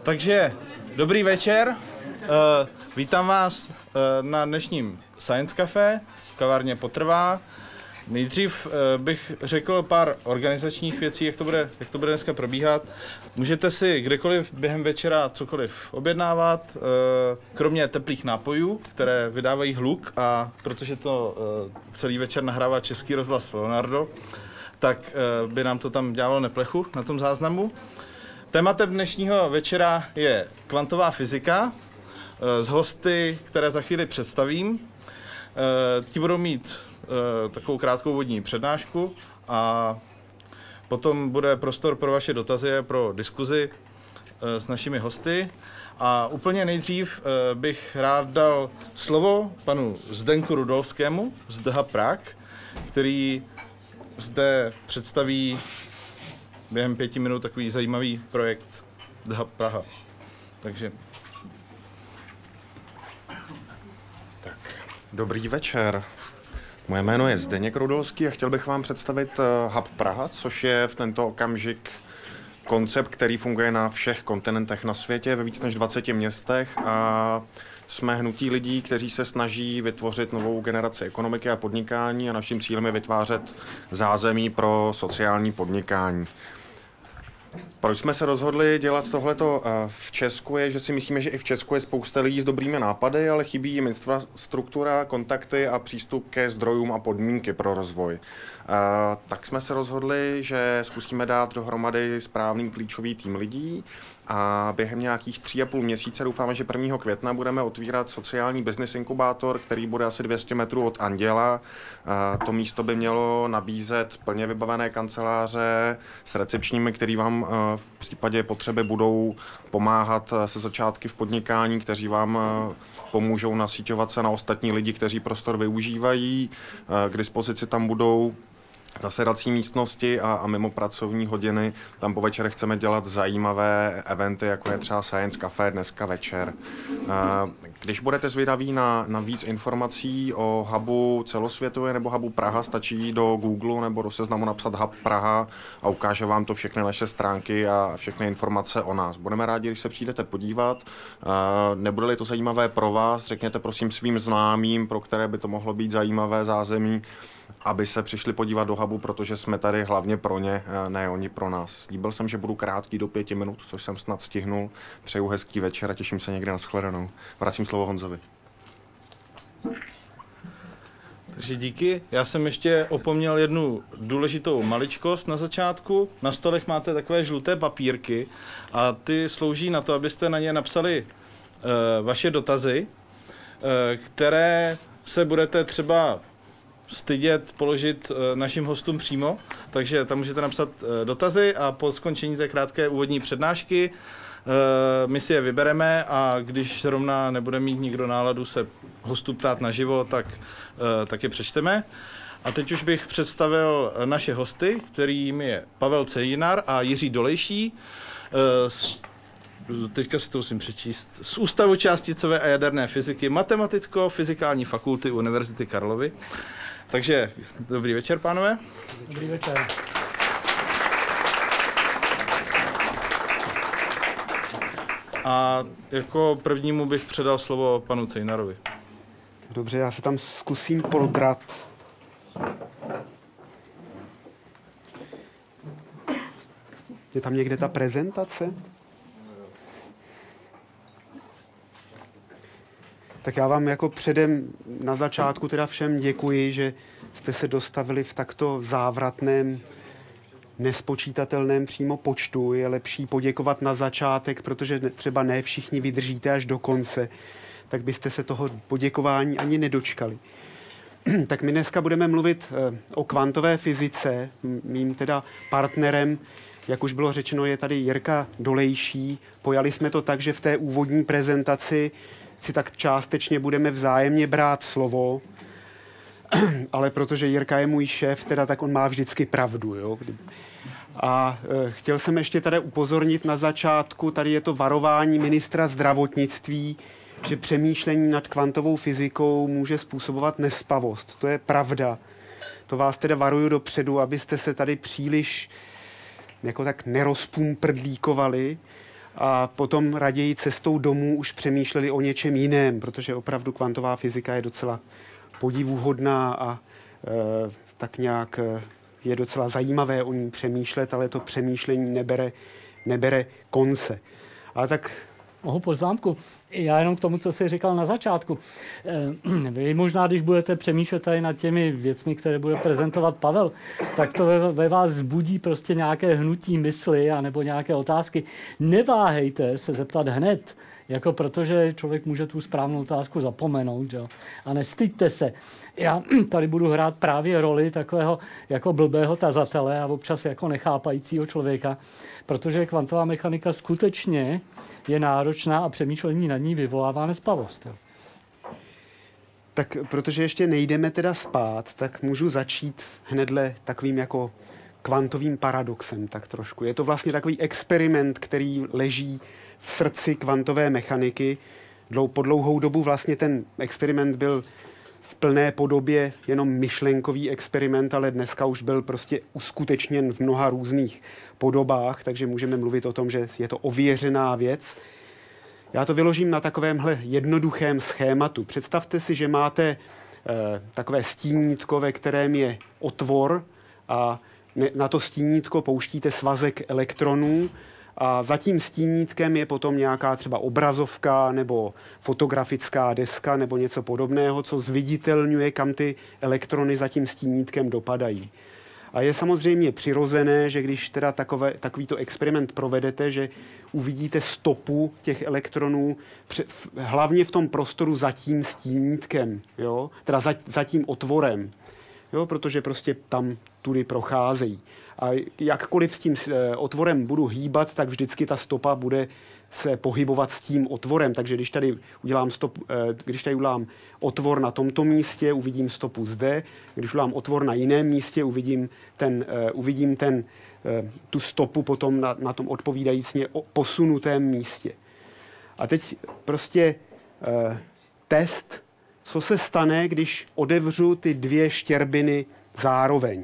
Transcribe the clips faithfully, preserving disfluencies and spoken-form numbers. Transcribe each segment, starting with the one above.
Takže dobrý večer, uh, vítám vás uh, na dnešním Science Café v kavárně Potrvá. Nejdřív uh, bych řekl pár organizačních věcí, jak to bude, jak to bude dneska probíhat. Můžete si kdekoliv během večera cokoliv objednávat, uh, kromě teplých nápojů, které vydávají hluk, a protože to uh, celý večer nahrává Český rozhlas Leonardo, tak uh, by nám to tam dělalo neplechu na tom záznamu. Tématem dnešního večera je kvantová fyzika s hosty, které za chvíli představím. Ti budou mít takovou krátkou úvodní přednášku a potom bude prostor pro vaše dotazy a pro diskuzi s našimi hosty. A úplně nejdřív bych rád dal slovo panu Zdenku Rudolskému z The Hub Prague, který zde představí během pěti minut takový zajímavý projekt The Hub Praha. Takže. Tak, dobrý večer. Moje jméno je Zdeněk Rudolský a chtěl bych vám představit Hub Praha, což je v tento okamžik koncept, který funguje na všech kontinentech na světě, ve víc než dvaceti městech, a jsme hnutí lidí, kteří se snaží vytvořit novou generaci ekonomiky a podnikání, a naším cílem je vytvářet zázemí pro sociální podnikání. Proč jsme se rozhodli dělat tohleto v Česku je, že si myslíme, že i v Česku je spousta lidí s dobrými nápady, ale chybí jim infrastruktura, kontakty a přístup ke zdrojům a podmínky pro rozvoj. Tak jsme se rozhodli, že zkusíme dát dohromady správný klíčový tým lidí a během nějakých tří a půl měsíce doufáme, že prvního května budeme otvírat sociální business inkubátor, který bude asi dvě stě metrů od Anděla. To místo by mělo nabízet plně vybavené kanceláře s recepčními, který vám v případě potřeby budou pomáhat se začátky v podnikání, kteří vám pomůžou nasíťovat se na ostatní lidi, kteří prostor využívají. K dispozici tam budou zasedací místnosti a, a mimo pracovní hodiny. Tam po večerech chceme dělat zajímavé eventy, jako je třeba Science Café dneska večer. Když budete zvědaví na, na víc informací o hubu celosvětově nebo hubu Praha, stačí do Google nebo do seznamu napsat Hub Praha a ukáže vám to všechny naše stránky a všechny informace o nás. Budeme rádi, když se přijdete podívat. Nebude-li to zajímavé pro vás, řekněte prosím svým známým, pro které by to mohlo být zajímavé zázemí, aby se přišli podívat do hubu, protože jsme tady hlavně pro ně, ne oni pro nás. Slíbil jsem, že budu krátký do pěti minut, což jsem snad stihnul. Přeju hezký večer a těším se někde na shledanou. Vracím slovo Honzovi. Takže díky. Já jsem ještě opomněl jednu důležitou maličkost na začátku. Na stolech máte takové žluté papírky a ty slouží na to, abyste na ně napsali uh, vaše dotazy, uh, které se budete třeba stydět položit našim hostům přímo, takže tam můžete napsat dotazy a po skončení té krátké úvodní přednášky my si je vybereme, a když zrovna nebude mít nikdo náladu se hostů ptát naživo, tak, tak je přečteme. A teď už bych představil naše hosty, kterými je Pavel Cejinar a Jiří Dolejší, teďka si to musím přečíst, z Ústavu částicové a jaderné fyziky Matematicko-fyzikální fakulty Univerzity Karlovy. Takže dobrý večer, pánové. Dobrý večer. A jako prvnímu bych předal slovo panu Cejnarovi. Dobře, já se tam zkusím prodrat. Je tam někde ta prezentace? Tak já vám jako předem na začátku teda všem děkuji, že jste se dostavili v takto závratném, nespočítatelném přímo počtu. Je lepší poděkovat na začátek, protože třeba ne všichni vydržíte až do konce, tak byste se toho poděkování ani nedočkali. Tak my dneska budeme mluvit o kvantové fyzice. Mým teda partnerem, jak už bylo řečeno, je tady Jirka Dolejší. Pojali jsme to tak, že v té úvodní prezentaci si tak částečně budeme vzájemně brát slovo, ale protože Jirka je můj šéf, teda tak on má vždycky pravdu. Jo? A e, chtěl jsem ještě tady upozornit na začátku, tady je to varování ministra zdravotnictví, že přemýšlení nad kvantovou fyzikou může způsobovat nespavost. To je pravda. To vás teda varuju dopředu, abyste se tady příliš jako tak nerozpumprdlíkovali. a potom raději cestou domů už přemýšleli o něčem jiném, protože opravdu kvantová fyzika je docela podivuhodná a e, tak nějak e, je docela zajímavé o ní přemýšlet, ale to přemýšlení nebere, nebere konce. Ale tak... Mohu poznámku? Já jenom k tomu, co jsi říkal na začátku. Vy možná, když budete přemýšlet tady nad těmi věcmi, které bude prezentovat Pavel, tak to ve, ve vás zbudí prostě nějaké hnutí mysli anebo nějaké otázky. Neváhejte se zeptat hned, jako protože člověk může tu správnou otázku zapomenout. Jo? A nestyďte se. Já tady budu hrát právě roli takového jako blbého tazatele a občas jako nechápajícího člověka, protože kvantová mechanika skutečně je náročná a přemýšlení nad ní vyvolává nespavost. Jo. Tak protože ještě nejdeme teda spát, tak můžu začít hnedle takovým jako kvantovým paradoxem tak trošku. Je to vlastně takový experiment, který leží v srdci kvantové mechaniky. Dlou, po dlouhou dobu vlastně ten experiment byl v plné podobě jenom myšlenkový experiment, ale dneska už byl prostě uskutečněn v mnoha různých podobách, takže můžeme mluvit o tom, že je to ověřená věc. Já to vyložím na takovémhle jednoduchém schématu. Představte si, že máte e, takové stínítko, ve kterém je otvor a na to stínítko pouštíte svazek elektronů a za tím stínítkem je potom nějaká třeba obrazovka nebo fotografická deska nebo něco podobného, co zviditelňuje, kam ty elektrony za tím stínítkem dopadají. A je samozřejmě přirozené, že když teda takové, takovýto experiment provedete, že uvidíte stopu těch elektronů hlavně v tom prostoru za tím stínítkem, jo? Teda za, za tím otvorem, jo? Protože prostě tam tudy procházejí. A jakkoliv s tím otvorem budu hýbat, tak vždycky ta stopa bude se pohybovat s tím otvorem. Takže když tady udělám, stop, když tady udělám otvor na tomto místě, uvidím stopu zde. Když udělám otvor na jiném místě, uvidím, ten, uvidím ten, tu stopu potom na, na tom odpovídajícně posunutém místě. A teď prostě eh, test, co se stane, když otevřu ty dvě štěrbiny zároveň.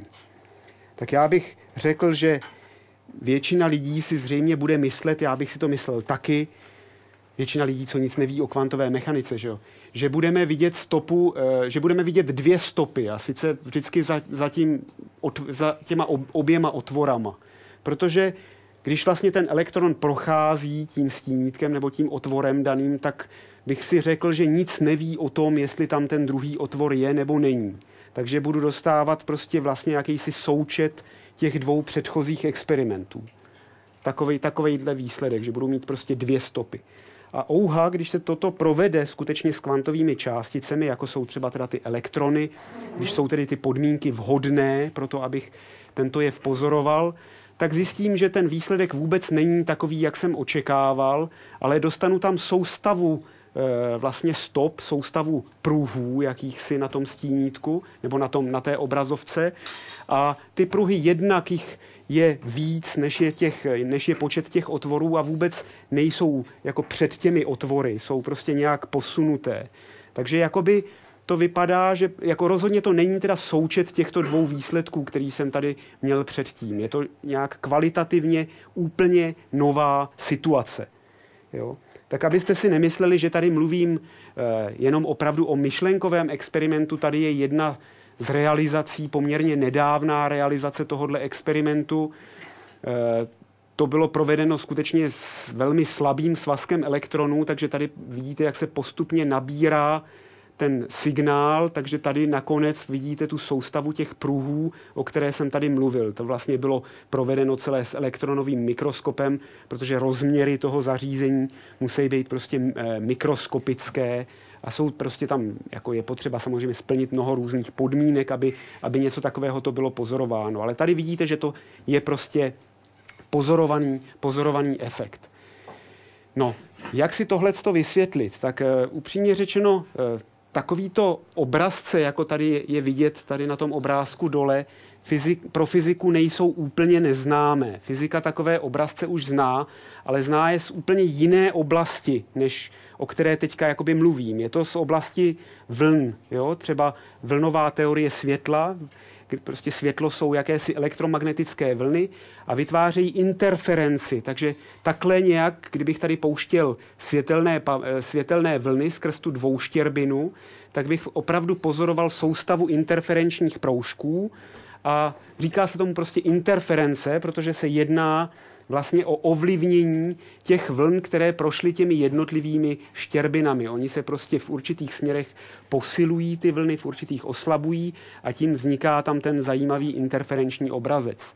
Tak já bych řekl, že většina lidí si zřejmě bude myslet, já bych si to myslel taky, většina lidí, co nic neví o kvantové mechanice, že, jo? Že budeme vidět stopu, že budeme vidět dvě stopy a sice vždycky za, za, tím, za těma oběma otvorama. Protože když vlastně ten elektron prochází tím stínítkem nebo tím otvorem daným, tak bych si řekl, že nic neví o tom, jestli tam ten druhý otvor je nebo není. Takže budu dostávat prostě vlastně jakýsi součet těch dvou předchozích experimentů. Takovej, takovejhle výsledek, že budu mít prostě dvě stopy. A ouha, když se toto provede skutečně s kvantovými částicemi, jako jsou třeba teda ty elektrony, když jsou tedy ty podmínky vhodné pro to, abych tento jev pozoroval, tak zjistím, že ten výsledek vůbec není takový, jak jsem očekával, ale dostanu tam soustavu e, vlastně stop, soustavu pruhů, jakýchsi na tom stínítku, nebo na, tom, na té obrazovce. A ty pruhy jednak jich je víc, než je, těch, než je počet těch otvorů a vůbec nejsou jako před těmi otvory, jsou prostě nějak posunuté. Takže jakoby to vypadá, že jako rozhodně to není teda součet těchto dvou výsledků, který jsem tady měl předtím. Je to nějak kvalitativně úplně nová situace. Jo? Tak abyste si nemysleli, že tady mluvím eh, jenom opravdu o myšlenkovém experimentu, tady je jedna z realizací, poměrně nedávná realizace tohohle experimentu. E, to bylo provedeno skutečně s velmi slabým svazkem elektronů, takže tady vidíte, jak se postupně nabírá ten signál, takže tady nakonec vidíte tu soustavu těch pruhů, o které jsem tady mluvil. To vlastně bylo provedeno celé s elektronovým mikroskopem, protože rozměry toho zařízení musí být prostě e, mikroskopické, a jsou prostě tam, jako je potřeba samozřejmě splnit mnoho různých podmínek, aby, aby něco takového to bylo pozorováno. Ale tady vidíte, že to je prostě pozorovaný, pozorovaný efekt. No, jak si tohleto vysvětlit? Tak uh, upřímně řečeno, uh, takovýto obrazce, jako tady je vidět tady na tom obrázku dole, fyzik, pro fyziku nejsou úplně neznámé. Fyzika takové obrazce už zná, ale zná je z úplně jiné oblasti, než o které teďka jakoby mluvím. Je to z oblasti vln, jo? Třeba vlnová teorie světla, prostě světlo jsou jakési elektromagnetické vlny a vytvářejí interferenci. Takže takhle nějak, kdybych tady pouštěl světelné, světelné vlny skrz tu dvouštěrbinu, tak bych opravdu pozoroval soustavu interferenčních proužků a říká se tomu prostě interference, protože se jedná vlastně o ovlivnění těch vln, které prošly těmi jednotlivými štěrbinami. Oni se prostě v určitých směrech posilují ty vlny, v určitých oslabují a tím vzniká tam ten zajímavý interferenční obrazec.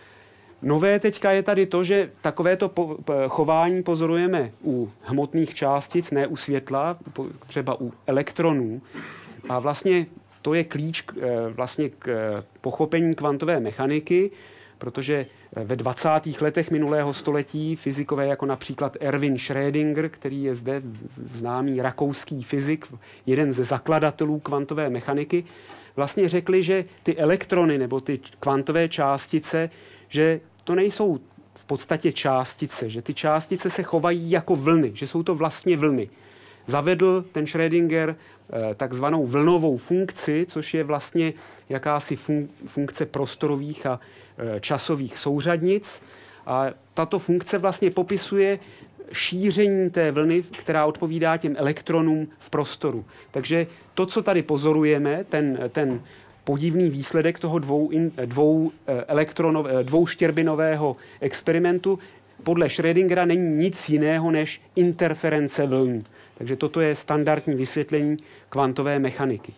Nové teďka je tady to, že takovéto po, chování pozorujeme u hmotných částic, ne u světla, třeba u elektronů. A vlastně to je klíč vlastně k pochopení kvantové mechaniky, protože ve dvacátých letech minulého století fyzikové jako například Erwin Schrödinger, který je zde známý rakouský fyzik, jeden ze zakladatelů kvantové mechaniky, vlastně řekli, že ty elektrony nebo ty kvantové částice, že to nejsou v podstatě částice, že ty částice se chovají jako vlny, že jsou to vlastně vlny. Zavedl ten Schrödinger takzvanou vlnovou funkci, což je vlastně jakási funkce prostorových a časových souřadnic. A tato funkce vlastně popisuje šíření té vlny, která odpovídá těm elektronům v prostoru. Takže to, co tady pozorujeme, ten, ten podivný výsledek toho dvou, dvou, elektronov, dvou štěrbinového experimentu, podle Schrödingera není nic jiného než interference vln. Takže toto je standardní vysvětlení kvantové mechaniky.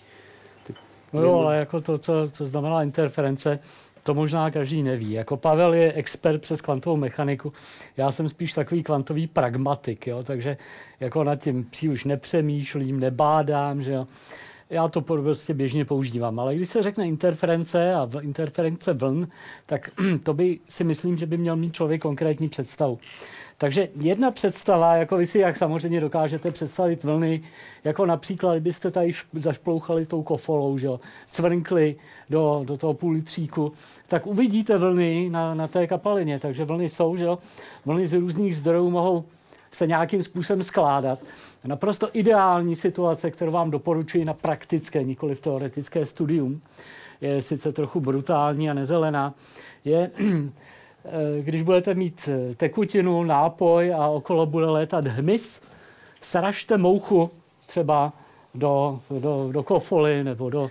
No jo, ale jako to, co, co znamená interference, to možná každý neví. Jako Pavel je expert přes kvantovou mechaniku, já jsem spíš takový kvantový pragmatik, jo? Takže jako nad tím příliš nepřemýšlím, nebádám, že jo? Já to prostě běžně používám. Ale když se řekne interference a interference vln, tak to by si myslím, že by měl mít člověk konkrétní představu. Takže jedna představa, jako vy si jak samozřejmě dokážete představit vlny, jako například, kdybyste tady zašplouchali tou kofolou, že jo, cvrnkli do, do toho půl litříku, tak uvidíte vlny na, na té kapalině. Takže vlny jsou, že jo, vlny z různých zdrojů mohou se nějakým způsobem skládat. Naprosto ideální situace, kterou vám doporučuji na praktické, nikoli v teoretické studium, je sice trochu brutální a nezelená, je, když budete mít tekutinu, nápoj a okolo bude létat hmyz, sražte mouchu třeba do, do, do kofoly nebo do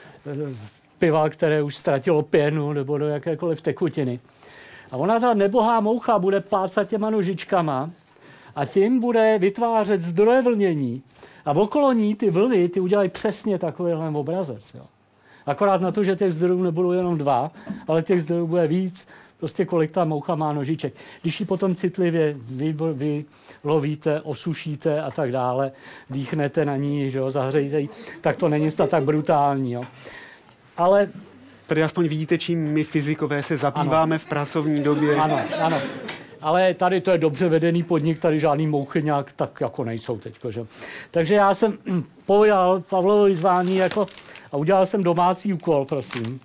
piva, které už ztratilo pěnu, nebo do jakékoliv tekutiny. A ona, ta nebohá moucha, bude plácat těma nožičkama a tím bude vytvářet zdroje vlnění. A okolo ní ty vlny, ty udělají přesně takovýhle obrazec. Jo. Akorát na to, že těch zdrojů nebudou jenom dva, ale těch zdrojů bude víc, prostě kolik ta moucha má nožiček. Když ji potom citlivě vy, vy lovíte, osušíte a tak dále, dýchnete na ní, že jo, zahřejte ji, tak to není snad tak brutální. Jo. Ale tady aspoň vidíte, čím my fyzikové se zabýváme ano. v pracovní době. Ano, ano. Ale tady to je dobře vedený podnik, tady žádný mouchy nějak tak jako nejsou teďko, že? Takže já jsem pojal Pavlovo vyzvání jako, a udělal jsem domácí úkol, prosím.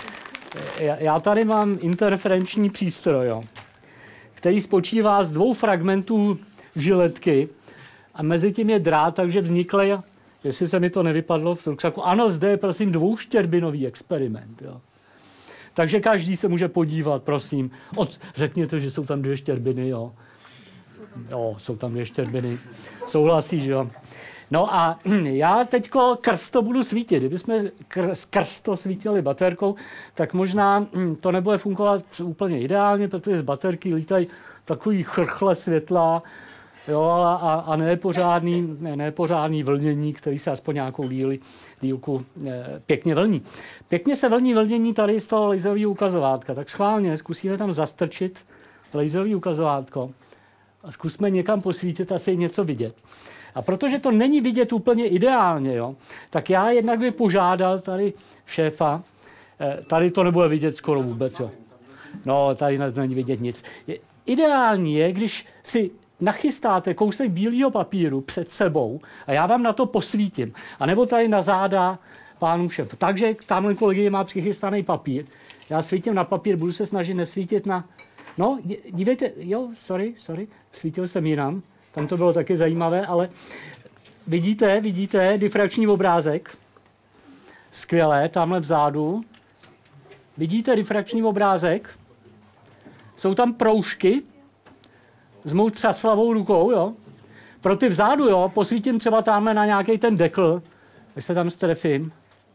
Já tady mám interferenční přístroj, jo, který spočívá z dvou fragmentů žiletky a mezi tím je drát, takže vznikly, jestli se mi to nevypadlo v ruksaku, ano, zde je prosím dvouštěrbinový experiment, jo. Takže každý se může podívat, prosím. Od, řekněte, že jsou tam dvě štěrbiny, jo. Jo, jsou tam dvě štěrbiny. Souhlasíš, jo. No a já teďko krst to budu svítit. Kdybychom krst to svítili baterkou, tak možná to nebude fungovat úplně ideálně, protože z baterky lítají takový chrchle světla, jo, a, a nepořádný, nepořádný vlnění, který se aspoň nějakou díli, dílku e, pěkně vlní. Pěkně se vlní vlnění tady z toho laserového ukazovátka. Tak schválně zkusíme tam zastrčit laserový ukazovátko a zkusme někam posvítit, asi něco vidět. A protože to není vidět úplně ideálně, jo, tak já jednak bych požádal tady šéfa, e, tady to nebude vidět skoro vůbec. Jo. No, tady není vidět nic. Je, ideální je, když si nachystáte kousek bílého papíru před sebou a já vám na to posvítím. A nebo tady na záda pánům všem. Takže tamhle kolegyně má přichystaný papír. Já svítím na papír, budu se snažit nesvítit na... No, dívejte, jo, sorry, sorry, svítil jsem jinam. Tam to bylo taky zajímavé, ale vidíte, vidíte, difrakční obrázek. Skvělé, tamhle vzadu. vidíte difrakční obrázek? Jsou tam proužky s mou třaslavou rukou, jo? Pro ty vzadu, jo, posvítím třeba tamhle na nějaký ten dekl, až se tam strefím.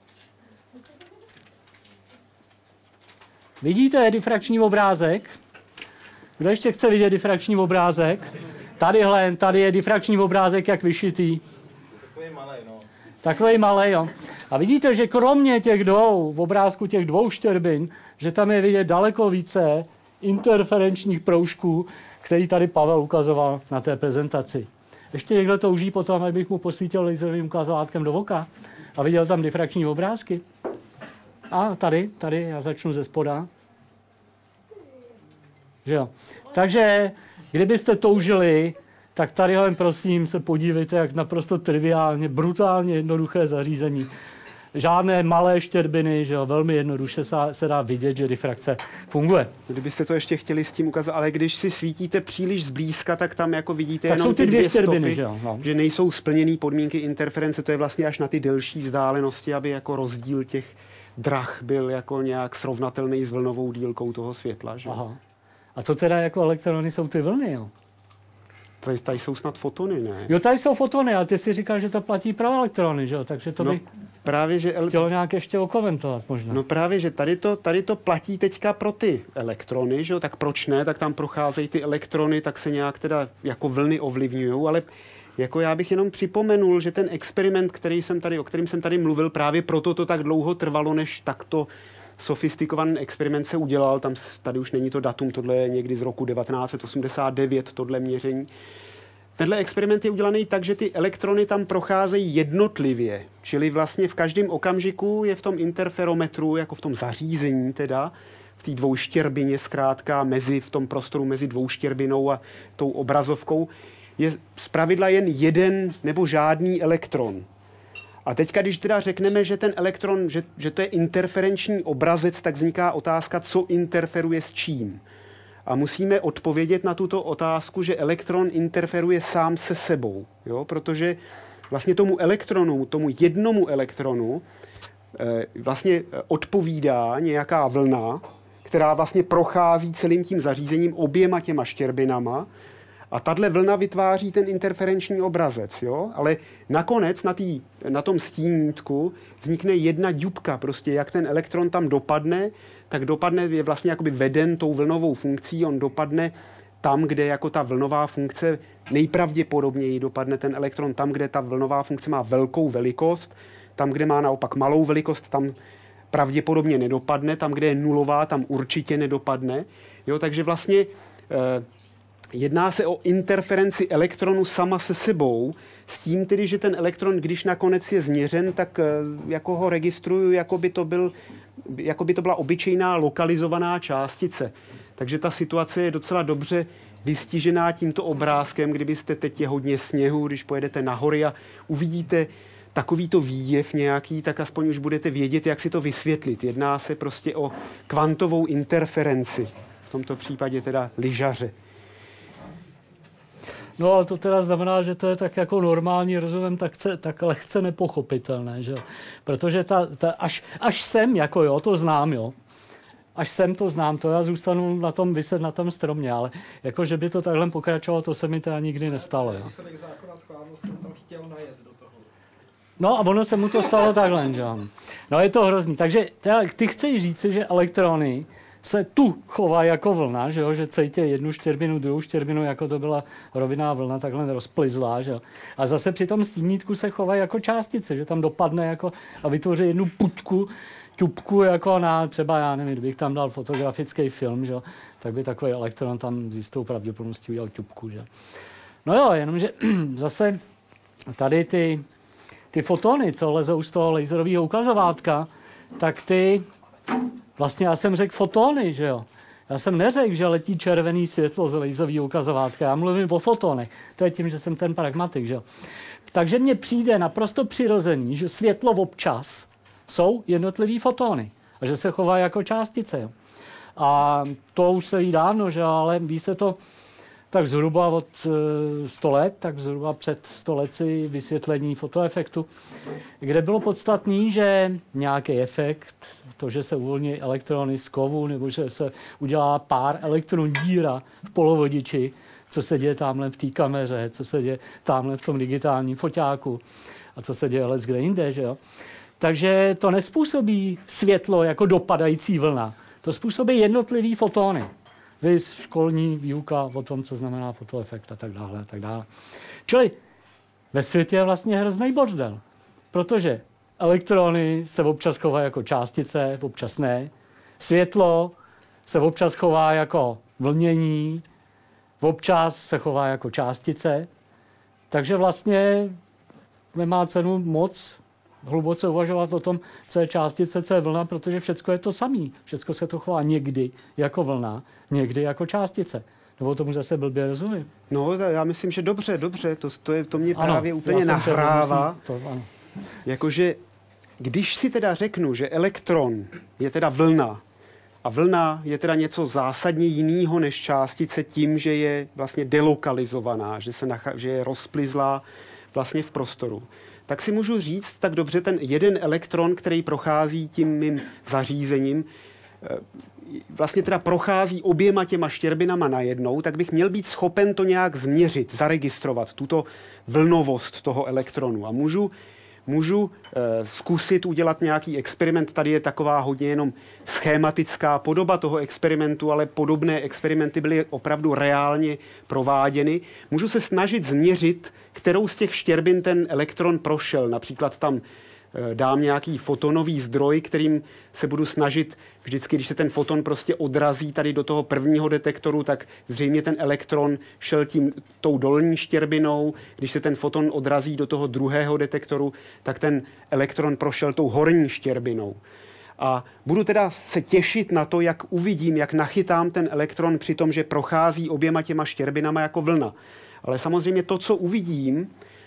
Vidíte difrakční obrázek? Kdo ještě chce vidět difrakční obrázek? Tadyhle, tady je difrakční obrázek jak vyšitý. Takový malý, no. Takový malý, jo. A vidíte, že kromě těch dvou, v obrázku těch dvou štěrbin, že tam je vidět daleko více interferenčních proužků, který tady Pavel ukazoval na té prezentaci. Ještě někdo touží potom, abych mu posvítil laserovým ukazovátkem do oka a viděl tam difrakční obrázky? A tady, tady, já začnu ze spoda. Že jo. Takže, kdybyste toužili, tak tadyhle, prosím, se podívejte, jak naprosto triviálně, brutálně jednoduché zařízení. Žádné malé štěrbiny, že jo, velmi jednoduše se, se dá vidět, že difrakce funguje. Kdybyste to ještě chtěli s tím ukázat, ale když si svítíte příliš zblízka, tak tam jako vidíte tak jenom jsou ty ty dvě dvě štěrbiny, stopy, že, jo, no. že nejsou splněný podmínky interference, to je vlastně až na ty delší vzdálenosti, aby jako rozdíl těch drah byl jako nějak srovnatelný s vlnovou dílkou toho světla. Že? Aha. A to teda jako elektrony jsou ty vlny, jo? Tady, tady jsou snad fotony, ne? Jo, tady jsou fotony, a ty si říkal, že to platí pro elektrony, že jo? Takže to no, by právě, že ele... chtělo nějak ještě okomentovat možná. No právě, že tady to, tady to platí teďka pro ty elektrony, že jo? Tak proč ne? Tak tam procházejí ty elektrony, tak se nějak teda jako vlny ovlivňují, ale jako já bych jenom připomenul, že ten experiment, který jsem tady, o kterým jsem tady mluvil, právě proto to tak dlouho trvalo, než takto sofistikovaný experiment se udělal. Tam tady už není to datum, tohle je někdy z roku devatenáct set osmdesát devět, tohle měření. Tenhle experiment je udělaný tak, že ty elektrony tam procházejí jednotlivě, čili vlastně v každém okamžiku je v tom interferometru, jako v tom zařízení teda, v té dvouštěrbině zkrátka, mezi, v tom prostoru mezi dvouštěrbinou a tou obrazovkou, je zpravidla jen jeden nebo žádný elektron. A teďka, když teda řekneme, že ten elektron, že, že to je interferenční obrazec, tak vzniká otázka, co interferuje s čím. A musíme odpovědět na tuto otázku, že elektron interferuje sám se sebou. Jo? Protože vlastně tomu elektronu, tomu jednomu elektronu eh, vlastně odpovídá nějaká vlna, která vlastně prochází celým tím zařízením oběma těma štěrbinama. A tahle vlna vytváří ten interferenční obrazec, jo? Ale nakonec na, tý, na tom stínítku vznikne jedna ďubka, prostě jak ten elektron tam dopadne, tak dopadne, je vlastně jakoby veden tou vlnovou funkcí, on dopadne tam, kde jako ta vlnová funkce, nejpravděpodobněji dopadne ten elektron tam, kde ta vlnová funkce má velkou velikost, tam, kde má naopak malou velikost, tam pravděpodobně nedopadne, tam, kde je nulová, tam určitě nedopadne, jo? Takže vlastně eh, jedná se o interferenci elektronu sama se sebou, s tím tedy, že ten elektron, když nakonec je změřen, tak jako ho registruju, jako by to, byl, jako by to byla obyčejná lokalizovaná částice. Takže ta situace je docela dobře vystižená tímto obrázkem, kdybyste teď je hodně sněhu, když pojedete na hory a uvidíte takovýto výjev nějaký, tak aspoň už budete vědět, jak si to vysvětlit. Jedná se prostě o kvantovou interferenci, v tomto případě teda lyžaře. No ale to teda znamená, že to je tak jako normální rozumem, tak, se, tak lehce nepochopitelné, že jo. Protože ta, ta, až, až sem, jako jo, to znám, jo. Až sem to znám, to já zůstanu na tom vyset na tom stromě, ale jako, že by to takhle pokračovalo, to se mi teda nikdy nestalo, jo. Výsledek zákona schválnosti tam chtěl najet do toho. No a ono se mu to stalo takhle, že jo. No je to hrozný. Takže teda, ty chceš říci, že elektrony se tu chová jako vlna, že, jo? Že cítě jednu štěrbinu, druhou štěrbinu, jako to byla rovinná vlna, takhle rozplizlá. Že jo? A zase při tom stínítku se chová jako částice, že tam dopadne jako a vytvoří jednu putku, ťupku jako na třeba, já nevím, kdybych tam dal fotografický film, že jo? Tak by takový elektron tam s jistou pravděpodobností udělal ťupku. Že? No jo, jenomže zase tady ty, ty fotony, co lezou z toho laserového ukazovátka, tak ty vlastně já jsem řekl fotony, že jo. Já jsem neřekl, že letí červený světlo z laserového ukazovátka. Já mluvím o fotonech. To je tím, že jsem ten pragmatik, že jo. Takže mně přijde naprosto přirozený, že světlo občas jsou jednotlivý fotony. A že se chová jako částice, jo. A to už se ví dávno, že jo, ale ví se to tak zhruba od sto let, tak zhruba před sto let si vysvětlení fotoefektu, kde bylo podstatný, že nějaký efekt, to, že se uvolní elektrony z kovu, nebo že se udělá pár elektronů díra v polovodiči, co se děje tamhle v té kameře, co se děje tamhle v tom digitálním foťáku a co se děje let kde jinde, že jo. Takže to nespůsobí světlo jako dopadající vlna. To způsobí jednotlivý fotony. Vys školní výuka o tom, co znamená fotoefekt a tak dále a tak dále. Čili ve světě je vlastně hrozný bordel, protože elektrony se občas chovají jako částice, občas ne. Světlo se občas chová jako vlnění, občas se chová jako částice. Takže vlastně nemá cenu moc hluboce uvažovat o tom, co je částice, co je vlna, protože všechno je to samý. Všechno se to chová někdy jako vlna, někdy jako částice. Nebo tomu zase blbě rozumím. No, já myslím, že dobře, dobře. To, to, je, to mě ano, právě úplně nahrává. To, jakože, když si teda řeknu, že elektron je teda vlna, a vlna je teda něco zásadně jiného než částice tím, že je vlastně delokalizovaná, že, se nacha- že je rozplizlá vlastně v prostoru, tak si můžu říct, tak dobře, ten jeden elektron, který prochází tím mým zařízením, vlastně teda prochází oběma těma štěrbinama najednou, tak bych měl být schopen to nějak změřit, zaregistrovat, tuto vlnovost toho elektronu. A můžu, můžu eh, zkusit udělat nějaký experiment. Tady je taková hodně jenom schematická podoba toho experimentu, ale podobné experimenty byly opravdu reálně prováděny. Můžu se snažit změřit, kterou z těch štěrbin ten elektron prošel. Například tam dám nějaký fotonový zdroj, kterým se budu snažit vždycky, když se ten foton prostě odrazí tady do toho prvního detektoru, tak zřejmě ten elektron šel tím tou dolní štěrbinou. Když se ten foton odrazí do toho druhého detektoru, tak ten elektron prošel tou horní štěrbinou. A budu teda se těšit na to, jak uvidím, jak nachytám ten elektron při tom, že prochází oběma těma štěrbinama jako vlna. Ale samozřejmě to, co uvidím,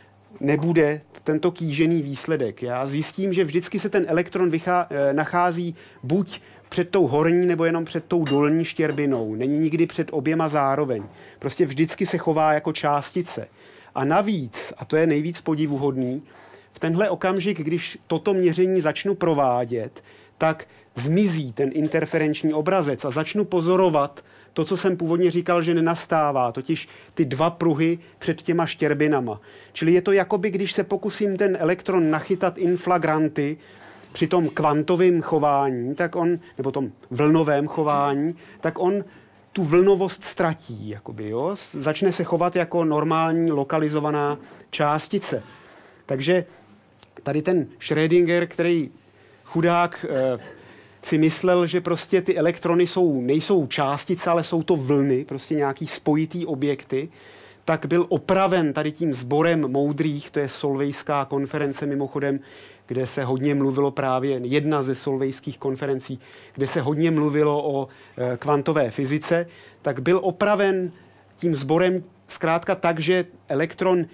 nebude tento kýžený výsledek. Já zjistím, že vždycky se ten elektron vychá, nachází buď před tou horní, nebo jenom před tou dolní štěrbinou. Není nikdy před oběma zároveň. Prostě vždycky se chová jako částice. A navíc, a to je nejvíc podivuhodný, v tenhle okamžik, když toto měření začnu provádět, tak zmizí ten interferenční obrazec a začnu pozorovat to, co jsem původně říkal, že nenastává, totiž ty dva pruhy před těma štěrbinama. Čili je to jakoby, když se pokusím ten elektron nachytat in flagranti při tom kvantovém chování, tak on, nebo tom vlnovém chování, tak on tu vlnovost ztratí. Jakoby, jo? Začne se chovat jako normální lokalizovaná částice. Takže tady ten Schrödinger, který chudák eh, si myslel, že prostě ty elektrony jsou, nejsou částice, ale jsou to vlny, prostě nějaký spojitý objekty, tak byl opraven tady tím sborem moudrých, to je Solvejská konference mimochodem, kde se hodně mluvilo právě, jedna ze solvejských konferencí, kde se hodně mluvilo o e, kvantové fyzice, tak byl opraven tím sborem zkrátka tak, že elektron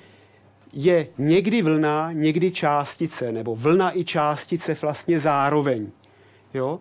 je někdy vlna, někdy částice, nebo vlna i částice vlastně zároveň. Jo?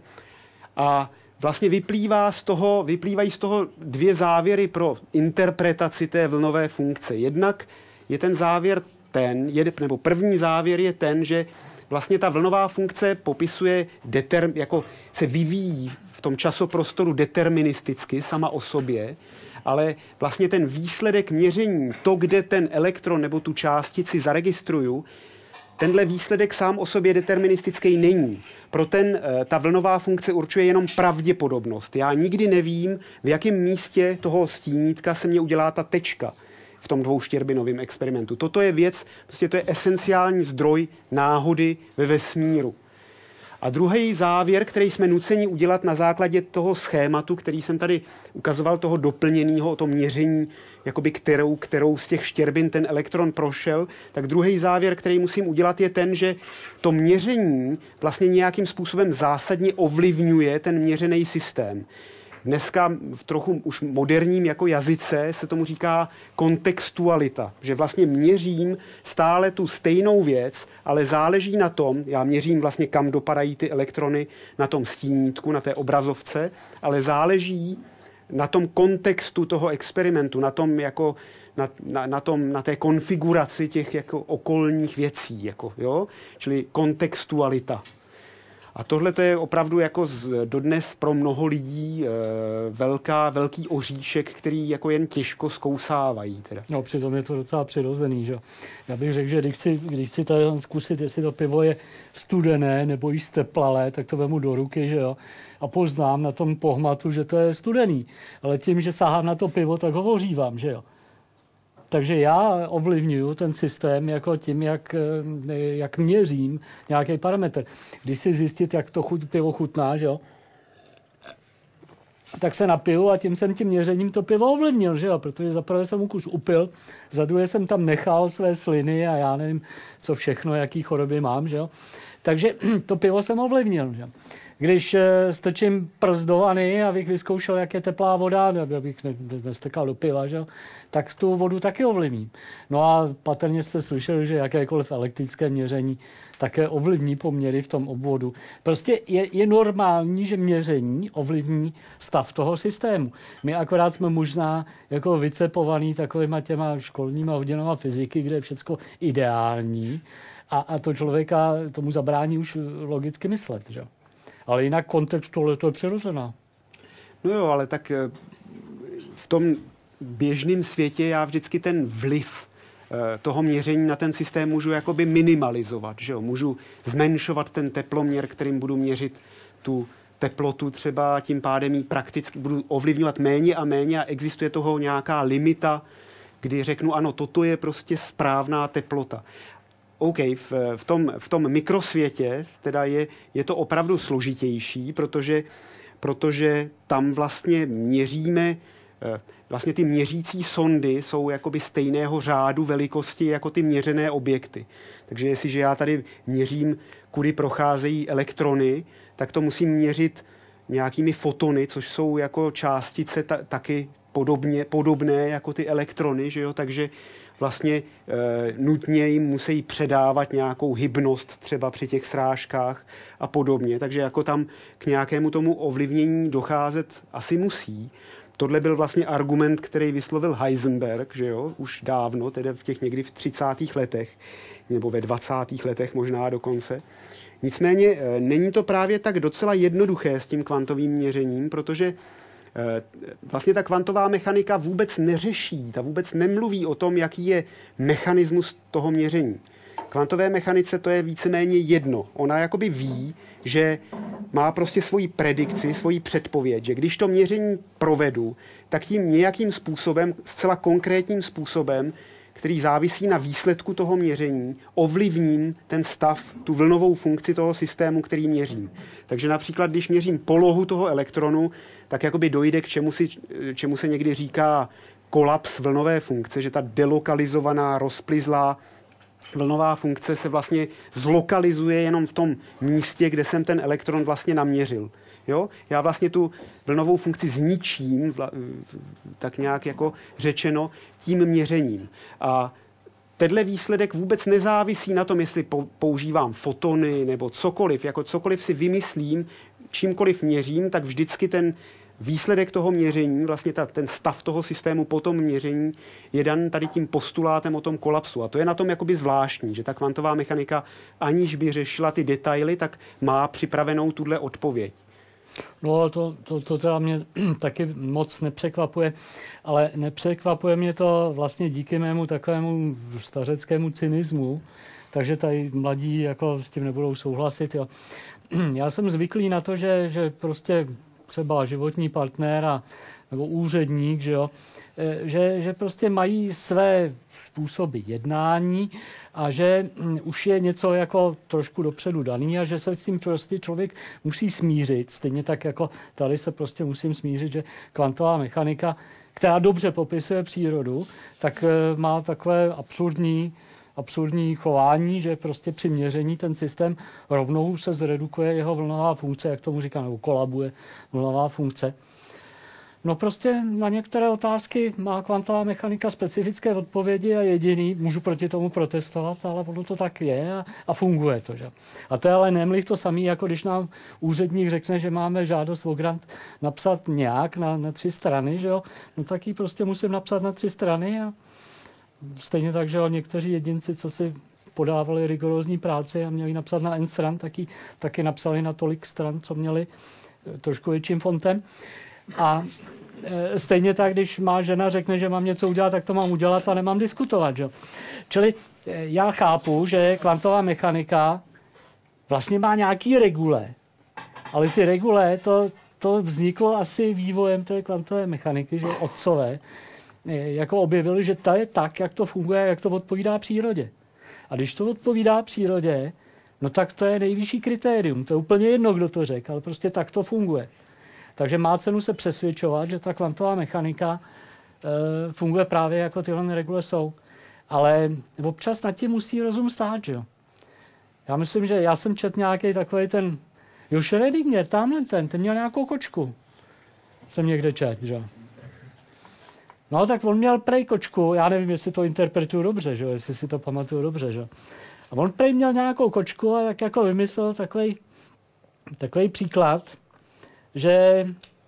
A vlastně vyplývá z toho, vyplývají z toho dvě závěry pro interpretaci té vlnové funkce. Jednak je ten závěr ten, je, nebo první závěr je ten, že vlastně ta vlnová funkce popisuje, determ, jako se vyvíjí v tom časoprostoru deterministicky sama o sobě, ale vlastně ten výsledek měření, to, kde ten elektron nebo tu částici zaregistruju, tenhle výsledek sám o sobě deterministický není. Pro ten ta vlnová funkce určuje jenom pravděpodobnost. Já nikdy nevím, v jakém místě toho stínítka se mě udělá ta tečka v tom dvouštěrbinovém experimentu. Toto je věc, prostě to je esenciální zdroj náhody ve vesmíru. A druhý závěr, který jsme nuceni udělat na základě toho schématu, který jsem tady ukazoval, toho doplněného, to měření, jakoby kterou, kterou z těch štěrbin ten elektron prošel, tak druhý závěr, který musím udělat, je ten, že to měření vlastně nějakým způsobem zásadně ovlivňuje ten měřený systém. Dneska v trochu už moderním jako jazyce se tomu říká kontextualita, že vlastně měřím stále tu stejnou věc, ale záleží na tom, já měřím vlastně kam dopadají ty elektrony na tom stínítku, na té obrazovce, ale záleží na tom kontextu toho experimentu, na tom jako na, na, na, tom, na té konfiguraci těch jako okolních věcí, jako, jo? Čili kontextualita. A tohle to je opravdu jako z, dodnes pro mnoho lidí e, velká, velký oříšek, který jako jen těžko zkousávají. Teda. No, přitom je to docela přirozený, že? Já bych řekl, že když si, když si tady zkusit, jestli to pivo je studené nebo jí steplalé, tak to vemu do ruky, že jo? A poznám na tom pohmatu, že to je studený. Ale tím, že sahám na to pivo, tak ho ohřívám, že jo? Takže já ovlivňuju ten systém jako tím, jak, jak měřím nějaký parametr. Když si zjistit, jak to chut, pivo chutná, že jo, tak se napiju a tím jsem tím měřením to pivo ovlivnil, že jo, protože zaprvé jsem mu kus upil, za druhé jsem tam nechal své sliny a já nevím, co všechno, jaký choroby mám, že jo. Takže to pivo jsem ovlivnil, že jo. Když strčím prst do vany, abych vyzkoušel, jak je teplá voda, abych nestekal do piva, že? Tak tu vodu taky ovlivním. No a patrně jste slyšeli, že jakékoliv elektrické měření také ovlivní poměry v tom obvodu. Prostě je, je normální, že měření ovlivní stav toho systému. My akorát jsme možná jako vycepovaný takovýma těma školníma hodinama fyziky, kde je všecko ideální a, a to člověka tomu zabrání už logicky myslet, že? Ale jinak kontextu to je přirozená. No jo, ale tak v tom běžném světě já vždycky ten vliv toho měření na ten systém můžu jakoby minimalizovat. Že jo? Můžu zmenšovat ten teploměr, kterým budu měřit tu teplotu třeba, tím pádem ji prakticky budu ovlivňovat méně a méně a existuje toho nějaká limita, kdy řeknu, ano, toto je prostě správná teplota. OK, v, v, tom, v tom mikrosvětě teda je, je to opravdu složitější, protože, protože tam vlastně měříme, vlastně ty měřící sondy jsou jakoby stejného řádu velikosti jako ty měřené objekty. Takže jestliže já tady měřím, kudy procházejí elektrony, tak to musím měřit nějakými fotony, což jsou jako částice ta, taky podobně, podobné jako ty elektrony, že jo? Takže vlastně e, nutně jim musí předávat nějakou hybnost třeba při těch srážkách a podobně. Takže jako tam k nějakému tomu ovlivnění docházet asi musí. Tohle byl vlastně argument, který vyslovil Heisenberg, že jo, už dávno, tedy v těch někdy v třicátých letech, nebo ve dvacátých letech možná dokonce. Nicméně e, není to právě tak docela jednoduché s tím kvantovým měřením, protože vlastně ta kvantová mechanika vůbec neřeší, ta vůbec nemluví o tom, jaký je mechanismus toho měření. Kvantové mechanice to je víceméně jedno. Ona jakoby ví, že má prostě svoji predikci, svoji předpověď, že když to měření provedu, tak tím nějakým způsobem, zcela konkrétním způsobem, který závisí na výsledku toho měření, ovlivním ten stav, tu vlnovou funkci toho systému, který měřím. Takže například, když měřím polohu toho elektronu, tak jakoby dojde k čemu, si, čemu se někdy říká kolaps vlnové funkce, že ta delokalizovaná, rozplizlá vlnová funkce se vlastně zlokalizuje jenom v tom místě, kde jsem ten elektron vlastně naměřil. Jo? Já vlastně tu vlnovou funkci zničím, tak nějak jako řečeno, tím měřením. A tenhle výsledek vůbec nezávisí na tom, jestli používám fotony nebo cokoliv. Jako cokoliv si vymyslím, čímkoliv měřím, tak vždycky ten výsledek toho měření, vlastně ta, ten stav toho systému po tom měření je dan tady tím postulátem o tom kolapsu. A to je na tom jakoby zvláštní, že ta kvantová mechanika, aniž by řešila ty detaily, tak má připravenou tuhle odpověď. No, to, to, to teda mě taky moc nepřekvapuje, ale nepřekvapuje mě to vlastně díky mému takovému stařeckému cynismu, takže tady mladí jako s tím nebudou souhlasit. Jo. Já jsem zvyklý na to, že, že prostě třeba životní partner a, nebo úředník, že, jo, že, že prostě mají své způsoby jednání a že už je něco jako trošku dopředu daný a že se s tím prostě člověk musí smířit. Stejně tak jako tady se prostě musím smířit, že kvantová mechanika, která dobře popisuje přírodu, tak má takové absurdní, absurdní chování, že prostě při měření ten systém rovnou se zredukuje jeho vlnová funkce, jak tomu říká, nebo kolabuje vlnová funkce. No prostě na některé otázky má kvantová mechanika specifické odpovědi a jediný, můžu proti tomu protestovat, ale ono to tak je a, a funguje to. Že? A to je ale nemlich to samé, jako když nám úředník řekne, že máme žádost o grant napsat nějak na, na tři strany, že jo? No tak ji prostě musím napsat na tři strany a stejně tak, že jo, někteří jedinci, co si podávali rigorózní práci a měli napsat na N stran, taky, taky napsali na tolik stran, co měli trošku větším fontem. A e, stejně tak, když má žena řekne, že mám něco udělat, tak to mám udělat a nemám diskutovat. Že? Čili e, já chápu, že kvantová mechanika vlastně má nějaký regule. Ale ty regule, to, to vzniklo asi vývojem té kvantové mechaniky, že otcové e, jako objevili, že to je tak, jak to funguje, jak to odpovídá přírodě. A když to odpovídá přírodě, no tak to je nejvyšší kritérium. To je úplně jedno, kdo to řekl, ale prostě tak to funguje. Takže má cenu se přesvědčovat, že ta kvantová mechanika e, funguje právě jako tyhle regule jsou. Ale občas nad tím musí rozum stát, že jo. Já myslím, že já jsem četl nějaký takový ten Jo, Schrödinger, tamhle ten, ten měl nějakou kočku. Jsem někde četl, že jo. No, tak on měl prej kočku, já nevím, jestli to interpretuju dobře, že jo, jestli si to pamatuju dobře, že jo. A on prej měl nějakou kočku a tak jako vymyslel takový takový příklad, že e,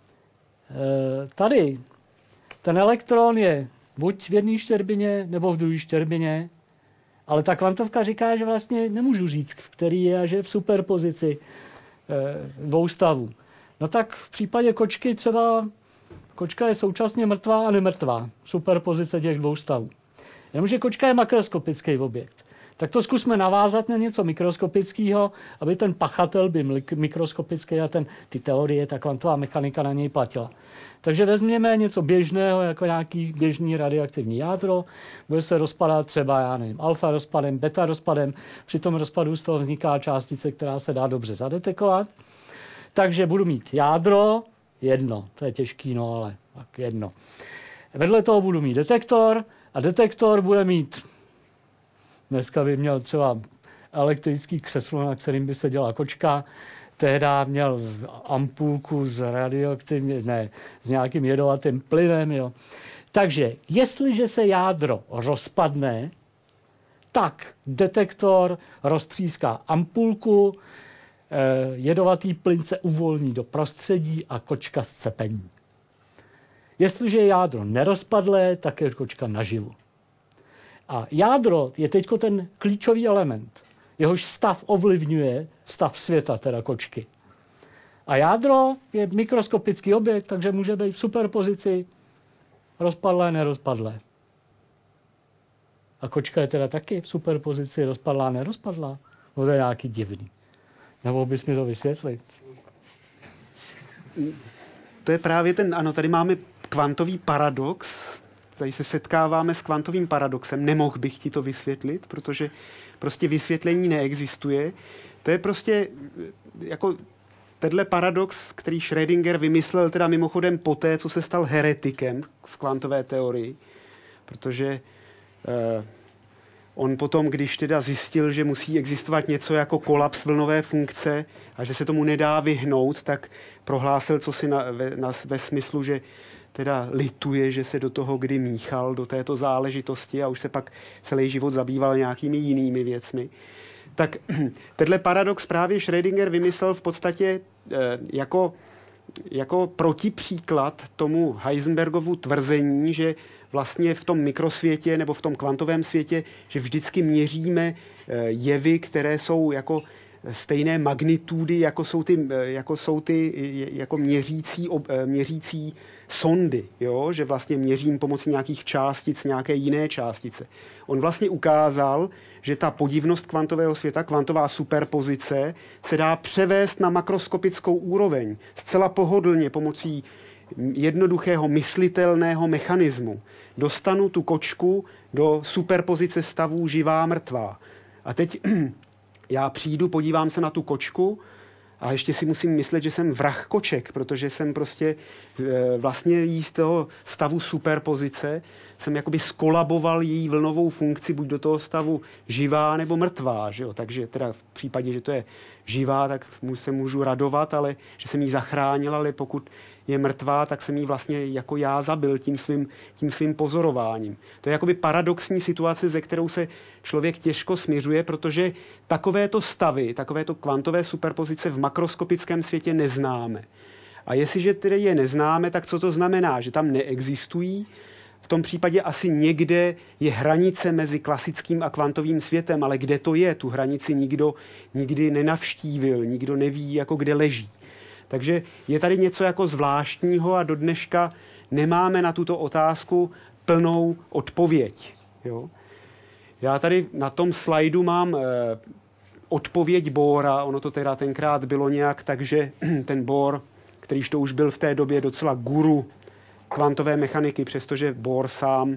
tady ten elektron je buď v jedné štěrbině, nebo v druhé štěrbině, ale ta kvantovka říká, že vlastně nemůžu říct, v který je a že je v superpozici e, dvou stavů. No tak v případě kočky třeba kočka je současně mrtvá a nemrtvá. Superpozice těch dvou stavů. Jenomže kočka je makroskopický objekt. Tak to zkusme navázat na něco mikroskopického, aby ten pachatel byl mikroskopický a ten, ty teorie, ta kvantová mechanika na něj platila. Takže vezměme něco běžného, jako nějaký běžný radioaktivní jádro, bude se rozpadat třeba, já nevím, alfa rozpadem, beta rozpadem, při tom rozpadu z toho vzniká částice, která se dá dobře zadetekovat. Takže budu mít jádro, jedno, to je těžký, no ale tak jedno. Vedle toho budu mít detektor a detektor bude mít, dneska by měl třeba elektrický křeslo, na kterým by se dělala kočka, tehdy měl ampulku z radioaktivní, ne, s nějakým jedovatým plynem, jo. Takže jestliže se jádro rozpadne, tak detektor roztříská ampulku, jedovatý plyn se uvolní do prostředí a kočka zcepení. Jestliže je jádro nerozpadlé, tak je kočka naživu. A jádro je teď ten klíčový element. Jehož stav ovlivňuje stav světa, teda kočky. A jádro je mikroskopický objekt, takže může být v superpozici rozpadlé, nerozpadlé. A kočka je teda taky v superpozici rozpadlá, nerozpadlá. No to je nějaký divný. Nebo bys mi to vysvětlit? To je právě ten, ano, tady máme kvantový paradox. Tady se setkáváme s kvantovým paradoxem. Nemohl bych ti to vysvětlit, protože prostě vysvětlení neexistuje. To je prostě jako tenhle paradox, který Schrödinger vymyslel teda mimochodem poté, co se stal heretikem v kvantové teorii. Protože eh, on potom, když teda zjistil, že musí existovat něco jako kolaps vlnové funkce a že se tomu nedá vyhnout, tak prohlásil cosi na, ve, na, ve smyslu, že teda lituje, že se do toho kdy míchal, do této záležitosti a už se pak celý život zabýval nějakými jinými věcmi. Tak tenhle paradox právě Schrödinger vymyslel v podstatě eh, jako, jako protipříklad tomu Heisenbergovu tvrzení, že vlastně v tom mikrosvětě nebo v tom kvantovém světě, že vždycky měříme jevy, které jsou jako stejné magnitudy, jako jsou ty, jako jsou ty jako měřící, měřící sondy, jo? Že vlastně měřím pomocí nějakých částic nějaké jiné částice. On vlastně ukázal, že ta podivnost kvantového světa, kvantová superpozice, se dá převést na makroskopickou úroveň zcela pohodlně pomocí jednoduchého myslitelného mechanismu. Dostanu tu kočku do superpozice stavů živá mrtvá. A teď já přijdu, podívám se na tu kočku a ještě si musím myslet, že jsem vrah koček, protože jsem prostě vlastně jí z toho stavu superpozice jsem jakoby skolaboval její vlnovou funkci buď do toho stavu živá nebo mrtvá. Že jo? Takže teda v případě, že to je živá, tak se můžu radovat, ale že jsem jí zachránil, ale pokud je mrtvá, tak jsem ji vlastně jako já zabil tím svým, tím svým pozorováním. To je jakoby paradoxní situace, ze kterou se člověk těžko smiřuje, protože takovéto stavy, takovéto kvantové superpozice v makroskopickém světě neznáme. A jestliže tedy je neznáme, tak co to znamená? Že tam neexistují? V tom případě asi někde je hranice mezi klasickým a kvantovým světem, ale kde to je? Tu hranici nikdo nikdy nenavštívil, nikdo neví, jako kde leží. Takže je tady něco jako zvláštního a do dneška nemáme na tuto otázku plnou odpověď. Jo? Já tady na tom slajdu mám eh, odpověď Bohra, ono to teda tenkrát bylo nějak, takže ten Bohr, kterýž to už byl v té době docela guru kvantové mechaniky, přestože Bohr sám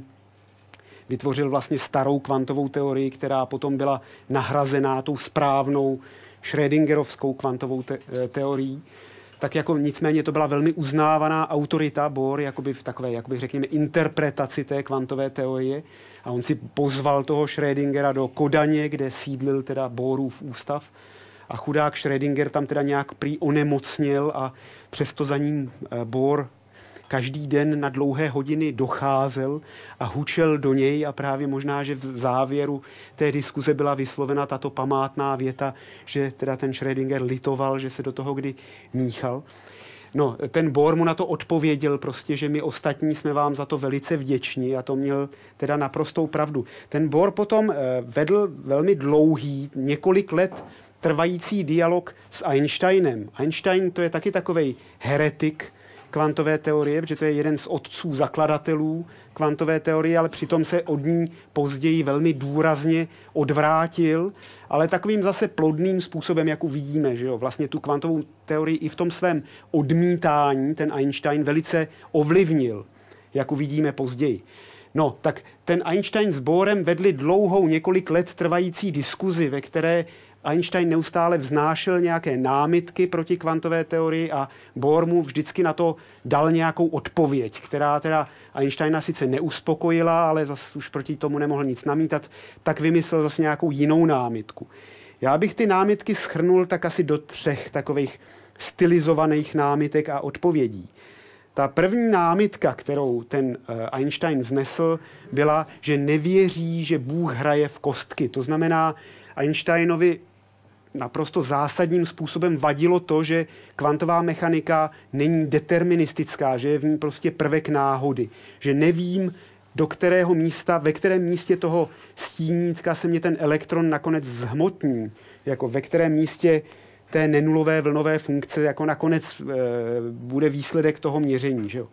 vytvořil vlastně starou kvantovou teorii, která potom byla nahrazená tou správnou Schrödingerovskou kvantovou te- teorií. Tak jako nicméně to byla velmi uznávaná autorita Bohr, jakoby v takové, jakoby řekněme, interpretaci té kvantové teorie. A on si pozval toho Schrödingera do Kodaně, kde sídlil teda Bohrův ústav. A chudák Schrödinger tam teda nějak prý onemocněl a přesto za ním Bohr každý den na dlouhé hodiny docházel a hučel do něj a právě možná, že v závěru té diskuze byla vyslovena tato památná věta, že teda ten Schrödinger litoval, že se do toho kdy míchal. No, ten Bohr mu na to odpověděl prostě, že my ostatní jsme vám za to velice vděční a to měl teda naprostou pravdu. Ten Bohr potom vedl velmi dlouhý, několik let trvající dialog s Einsteinem. Einstein to je taky takovej heretik kvantové teorie, protože to je jeden z otců zakladatelů kvantové teorie, ale přitom se od ní později velmi důrazně odvrátil, ale takovým zase plodným způsobem, jak uvidíme, že jo, vlastně tu kvantovou teorii i v tom svém odmítání ten Einstein velice ovlivnil, jak uvidíme později. No, tak ten Einstein s Bohrem vedli dlouhou několik let trvající diskuzi, ve které Einstein neustále vznášel nějaké námitky proti kvantové teorii a Bohr mu vždycky na to dal nějakou odpověď, která teda Einsteina sice neuspokojila, ale zase už proti tomu nemohl nic namítat, tak vymyslel zase nějakou jinou námitku. Já bych ty námitky shrnul tak asi do třech takových stylizovaných námitek a odpovědí. Ta první námitka, kterou ten Einstein vznesl, byla, že nevěří, že Bůh hraje v kostky. To znamená, Einsteinovi naprosto zásadním způsobem vadilo to, že kvantová mechanika není deterministická, že je v ní prostě prvek náhody. Že nevím, do kterého místa, ve kterém místě toho stínítka se mě ten elektron nakonec zhmotní. Jako ve kterém místě té nenulové vlnové funkce jako nakonec e, bude výsledek toho měření. Že jo?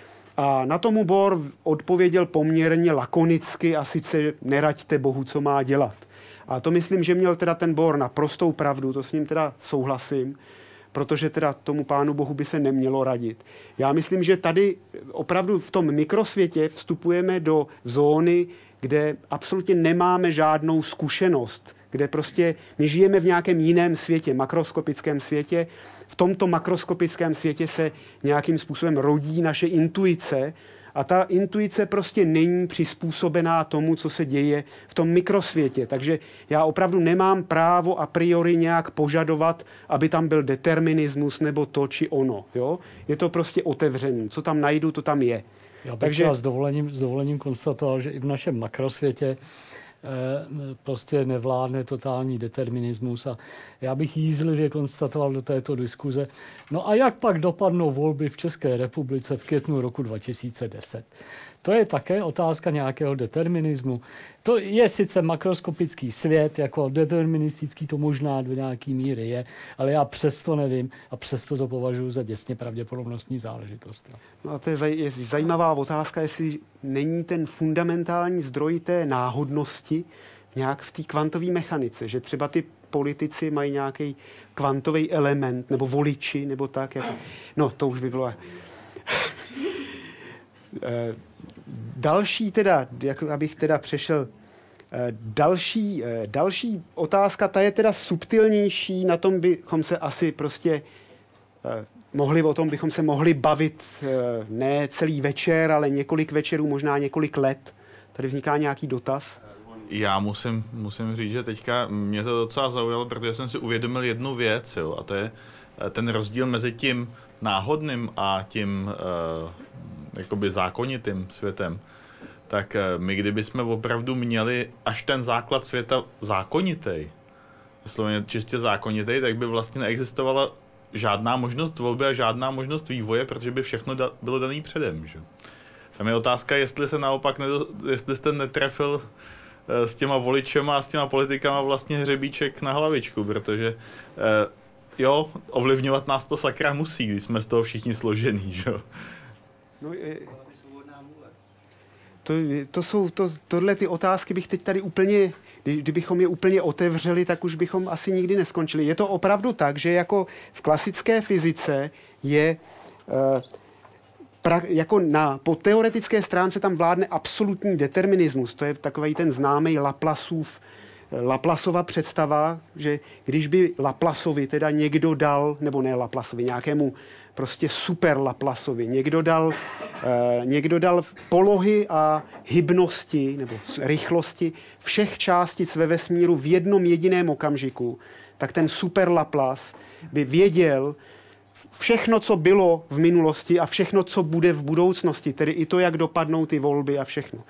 A na tomu Bohr odpověděl poměrně lakonicky a sice neraďte Bohu, co má dělat. A to myslím, že měl teda ten Bohr naprostou pravdu, to s ním teda souhlasím, protože teda tomu Pánu Bohu by se nemělo radit. Já myslím, že tady opravdu v tom mikrosvětě vstupujeme do zóny, kde absolutně nemáme žádnou zkušenost, kde prostě my žijeme v nějakém jiném světě, makroskopickém světě. V tomto makroskopickém světě se nějakým způsobem rodí naše intuice a ta intuice prostě není přizpůsobená tomu, co se děje v tom mikrosvětě. Takže já opravdu nemám právo a priori nějak požadovat, aby tam byl determinismus nebo to či ono. Jo? Je to prostě otevřený. Co tam najdu, to tam je. Já bych Takže s dovolením, s dovolením konstatoval, že i v našem makrosvětě prostě nevládne totální determinismus a já bych jízlivě konstatoval do této diskuze. No a jak pak dopadnou volby v České republice v květnu roku dva tisíce deset? To je také otázka nějakého determinismu. To je sice makroskopický svět, jako deterministický to možná do nějaký míry je, ale já přesto nevím a přesto to považuji za děsně pravděpodobnostní záležitost. No a to je, zaj, je zajímavá otázka, jestli není ten fundamentální zdroj té náhodnosti nějak v té kvantové mechanice, že třeba ty politici mají nějaký kvantový element, nebo voliči, nebo tak. Jako... No, to už by bylo... Další teda, jak abych teda přešel, další, další otázka, ta je teda subtilnější, na tom bychom se asi prostě mohli, o tom bychom se mohli bavit ne celý večer, ale několik večerů, možná několik let. Tady vzniká nějaký dotaz. Já musím, musím říct, že teďka mě to docela zaujalo, protože jsem si uvědomil jednu věc, jo, a to je, ten rozdíl mezi tím náhodným a tím uh, jakoby zákonitým světem, tak uh, my kdybychom opravdu měli až ten základ světa zákonitý, slovně čistě zákonitý, tak by vlastně neexistovala žádná možnost volby a žádná možnost vývoje, protože by všechno da- bylo daný předem. Že? Tam je otázka, jestli se naopak nedo- jestli jste netrefil uh, s těma voličema a s těma politikama vlastně hřebíček na hlavičku, protože uh, jo, ovlivňovat nás to sakra musí, když jsme z toho všichni složený, že jo. No, je, to, to jsou, to, tohle ty otázky bych teď tady úplně, kdybychom je úplně otevřeli, tak už bychom asi nikdy neskončili. Je to opravdu tak, že jako v klasické fyzice je uh, pra, jako na, po teoretické stránce tam vládne absolutní determinismus. To je takový ten známý Laplaceův Laplaceova představa, že když by Laplaceovi teda někdo dal, nebo ne Laplaceovi, nějakému prostě super Laplaceovi, někdo dal, eh, někdo dal polohy a hybnosti nebo rychlosti všech částic ve vesmíru v jednom jediném okamžiku, tak ten super Laplace by věděl všechno, co bylo v minulosti a všechno, co bude v budoucnosti, tedy i to, jak dopadnou ty volby a všechno.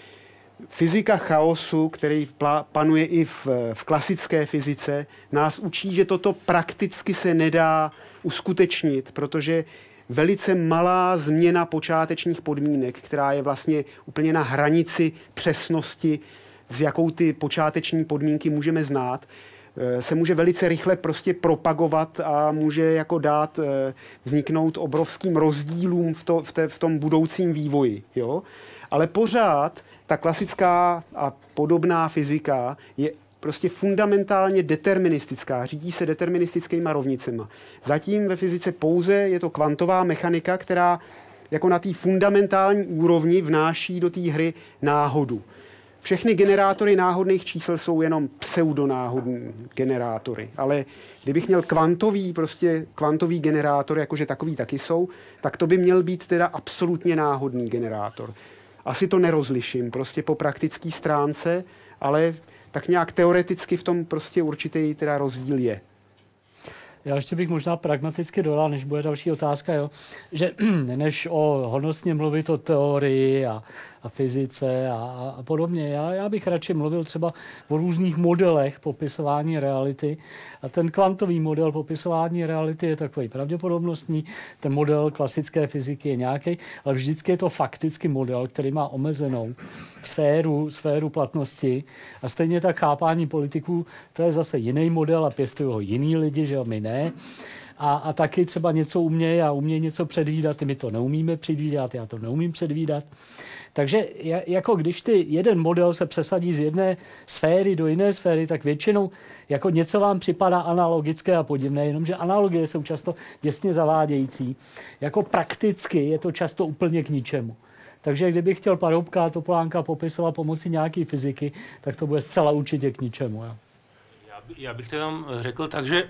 Fyzika chaosu, který panuje i v, v klasické fyzice, nás učí, že toto prakticky se nedá uskutečnit, protože velice malá změna počátečních podmínek, která je vlastně úplně na hranici přesnosti, s jakou ty počáteční podmínky můžeme znát, se může velice rychle prostě propagovat a může jako dát vzniknout obrovským rozdílům v, to, v, te, v tom budoucím vývoji. Jo? Ale pořád ta klasická a podobná fyzika je prostě fundamentálně deterministická, řídí se deterministickými rovnicema. Zatím ve fyzice pouze je to kvantová mechanika, která jako na té fundamentální úrovni vnáší do té hry náhodu. Všechny generátory náhodných čísel jsou jenom pseudonáhodní generátory, ale kdybych měl kvantový, prostě kvantový generátor, jakože takový taky jsou, tak to by měl být teda absolutně náhodný generátor. Asi to nerozliším prostě po praktické stránce, ale tak nějak teoreticky v tom prostě určitý teda rozdíl je. Já ještě bych možná pragmaticky dodal, než bude další otázka, jo, že než o honosně mluvit o teorii a, a fyzice a, a podobně, já, já bych radši mluvil třeba o různých modelech popisování reality. A ten kvantový model popisování reality je takový pravděpodobnostní, ten model klasické fyziky je nějaký, ale vždycky je to fakticky model, který má omezenou sféru, sféru platnosti. A stejně tak chápání politiků, to je zase jiný model a pěstují ho jiný lidi, že my ne. A, a taky třeba něco umějí a umějí něco předvídat, my to neumíme předvídat, já to neumím předvídat. Takže jako když ty jeden model se přesadí z jedné sféry do jiné sféry, tak většinou jako něco vám připadá analogické a podivné, jenomže analogie jsou často děsně zavádějící. Jako prakticky je to často úplně k ničemu. Takže kdybych chtěl Paroubka a Topolánka popisovat pomocí nějaké fyziky, tak to bude zcela určitě k ničemu. Jo. Já, by, já bych to tam řekl tak, že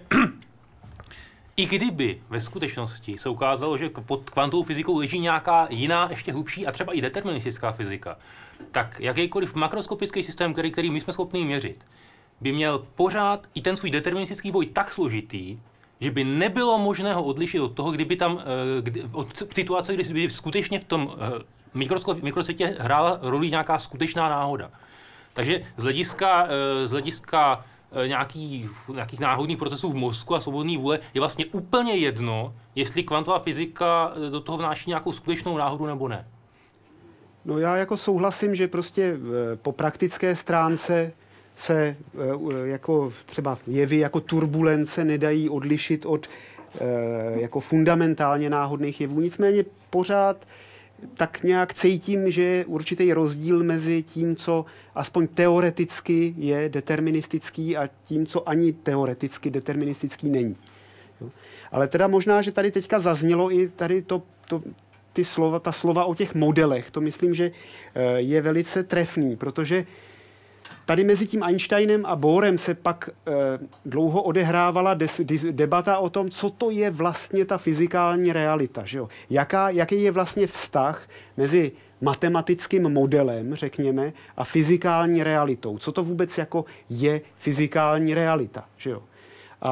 i kdyby ve skutečnosti se ukázalo, že pod kvantovou fyzikou leží nějaká jiná, ještě hlubší a třeba i deterministická fyzika, tak jakýkoliv makroskopický systém, který, který my jsme schopni měřit, by měl pořád i ten svůj deterministický vývoj tak složitý, že by nebylo možné ho odlišit od toho, kdyby tam, kdy, od situace, kdy by skutečně v tom mikrosvětě hrála roli nějaká skutečná náhoda. Takže z hlediska, z hlediska Nějaký, nějakých náhodných procesů v mozku a svobodný vůle je vlastně úplně jedno, jestli kvantová fyzika do toho vnáší nějakou skutečnou náhodu nebo ne. No já jako souhlasím, že prostě po praktické stránce se jako třeba jevy jako turbulence nedají odlišit od jako fundamentálně náhodných jevů. Nicméně pořád tak nějak cítím, že je určitý rozdíl mezi tím, co aspoň teoreticky je deterministický a tím, co ani teoreticky deterministický není. Jo. Ale teda možná, že tady teďka zaznělo i tady to, to, ty slova, ta slova o těch modelech. To myslím, že je velice trefný, protože tady mezi tím Einsteinem a Bohrem se pak e, dlouho odehrávala des, dis, debata o tom, co to je vlastně ta fyzikální realita. Že jo? Jaká, jaký je vlastně vztah mezi matematickým modelem, řekněme, a fyzikální realitou. Co to vůbec jako je fyzikální realita. Že jo? A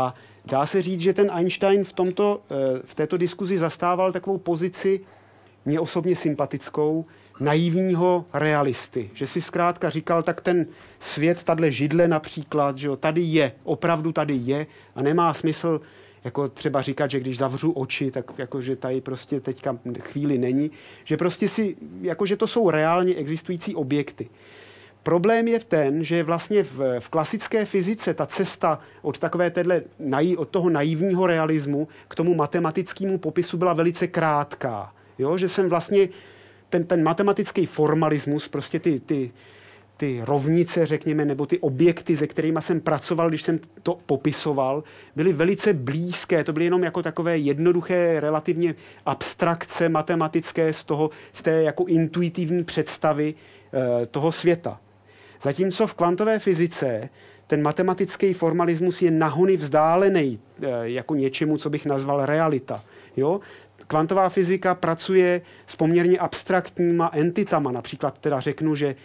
dá se říct, že ten Einstein v, tomto, v této diskuzi zastával takovou pozici, mě osobně sympatickou, naivního realisty. Že si zkrátka říkal, tak ten svět, tahle židle například, že jo, tady je, opravdu tady je a nemá smysl jako třeba říkat, že když zavřu oči, tak jako, že tady prostě teďka chvíli není. Že prostě si, jako, že to jsou reálně existující objekty. Problém je ten, že vlastně v, v klasické fyzice ta cesta od takové téhle, od toho naivního realismu k tomu matematickému popisu byla velice krátká. Jo? Že jsem vlastně ten, ten matematický formalismus, prostě ty, ty, ty rovnice, řekněme, nebo ty objekty, se kterými jsem pracoval, když jsem to popisoval, byly velice blízké. To byly jenom jako takové jednoduché, relativně abstrakce matematické z toho, z té jako intuitivní představy e, toho světa. Zatímco v kvantové fyzice ten matematický formalismus je nahony vzdálený e, jako něčemu, co bych nazval realita. Jo? Kvantová fyzika pracuje s poměrně abstraktníma entitama. Například teda řeknu, že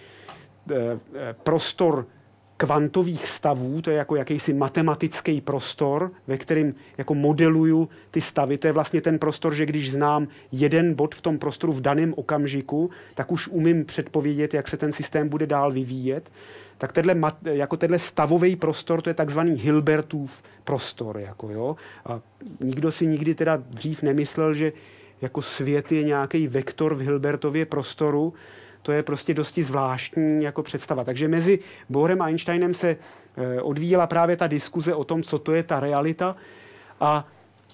prostor kvantových stavů, to je jako jakýsi matematický prostor, ve kterém jako modeluju ty stavy. To je vlastně ten prostor, že když znám jeden bod v tom prostoru v daném okamžiku, tak už umím předpovědět, jak se ten systém bude dál vyvíjet. Tak tenhle, jako tenhle stavový prostor, to je takzvaný Hilbertův prostor. Jako jo. A nikdo si nikdy teda dřív nemyslel, že jako svět je nějaký vektor v Hilbertově prostoru. To je prostě dosti zvláštní jako představa. Takže mezi Bohrem a Einsteinem se odvíjela právě ta diskuze o tom, co to je ta realita. A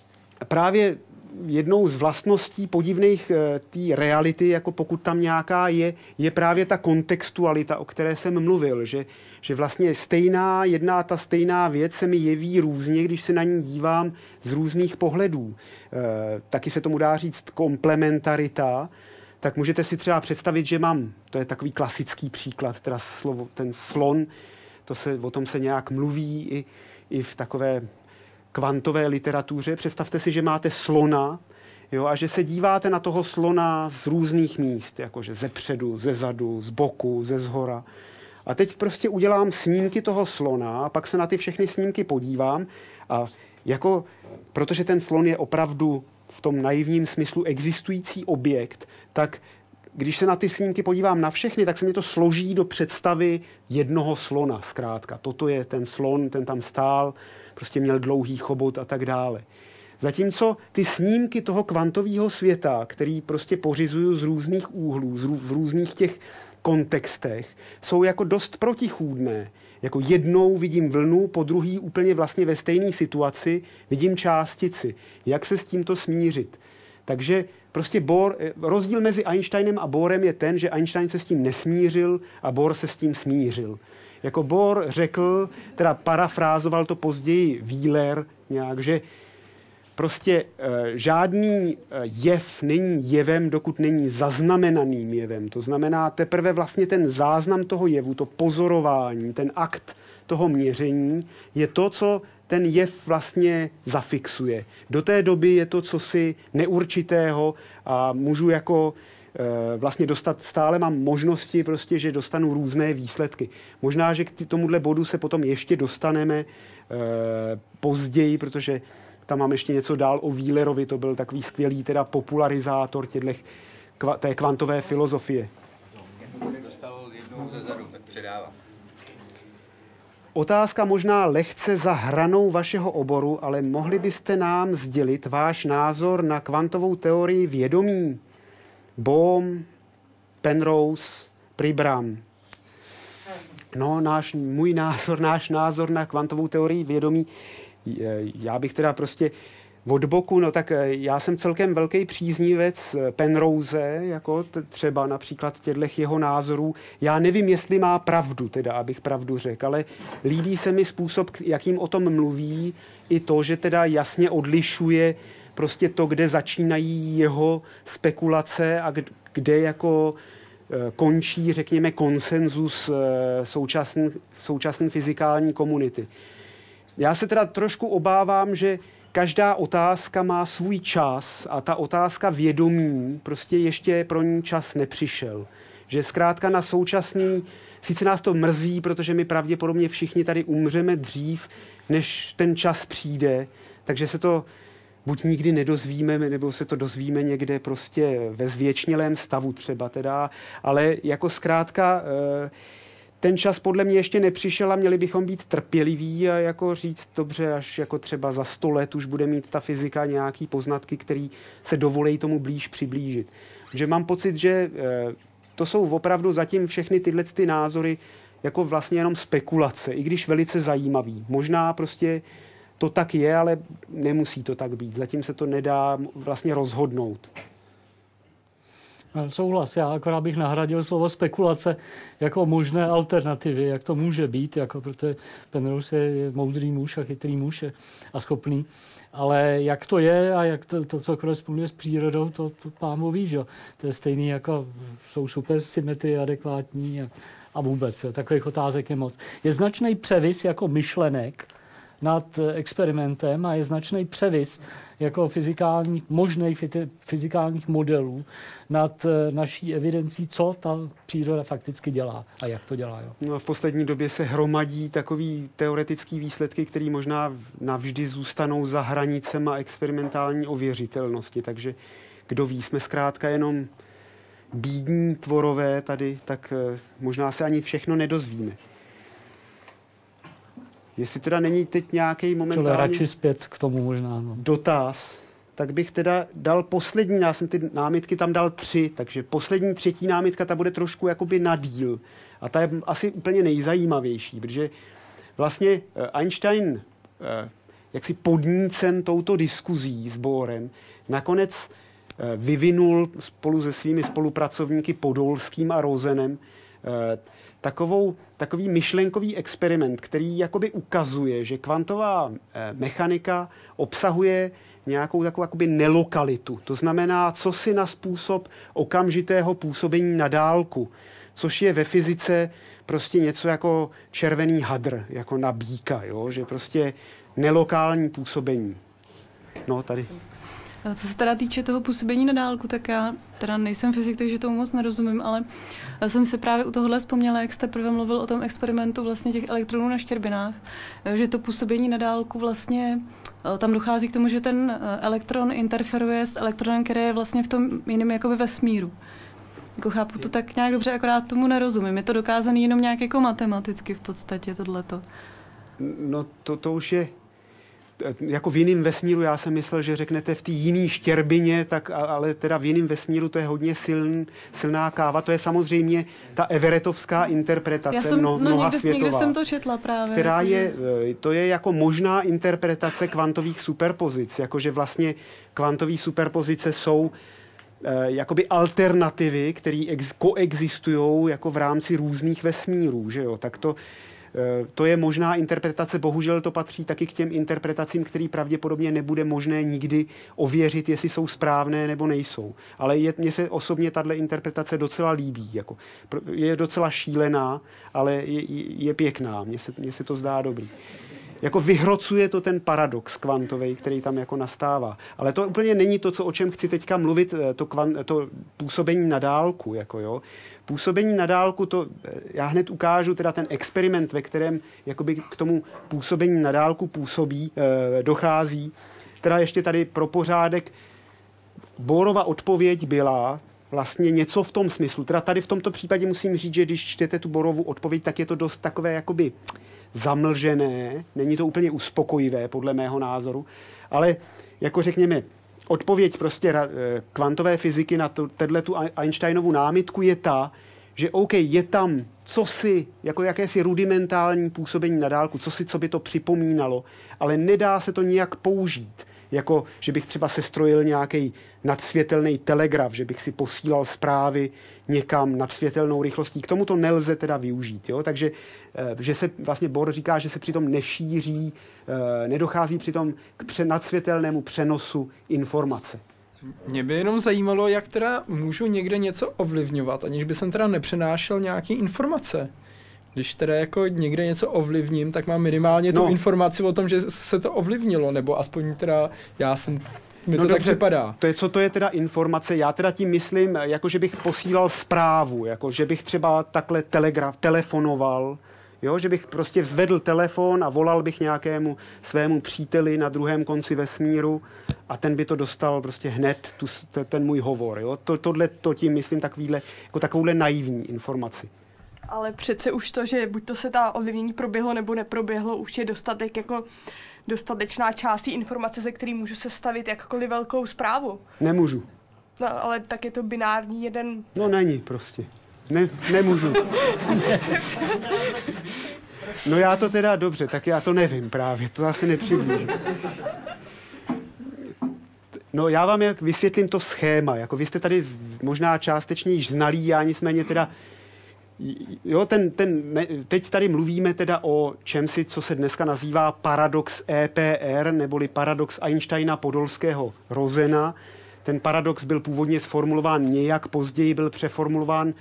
právě jednou z vlastností podivných té reality, jako pokud tam nějaká je, je právě ta kontextualita, o které jsem mluvil. Že, že vlastně stejná, jedná ta stejná věc se mi jeví různě, když se na ní dívám z různých pohledů. E, taky se tomu dá říct komplementarita. Tak můžete si třeba představit, že mám, to je takový klasický příklad, teda slovo, ten slon, to se, o tom se nějak mluví i, i v takové kvantové literatuře. Představte si, že máte slona, jo, a že se díváte na toho slona z různých míst, jakože ze předu, ze zadu, z boku, ze zhora. A teď prostě udělám snímky toho slona a pak se na ty všechny snímky podívám a jako, protože ten slon je opravdu v tom naivním smyslu existující objekt, tak když se na ty snímky podívám na všechny, tak se mi to složí do představy jednoho slona zkrátka. Toto je ten slon, ten tam stál, prostě měl dlouhý chobot a tak dále. Zatímco ty snímky toho kvantového světa, který prostě pořizuju z různých úhlů, z rů, v různých těch kontextech, jsou jako dost protichůdné. Jako jednou vidím vlnu, po druhý úplně vlastně ve stejné situaci vidím částici. Jak se s tímto smířit? Takže prostě Bohr, rozdíl mezi Einsteinem a Bohrem je ten, že Einstein se s tím nesmířil a Bohr se s tím smířil. Jako Bohr řekl, teda parafrázoval to později Wheeler nějak, že prostě e, žádný jev není jevem, dokud není zaznamenaným jevem. To znamená teprve vlastně ten záznam toho jevu, to pozorování, ten akt toho měření je to, co ten jev vlastně zafixuje. Do té doby je to cosi neurčitého a můžu jako e, vlastně dostat, stále mám možnosti prostě, že dostanu různé výsledky. Možná, že k tomuhle bodu se potom ještě dostaneme e, později, protože tam mám ještě něco dál o Wheelerovi, to byl takový skvělý teda popularizátor tědlech, kva, té kvantové filozofie. Já jsem tady dostal jednou ze zadu, tak předávám. Otázka možná lehce za hranou vašeho oboru, ale mohli byste nám sdělit váš názor na kvantovou teorii vědomí? Bohm, Penrose, Pribram. No, náš, můj názor, náš názor na kvantovou teorii vědomí, já bych teda prostě od boku, no tak já jsem celkem velký příznivec Penrose, jako třeba například těchto jeho názorů. Já nevím, jestli má pravdu, teda, abych pravdu řekl, ale líbí se mi způsob, jakým o tom mluví, i to, že teda jasně odlišuje prostě to, kde začínají jeho spekulace a kde jako končí, řekněme, konsenzus současné současné fyzikální komunity. Já se teda trošku obávám, že každá otázka má svůj čas a ta otázka vědomí prostě ještě pro ní čas nepřišel. Že zkrátka na současné sice nás to mrzí, protože my pravděpodobně všichni tady umřeme dřív, než ten čas přijde, takže se to buď nikdy nedozvíme, nebo se to dozvíme někde prostě ve zvěčnělém stavu třeba teda, ale jako zkrátka ten čas podle mě ještě nepřišel a měli bychom být trpěliví a jako říct dobře, až jako třeba za sto let už bude mít ta fyzika nějaký poznatky, který se dovolí tomu blíž přiblížit. Že mám pocit, že to jsou opravdu zatím všechny tyhle ty názory jako vlastně jenom spekulace, i když velice zajímavý. Možná prostě to tak je, ale nemusí to tak být. Zatím se to nedá vlastně rozhodnout. Souhlas. Já akorát bych nahradil slovo spekulace jako možné alternativy, jak to může být, jako protože Penrose je moudrý muž a chytrý muž a schopný. Ale jak to je a jak to, to co koresponduje s přírodou, to, to pán Bůh ví, že? To je stejný, jako jsou super symetrie adekvátní a, a vůbec. Jo. Takových otázek je moc. Je značný převis jako myšlenek nad experimentem a je značný převis jako fyzikálních, možných fyzikálních modelů nad naší evidencí, co ta příroda fakticky dělá a jak to dělá. Jo. No, v poslední době se hromadí takový teoretický výsledky, které možná navždy zůstanou za hranicema experimentální ověřitelnosti. Takže kdo ví, jsme zkrátka jenom bídní tvorové tady, tak možná se ani všechno nedozvíme. Jestli teda není teď nějaký momentální radši zpět k tomu možná, no. dotaz, tak bych teda dal poslední, já jsem ty námitky tam dal tři, takže poslední třetí námitka, ta bude trošku jakoby na díl. A ta je asi úplně nejzajímavější, protože vlastně Einstein, jaksi podnícen touto diskuzí s Bohrem, nakonec vyvinul spolu se svými spolupracovníky Podolským a Rosenem takovou, takový myšlenkový experiment, který jakoby ukazuje, že kvantová mechanika obsahuje nějakou takovou jakoby nelokalitu. To znamená, co si na způsob okamžitého působení na dálku, což je ve fyzice prostě něco jako červený hadr, jako na býka, jo? Že prostě nelokální působení. No, tady. Co se teda týče toho působení na dálku, tak já teda nejsem fyzik, takže tomu moc nerozumím, ale jsem si právě u tohohle vzpomněla, jak jste prvé mluvil o tom experimentu vlastně těch elektronů na štěrbinách, že to působení na dálku vlastně, tam dochází k tomu, že ten elektron interferuje s elektronem, který je vlastně v tom jiném jakoby vesmíru. Jako chápu to tak nějak dobře, akorát tomu nerozumím. Je to dokázané jenom nějak jako matematicky v podstatě tohleto. No to, to už je jako v jiném vesmíru, já jsem myslel, že řeknete v té jiné štěrbině, tak, ale teda v jiném vesmíru to je hodně siln, silná káva. To je samozřejmě ta everettovská interpretace. Já jsem, mno, no, mnoha někde, světová, někde jsem to četla právě. Která jako, je, to je jako možná interpretace kvantových superpozic. Jakože vlastně kvantové superpozice jsou jakoby alternativy, které ex, koexistují jako v rámci různých vesmírů. Že jo? Tak to To je možná interpretace, bohužel to patří taky k těm interpretacím, které pravděpodobně nebude možné nikdy ověřit, jestli jsou správné nebo nejsou. Ale je, mně se osobně tahle interpretace docela líbí. Jako, je docela šílená, ale je, je pěkná. Mně se, mně se to zdá dobrý. Jako vyhrocuje to ten paradox kvantový, který tam jako nastává. Ale to úplně není to, co, o čem chci teďka mluvit, to, kvant, to působení na dálku. Jako jo. Působení na dálku, to já hned ukážu teda ten experiment, ve kterém jakoby k tomu působení na dálku působí, e, dochází. Teda ještě tady pro pořádek, Bohrova odpověď byla vlastně něco v tom smyslu. Teda tady v tomto případě musím říct, že když čtete tu Bohrovu odpověď, tak je to dost takové jakoby zamlžené, není to úplně uspokojivé podle mého názoru, ale jako řekněme, odpověď prostě kvantové fyziky na tu Einsteinovu námitku je ta, že OK, je tam cosi, jako jakési rudimentální působení na dálku, cosi, co by to připomínalo, ale nedá se to nijak použít. Jako, že bych třeba sestrojil nějaký nadsvětelný telegraf, že bych si posílal zprávy někam nad světelnou rychlostí. K tomu to nelze teda využít. Jo? Takže že se vlastně Bohr říká, že se přitom nešíří, nedochází přitom k nadsvětelnému přenosu informace. Mě by jenom zajímalo, jak teda můžu někde něco ovlivňovat, aniž by jsem teda nepřenášel nějaké informace. Když teda jako někde něco ovlivním, tak mám minimálně tu no. informaci o tom, že se to ovlivnilo, nebo aspoň teda já jsem Mi No to tak dobře, připadá. To je, co to je teda informace? Já teda tím myslím, jako že bych posílal zprávu, jako že bych třeba takhle telegraf, telefonoval, jo, že bych prostě vzvedl telefon a volal bych nějakému svému příteli na druhém konci vesmíru a ten by to dostal prostě hned, tu, ten můj hovor. Jo. To, tohle to tím myslím takovýhle, jako takovouhle naivní informaci. Ale přece už to, že buď to se ta ovlivnění proběhlo nebo neproběhlo, už je dostatek jako dostatečná část té informace, ze který můžu sestavit jakkoliv velkou zprávu. Nemůžu. No, ale tak je to binární jeden... No není prostě. Ne, nemůžu. No já to teda dobře, tak já to nevím právě, to asi nepřiblížu. No já vám jak vysvětlím to schéma, jako vy jste tady možná částečně již znalí, já nicméně teda, jo, ten, ten, teď tady mluvíme teda o čemsi, co se dneska nazývá paradox E P R, neboli paradox Einsteina Podolského Rosena. Ten paradox byl původně sformulován nějak, později byl přeformulován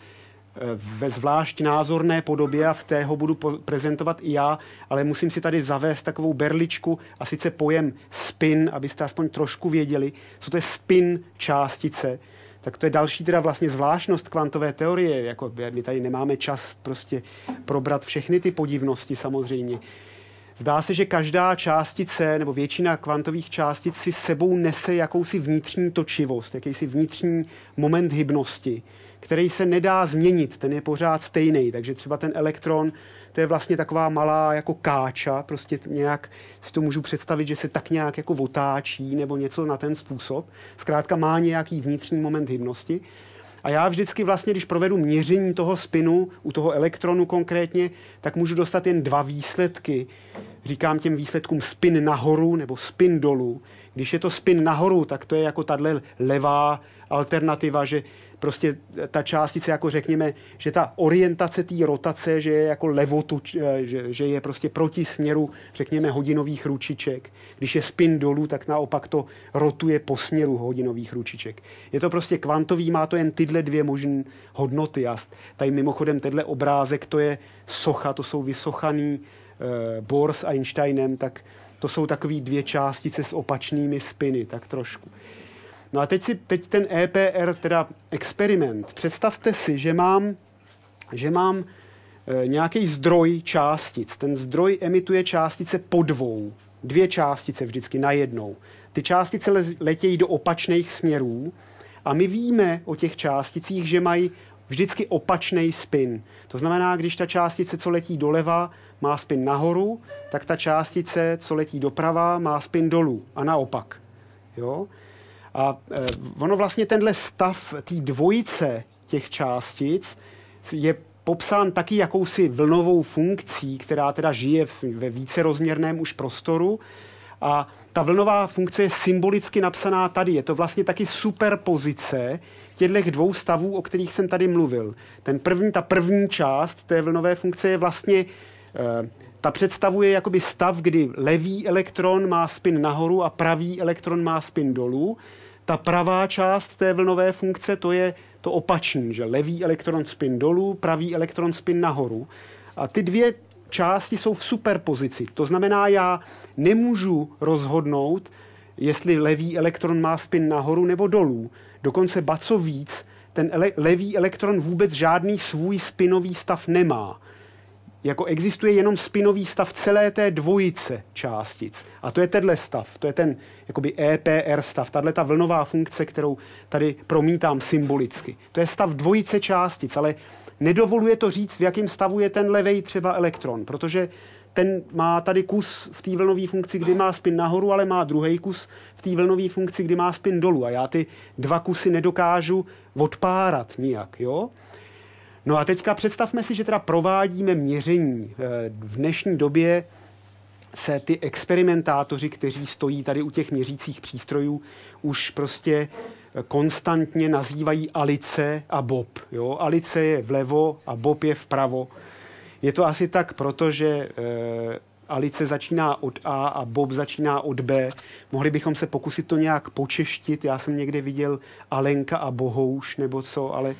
ve zvlášť názorné podobě a v té ho budu prezentovat i já, ale musím si tady zavést takovou berličku a sice pojem spin, abyste aspoň trošku věděli, co to je spin částice. Tak to je další teda vlastně zvláštnost kvantové teorie, jako my tady nemáme čas prostě probrat všechny ty podivnosti samozřejmě. Zdá se, že každá částice nebo většina kvantových částic si s sebou nese jakousi vnitřní točivost, jakýsi vnitřní moment hybnosti, který se nedá změnit, ten je pořád stejný. Takže třeba ten elektron, to je vlastně taková malá jako káča, prostě nějak si to můžu představit, že se tak nějak jako otáčí nebo něco na ten způsob. Zkrátka má nějaký vnitřní moment hybnosti. A já vždycky vlastně, když provedu měření toho spinu, u toho elektronu konkrétně, tak můžu dostat jen dva výsledky. Říkám těm výsledkům spin nahoru nebo spin dolů. Když je to spin nahoru, tak to je jako tahle levá alternativa, že prostě ta částice, jako řekněme, že ta orientace té rotace, že je jako levotu, že, že je prostě proti směru, řekněme, hodinových ručiček. Když je spin dolů, tak naopak to rotuje po směru hodinových ručiček. Je to prostě kvantový, má to jen tyhle dvě možné hodnoty. A tady mimochodem tenhle obrázek, to je socha, to jsou vysochaný uh, Bohr s Einsteinem, tak to jsou takové dvě částice s opačnými spiny, tak trošku. No a teď si teď ten E P R, teda experiment. Představte si, že mám, že mám e, nějaký zdroj částic. Ten zdroj emituje částice po dvou. Dvě částice vždycky najednou. Ty částice le, letějí do opačných směrů a my víme o těch částicích, že mají vždycky opačný spin. To znamená, když ta částice, co letí doleva, má spin nahoru, tak ta částice, co letí doprava, má spin dolů a naopak. Jo? A e, ono vlastně tenhle stav té dvojice těch částic je popsán taky jakousi vlnovou funkcí, která teda žije v, ve vícerozměrném už prostoru. A ta vlnová funkce je symbolicky napsaná tady. Je to vlastně taky superpozice těchto dvou stavů, o kterých jsem tady mluvil. Ten první, ta první část té vlnové funkce je vlastně, e, ta představuje jakoby stav, kdy levý elektron má spin nahoru a pravý elektron má spin dolů. Ta pravá část té vlnové funkce, to je to opačný, že levý elektron spin dolů, pravý elektron spin nahoru. A ty dvě části jsou v superpozici. To znamená, já nemůžu rozhodnout, jestli levý elektron má spin nahoru nebo dolů. Dokonce ba co víc, ten ele- levý elektron vůbec žádný svůj spinový stav nemá. Jako existuje jenom spinový stav celé té dvojice částic. A to je tenhle stav, to je ten jakoby E P R stav, tahle ta vlnová funkce, kterou tady promítám symbolicky. To je stav dvojice částic, ale nedovoluje to říct, v jakém stavu je ten levej třeba elektron, protože ten má tady kus v té vlnové funkci, kdy má spin nahoru, ale má druhý kus v té vlnové funkci, kdy má spin dolů. A já ty dva kusy nedokážu odpárat nijak, jo? No a teďka představme si, že teda provádíme měření. V dnešní době se ty experimentátoři, kteří stojí tady u těch měřících přístrojů, už prostě konstantně nazývají Alice a Bob. Jo? Alice je vlevo a Bob je vpravo. Je to asi tak, protože e, Alice začíná od A a Bob začíná od B. Mohli bychom se pokusit to nějak počeštit. Já jsem někde viděl Alenka a Bohouš nebo co, ale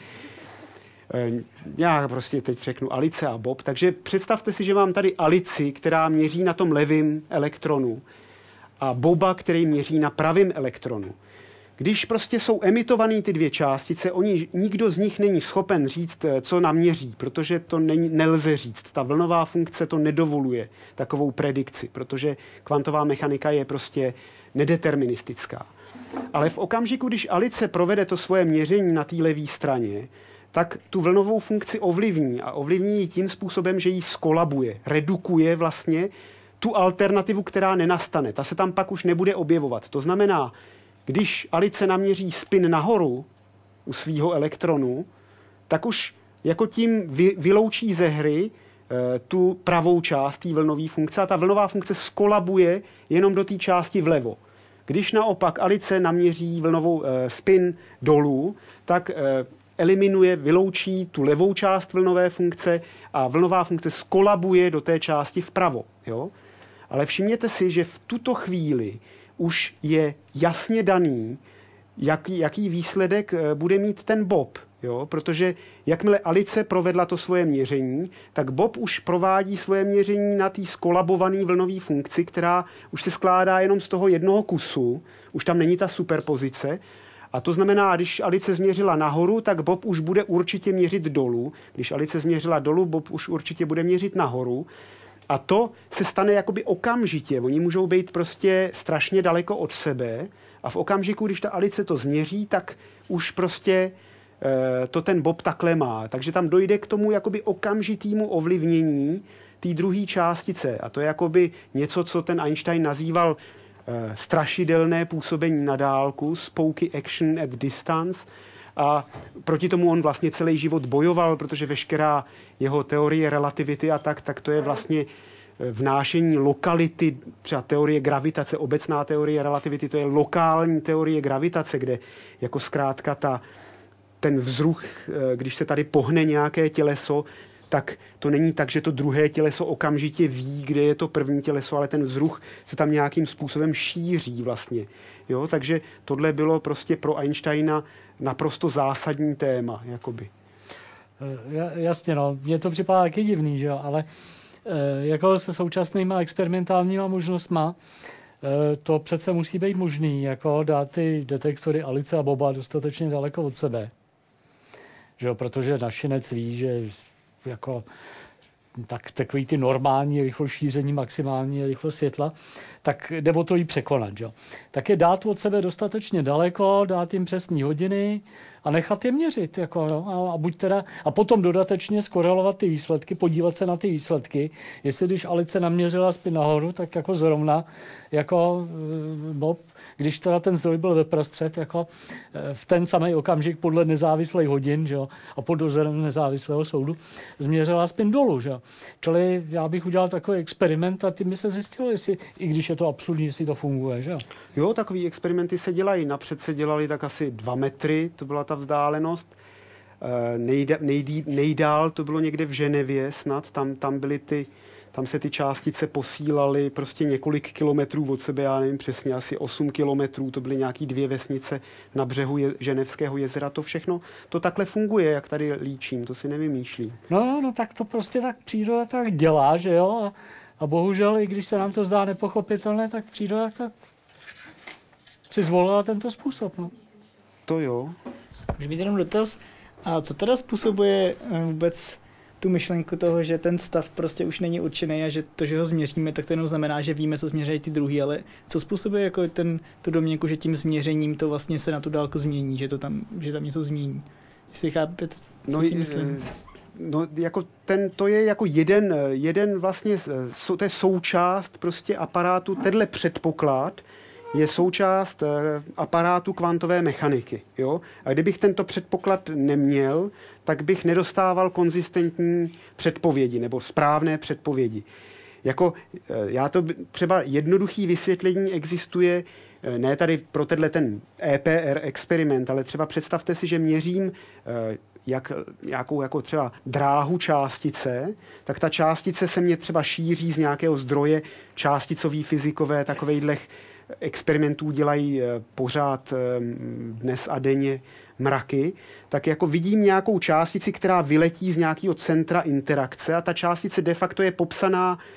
já prostě teď řeknu Alice a Bob. Takže představte si, že mám tady Alici, která měří na tom levém elektronu. a Boba, který měří na pravém elektronu. Když prostě jsou emitované ty dvě částice, oni, nikdo z nich není schopen říct, co naměří, protože to není, nelze říct. Ta vlnová funkce to nedovoluje, takovou predikci, protože kvantová mechanika je prostě nedeterministická. Ale v okamžiku, když Alice provede to svoje měření na té levé straně, tak tu vlnovou funkci ovlivní a ovlivní ji tím způsobem, že ji skolabuje, redukuje vlastně tu alternativu, která nenastane. Ta se tam pak už nebude objevovat. To znamená, když Alice naměří spin nahoru u svého elektronu, tak už jako tím vy, vyloučí ze hry e, tu pravou část té vlnové funkce a ta vlnová funkce skolabuje jenom do té části vlevo. Když naopak Alice naměří vlnovou e, spin dolů, tak e, eliminuje, vyloučí tu levou část vlnové funkce a vlnová funkce skolabuje do té části vpravo. Jo? Ale všimněte si, že v tuto chvíli už je jasně daný, jaký, jaký výsledek bude mít ten Bob. Jo? Protože jakmile Alice provedla to svoje měření, tak Bob už provádí svoje měření na té skolabované vlnové funkci, která už se skládá jenom z toho jednoho kusu, už tam není ta superpozice. A to znamená, když Alice změřila nahoru, tak Bob už bude určitě měřit dolů. Když Alice změřila dolů, Bob už určitě bude měřit nahoru. A to se stane jakoby okamžitě. Oni můžou být prostě strašně daleko od sebe a v okamžiku, když ta Alice to změří, tak už prostě e, to ten Bob takhle má. Takže tam dojde k tomu jakoby okamžitému ovlivnění té druhé částice. A to je jakoby něco, co ten Einstein nazýval e, strašidelné působení na dálku, spooky action at distance. A proti tomu on vlastně celý život bojoval, protože veškerá jeho teorie relativity a tak, tak to je vlastně vnášení lokality, třeba teorie gravitace, obecná teorie relativity, to je lokální teorie gravitace, kde jako zkrátka ta, ten vzruch, když se tady pohne nějaké těleso, tak to není tak, že to druhé těleso okamžitě ví, kde je to první těleso, ale ten vzruch se tam nějakým způsobem šíří vlastně. Jo? Takže tohle bylo prostě pro Einsteina naprosto zásadní téma, jakoby. Jasně, no. Mně to připadá taky divný, že jo, ale e, jako se současnýma experimentálníma možnostma e, to přece musí být možný, jako dát ty detektory Alice a Boba dostatečně daleko od sebe. Že jo, protože našinec ví, že jako tak takový ty normální rychlost šíření, maximální rychlost světla, tak jde o to jí překonat. Jo. Tak je dát od sebe dostatečně daleko, dát jim přesné hodiny a nechat je měřit. Jako, no, a, a, buď teda, a potom dodatečně skorelovat ty výsledky, podívat se na ty výsledky. Jestli když Alice naměřila spin nahoru, tak jako zrovna jako Bob, když teda ten zdroj byl veprostřed, jako v ten samý okamžik podle nezávislých hodin, že jo, a pod dozorem nezávislého soudu změřila spin dolů. Že jo. Čili já bych udělal takový experiment a tím by se zjistilo, jestli, i když je to absurdní, jestli to funguje. Že jo. Jo, takový experimenty se dělají. Napřed se dělali tak asi dva metry, to byla ta vzdálenost. Nejda, nejdí, nejdál to bylo někde v Ženevě snad, tam, tam byly ty Tam se ty částice posílaly prostě několik kilometrů od sebe, já nevím přesně, asi osm kilometrů, to byly nějaký dvě vesnice na břehu je, Ženevského jezera, to všechno, to takhle funguje, jak tady líčím, to si nevymýšlí. No, no tak to prostě tak příroda tak dělá, že jo, a, a bohužel, i když se nám to zdá nepochopitelné, tak příroda tak si zvolila tento způsob, no. To jo. Můžu mít jenom dotaz, a co teda způsobuje vůbec tu myšlenku toho, že ten stav prostě už není určený a že to, že ho změříme, tak to jenom znamená, že víme, co změří ty druhý, ale co způsobuje jako ten, tu domněnku, že tím změřením to vlastně se na tu dálku změní, že to tam, že tam něco změní. Jestli chápete, co no, tím myslím? No, jako ten, to je jako jeden, jeden vlastně, to je součást prostě aparátu, tenhle předpoklad je součást aparátu kvantové mechaniky. Jo? A kdybych tento předpoklad neměl, tak bych nedostával konzistentní předpovědi nebo správné předpovědi. Jako, já to třeba jednoduchý vysvětlení existuje, ne tady pro tenhle ten E P R experiment, ale třeba představte si, že měřím jak, nějakou jako třeba dráhu částice, tak ta částice se mě třeba šíří z nějakého zdroje, částicový fyzikové, takovejhlech experimentů dělají pořád dnes a denně mraky, tak jako vidím nějakou částici, která vyletí z nějakého centra interakce a ta částice de facto je popsaná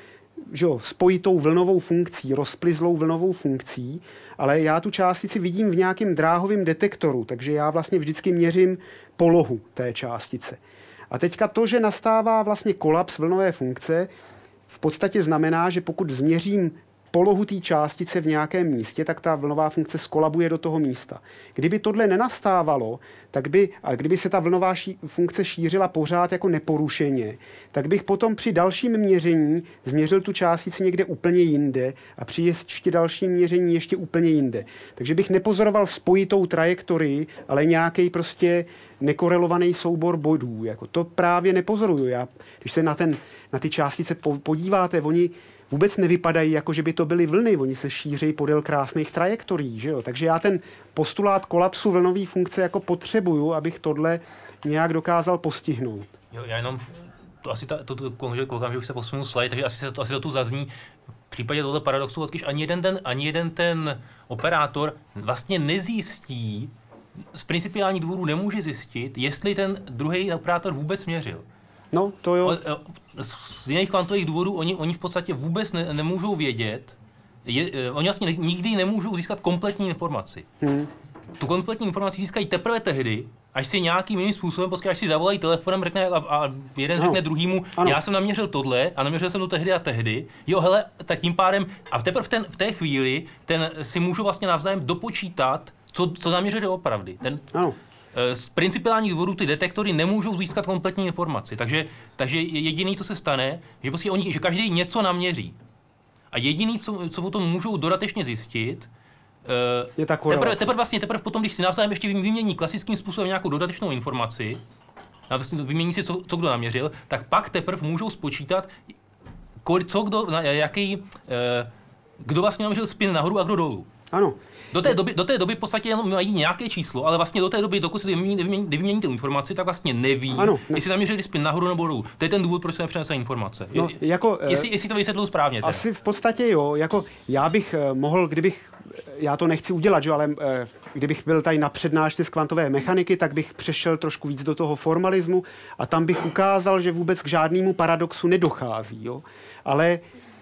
že jo, spojitou vlnovou funkcí, rozplyzlou vlnovou funkcí, ale já tu částici vidím v nějakém dráhovém detektoru, takže já vlastně vždycky měřím polohu té částice. A teďka to, že nastává vlastně kolaps vlnové funkce, v podstatě znamená, že pokud změřím polohu té částice v nějakém místě, tak ta vlnová funkce skolabuje do toho místa. Kdyby tohle nenastávalo, tak by, a kdyby se ta vlnová ší, funkce šířila pořád jako neporušeně, tak bych potom při dalším měření změřil tu částici někde úplně jinde a při ještě dalším měření ještě úplně jinde. Takže bych nepozoroval spojitou trajektorii, ale nějaký prostě nekorelovaný soubor bodů. Jako to právě nepozoruju. Já, když se na, ten, na ty částice podíváte, oni vůbec nevypadají, jako že by to byly vlny. Oni se šíří podél krásných trajektorií. Že jo? Takže já ten postulát kolapsu vlnové funkce jako potřebuju, abych tohle nějak dokázal postihnout. Jo, já jenom, to asi ta, to, to, koukám, že už se posunul slide, takže asi, to, asi to tu zazní. V případě tohle paradoxu, odkyž ani jeden ten, ani jeden ten operátor vlastně nezjistí, z principiálních důvodů nemůže zjistit, jestli ten druhý operátor vůbec měřil. No, to jo. Z jiných kvantových důvodů oni, oni v podstatě vůbec ne, nemůžou vědět, je, oni vlastně nikdy nemůžou získat kompletní informaci. Hmm. Tu kompletní informaci získají teprve tehdy, až si nějakým jiným způsobem, prostě až si zavolají telefonem řekne, a, a jeden no. řekne druhýmu, ano. Já jsem naměřil tohle a naměřil jsem to tehdy a tehdy. Jo, hele, tak tím pádem, a teprve v, ten, v té chvíli ten si můžu vlastně navzájem dopočítat, co, co naměřil doopravdy. Ten, ano. Z principiálních důvodů ty detektory nemůžou získat kompletní informaci. Takže, takže jediný, co se stane, že, prostě oni, že každý něco naměří. A jediný, co, co potom můžou dodatečně zjistit, je ta teprve, teprve, vlastně, teprve potom, když si navzájem ještě vymění klasickým způsobem nějakou dodatečnou informaci, a vlastně vymění si, co, co kdo naměřil, tak pak teprve můžou spočítat, co kdo, jaký, kdo vlastně naměřil spin nahoru a kdo dolů. Ano. Do té doby, do té doby v podstatě jenom mají nějaké číslo, ale vlastně do té doby, dokud si vymění tu informaci, tak vlastně neví, ano, ne. jestli naměřili spin nahoru nebo dolů. To je ten důvod, proč jsme přenesli informace. No, jako, jestli, jestli to vysvětluji správně. Teda. Asi v podstatě jo. Jako já bych mohl, kdybych, já to nechci udělat, že, ale kdybych byl tady na přednášce z kvantové mechaniky, tak bych přešel trošku víc do toho formalismu a tam bych ukázal, že vůbec k žádnému paradoxu nedochází. Jo. Ale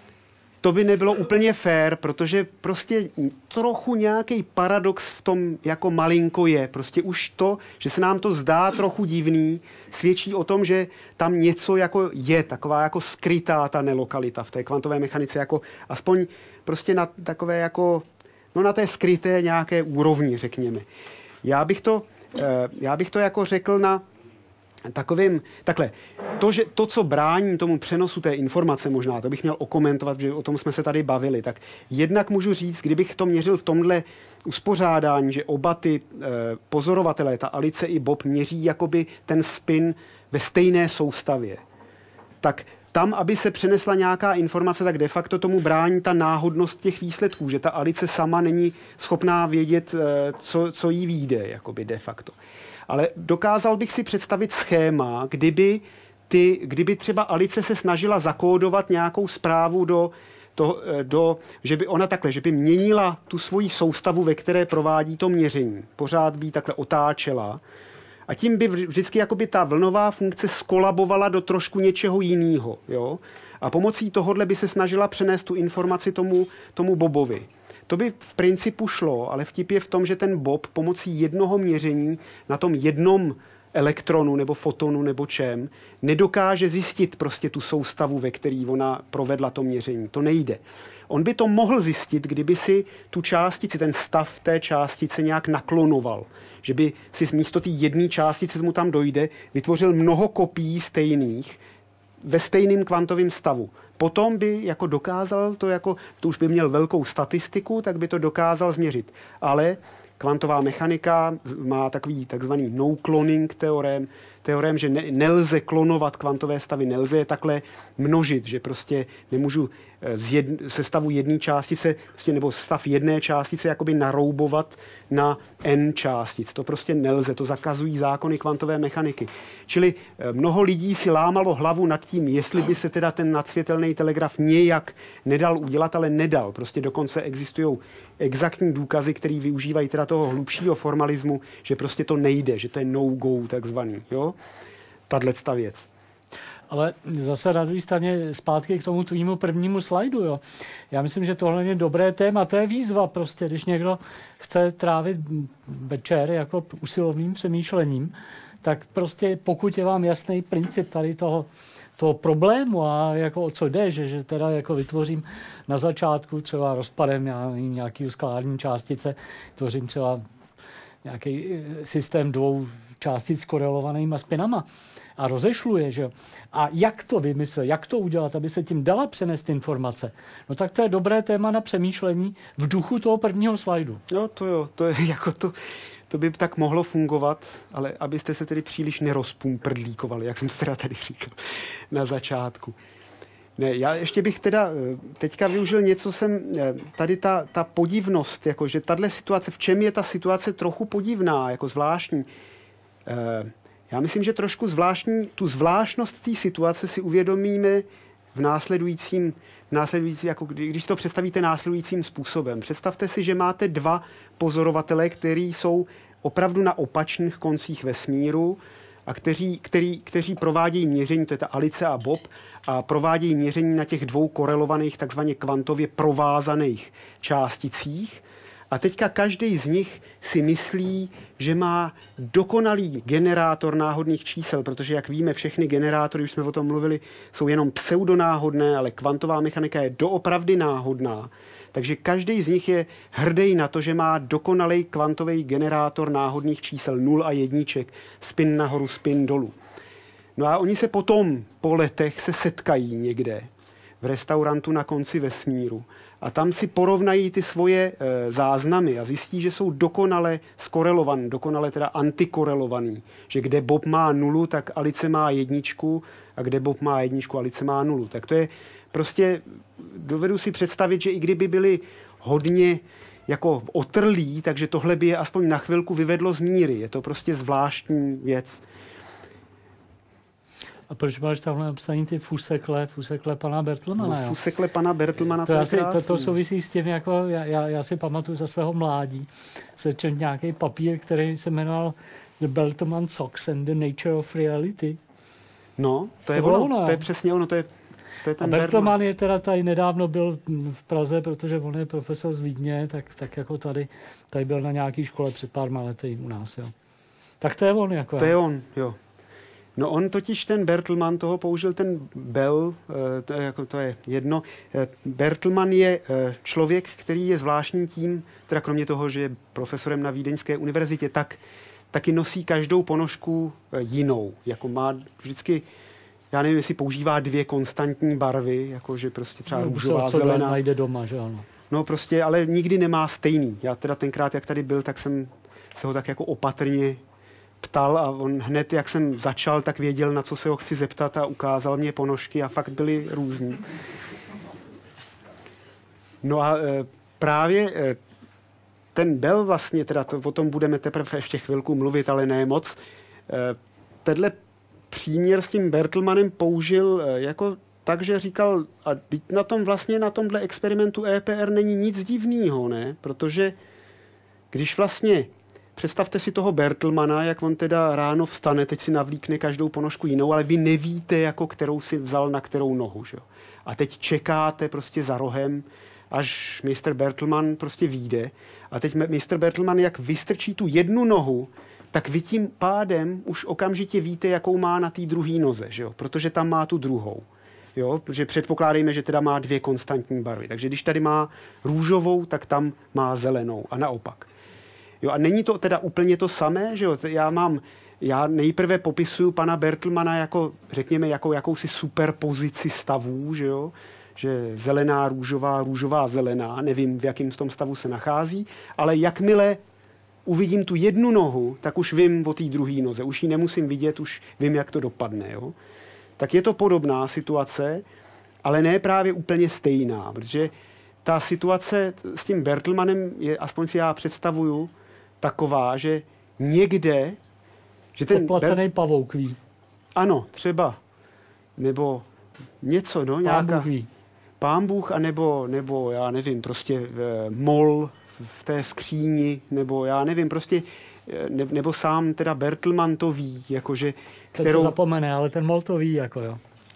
to by nebylo úplně fair, protože prostě trochu nějaký paradox v tom jako malinko je. Prostě už to, že se nám to zdá trochu divný, svědčí o tom, že tam něco jako je, taková jako skrytá ta nelokalita v té kvantové mechanice, jako aspoň prostě na takové jako, no na té skryté nějaké úrovni, řekněme. Já bych to, já bych to jako řekl na takovým, takhle, to, že to, co brání tomu přenosu té informace možná, to bych měl okomentovat, že o tom jsme se tady bavili, tak jednak můžu říct, kdybych to měřil v tomhle uspořádání, že oba ty e, pozorovatelé, ta Alice i Bob, měří jakoby ten spin ve stejné soustavě, tak tam, aby se přenesla nějaká informace, tak de facto tomu brání ta náhodnost těch výsledků, že ta Alice sama není schopná vědět, e, co, co jí vyjde, jakoby de facto. Ale dokázal bych si představit schéma, kdyby, ty, kdyby třeba Alice se snažila zakódovat nějakou zprávu do, to, do, že by ona takhle, že by měnila tu svoji soustavu, ve které provádí to měření. Pořád by takhle otáčela. A tím by vždycky jakoby ta vlnová funkce skolabovala do trošku něčeho jiného. Jo? A pomocí tohohle by se snažila přenést tu informaci tomu, tomu Bobovi. To by v principu šlo, ale vtip je v tom, že ten Bob pomocí jednoho měření na tom jednom elektronu nebo fotonu nebo čem nedokáže zjistit prostě tu soustavu, ve který ona provedla to měření. To nejde. On by to mohl zjistit, kdyby si tu částici, ten stav té částice nějak naklonoval. Že by si místo té jedné částice, mu tam dojde, vytvořil mnoho kopií stejných ve stejném kvantovém stavu. Potom by jako dokázal to, jako, to už by měl velkou statistiku, tak by to dokázal změřit. Ale kvantová mechanika má takový takzvaný no-cloning teorem, teorem, že ne, nelze klonovat kvantové stavy, nelze je takhle množit, že prostě nemůžu z jed, se stavu jedné částice, prostě, nebo stav jedné částice jakoby naroubovat na n částic. To prostě nelze, to zakazují zákony kvantové mechaniky. Čili mnoho lidí si lámalo hlavu nad tím, jestli by se teda ten nadsvětelný telegraf nějak nedal udělat, ale nedal. Prostě dokonce existují exaktní důkazy, které využívají teda toho hlubšího formalismu, že prostě to nejde, že to je no-go takzvaný, jo? Tato věc. Ale zase na druhé straně zpátky k tomu tvýmu prvnímu slajdu. Jo. Já myslím, že tohle je dobré téma, to je výzva prostě, když někdo chce trávit večer jako usilovným přemýšlením, tak prostě pokud je vám jasný princip tady toho, toho problému a jako o co jde, že, že teda jako vytvořím na začátku třeba rozpadem já nevím, nějaký skalární částice, tvořím třeba nějaký systém dvou částic s korelovanýma spinama a rozešlu je, že jo. A jak to vymyslet, jak to udělat, aby se tím dala přenést informace? No tak to je dobré téma na přemýšlení v duchu toho prvního slajdu. No to jo, to je jako to, to by tak mohlo fungovat, ale abyste se tedy příliš nerozpumprdlíkovali, jak jsem to teda tady říkal na začátku. Ne, já ještě bych teda teďka využil něco, jsem tady ta, ta podivnost, jako že tahle situace, v čem je ta situace trochu podivná, jako zvláštní. Já myslím, že trošku zvláštní, tu zvláštnost té situace si uvědomíme v následujícím, v následující, jako kdy, když to představíte následujícím způsobem. Představte si, že máte dva pozorovatele, kteří jsou opravdu na opačných koncích vesmíru a kteří, který, kteří provádějí měření, to je ta Alice a Bob, a provádějí měření na těch dvou korelovaných, takzvaně kvantově provázaných částicích. A teďka každý z nich si myslí, že má dokonalý generátor náhodných čísel, protože, jak víme, všechny generátory, už jsme o tom mluvili, jsou jenom pseudonáhodné, ale kvantová mechanika je doopravdy náhodná. Takže každý z nich je hrdý na to, že má dokonalý kvantový generátor náhodných čísel, nul a jedniček, spin nahoru, spin dolů. No a oni se potom po letech se setkají někde v restaurantu na konci vesmíru. A tam si porovnají ty svoje e, záznamy a zjistí, že jsou dokonale skorelovaný, dokonale teda antikorelovaný. Že kde Bob má nulu, tak Alice má jedničku a kde Bob má jedničku, Alice má nulu. Tak to je prostě, dovedu si představit, že i kdyby byli hodně jako otrlí, takže tohle by je aspoň na chvilku vyvedlo z míry. Je to prostě zvláštní věc. A proč máš tamhle napsaný ty fusekle, fusekle pana Bertelmana? No, fusekle pana Bertelmana, to, to, asi, je to, to souvisí s tím, jako já, já, já si pamatuju za svého mládí, se četl nějaký papír, který se jmenoval The Bertelman Socks and the Nature of Reality. No, to je to ono, ono, to je přesně ono, to je, to je ten a Bertelman je teda tady nedávno byl v Praze, protože on je profesor z Vídně, tak, tak jako tady, tady byl na nějaký škole před pár lety u nás, jo. Tak to je on, jako. To je on, jo. No on totiž ten Bertelman, toho použil ten Bell, to je, jako, to je jedno. Bertelman je člověk, který je zvláštní tím, teda kromě toho, že je profesorem na Vídeňské univerzitě, tak taky nosí každou ponožku jinou. Jako má vždycky, já nevím, jestli používá dvě konstantní barvy, jakože prostě třeba no, růžová, co zelená. Najde doma, že ano. No prostě, ale nikdy nemá stejný. Já teda tenkrát, jak tady byl, tak jsem se ho tak jako opatrně ptal a on hned, jak jsem začal, tak věděl, na co se ho chci zeptat a ukázal mě ponožky a fakt byly různý. No a e, právě e, ten Bell vlastně, teda to, o tom budeme teprve ještě chvilku mluvit, ale ne moc, e, tenhle příměr s tím Bertelmanem použil e, jako tak, že říkal, a na tom vlastně na tomhle experimentu E P R není nic divného, ne? Protože když vlastně představte si toho Bertelmana, jak on teda ráno vstane, teď si navlíkne každou ponožku jinou, ale vy nevíte, jako kterou si vzal na kterou nohu. Že? A teď čekáte prostě za rohem, až mister Bertelman prostě vyjde. A teď mister Bertelman, jak vystrčí tu jednu nohu, tak vy tím pádem už okamžitě víte, jakou má na té druhé noze, že jo? Protože tam má tu druhou. Jo? Protože předpokládejme, že teda má dvě konstantní barvy. Takže když tady má růžovou, tak tam má zelenou a naopak. Jo, a není to teda úplně to samé, že jo? Já mám, já nejprve popisuju pana Bertelmana jako, řekněme, jako jakousi superpozici stavů, že jo? Že zelená, růžová, růžová, zelená, nevím, v jakém tom stavu se nachází, ale jakmile uvidím tu jednu nohu, tak už vím o té druhé noze, už ji nemusím vidět, už vím, jak to dopadne, jo? Tak je to podobná situace, ale ne právě úplně stejná, protože ta situace s tím Bertelmanem je, aspoň si já představuju, taková, že někde, že ten podplacený Ber... pavouk ví. Ano, třeba. Nebo něco, no, Pán nějaká... Bůh ví. Pán Bůh, anebo, nebo já nevím, prostě v, mol v té skříni, nebo já nevím, prostě, ne, nebo sám teda Bertelman to ví, jakože, kterou... Ten to zapomene, ale ten mol to ví, jako jo.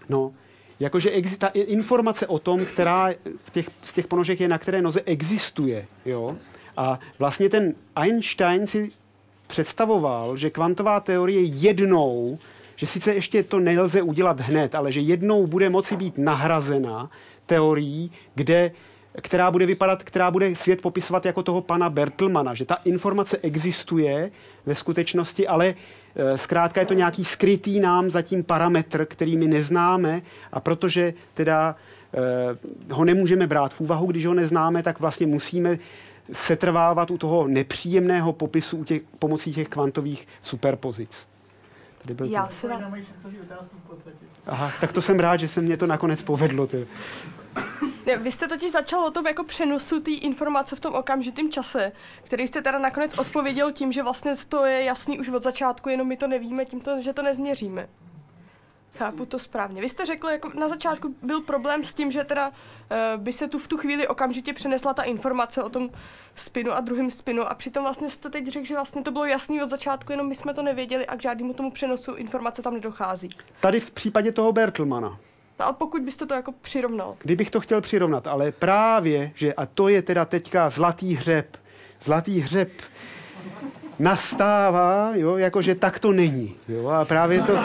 No, jakože exi- ta informace o tom, která v těch, z těch ponožek je, na které noze existuje, jo. A vlastně ten Einstein si představoval, že kvantová teorie jednou, že sice ještě to nelze udělat hned, ale že jednou bude moci být nahrazena teorií, kde, která bude vypadat, která bude svět popisovat jako toho pana Bertelmana, že ta informace existuje ve skutečnosti, ale e, zkrátka je to nějaký skrytý nám zatím parametr, který my neznáme, a protože teda e, ho nemůžeme brát v úvahu, když ho neznáme, tak vlastně musíme setrvávat u toho nepříjemného popisu u těch, pomocí těch kvantových superpozic. Já se vám... Aha, tak to jsem rád, že se mě to nakonec povedlo. Ty. Vy jste totiž začal o tom jako přenosu té informace v tom okamžitém čase, který jste teda nakonec odpověděl tím, že vlastně to je jasný už od začátku, jenom my to nevíme tím, to, že to nezměříme. Chápu to správně. Vy jste řekl, jako na začátku byl problém s tím, že teda uh, by se tu v tu chvíli okamžitě přenesla ta informace o tom spinu a druhém spinu, a přitom vlastně jste teď řekl, že vlastně to bylo jasný od začátku, jenom my jsme to nevěděli a k žádnému tomu přenosu informace tam nedochází. Tady v případě toho Bertelmana. No a pokud byste to jako přirovnal? Kdybych to chtěl přirovnat, ale právě, že a to je teda teďka zlatý hřeb. Zlatý hřeb nastává, jo, jakože tak to není. Jo, a právě to...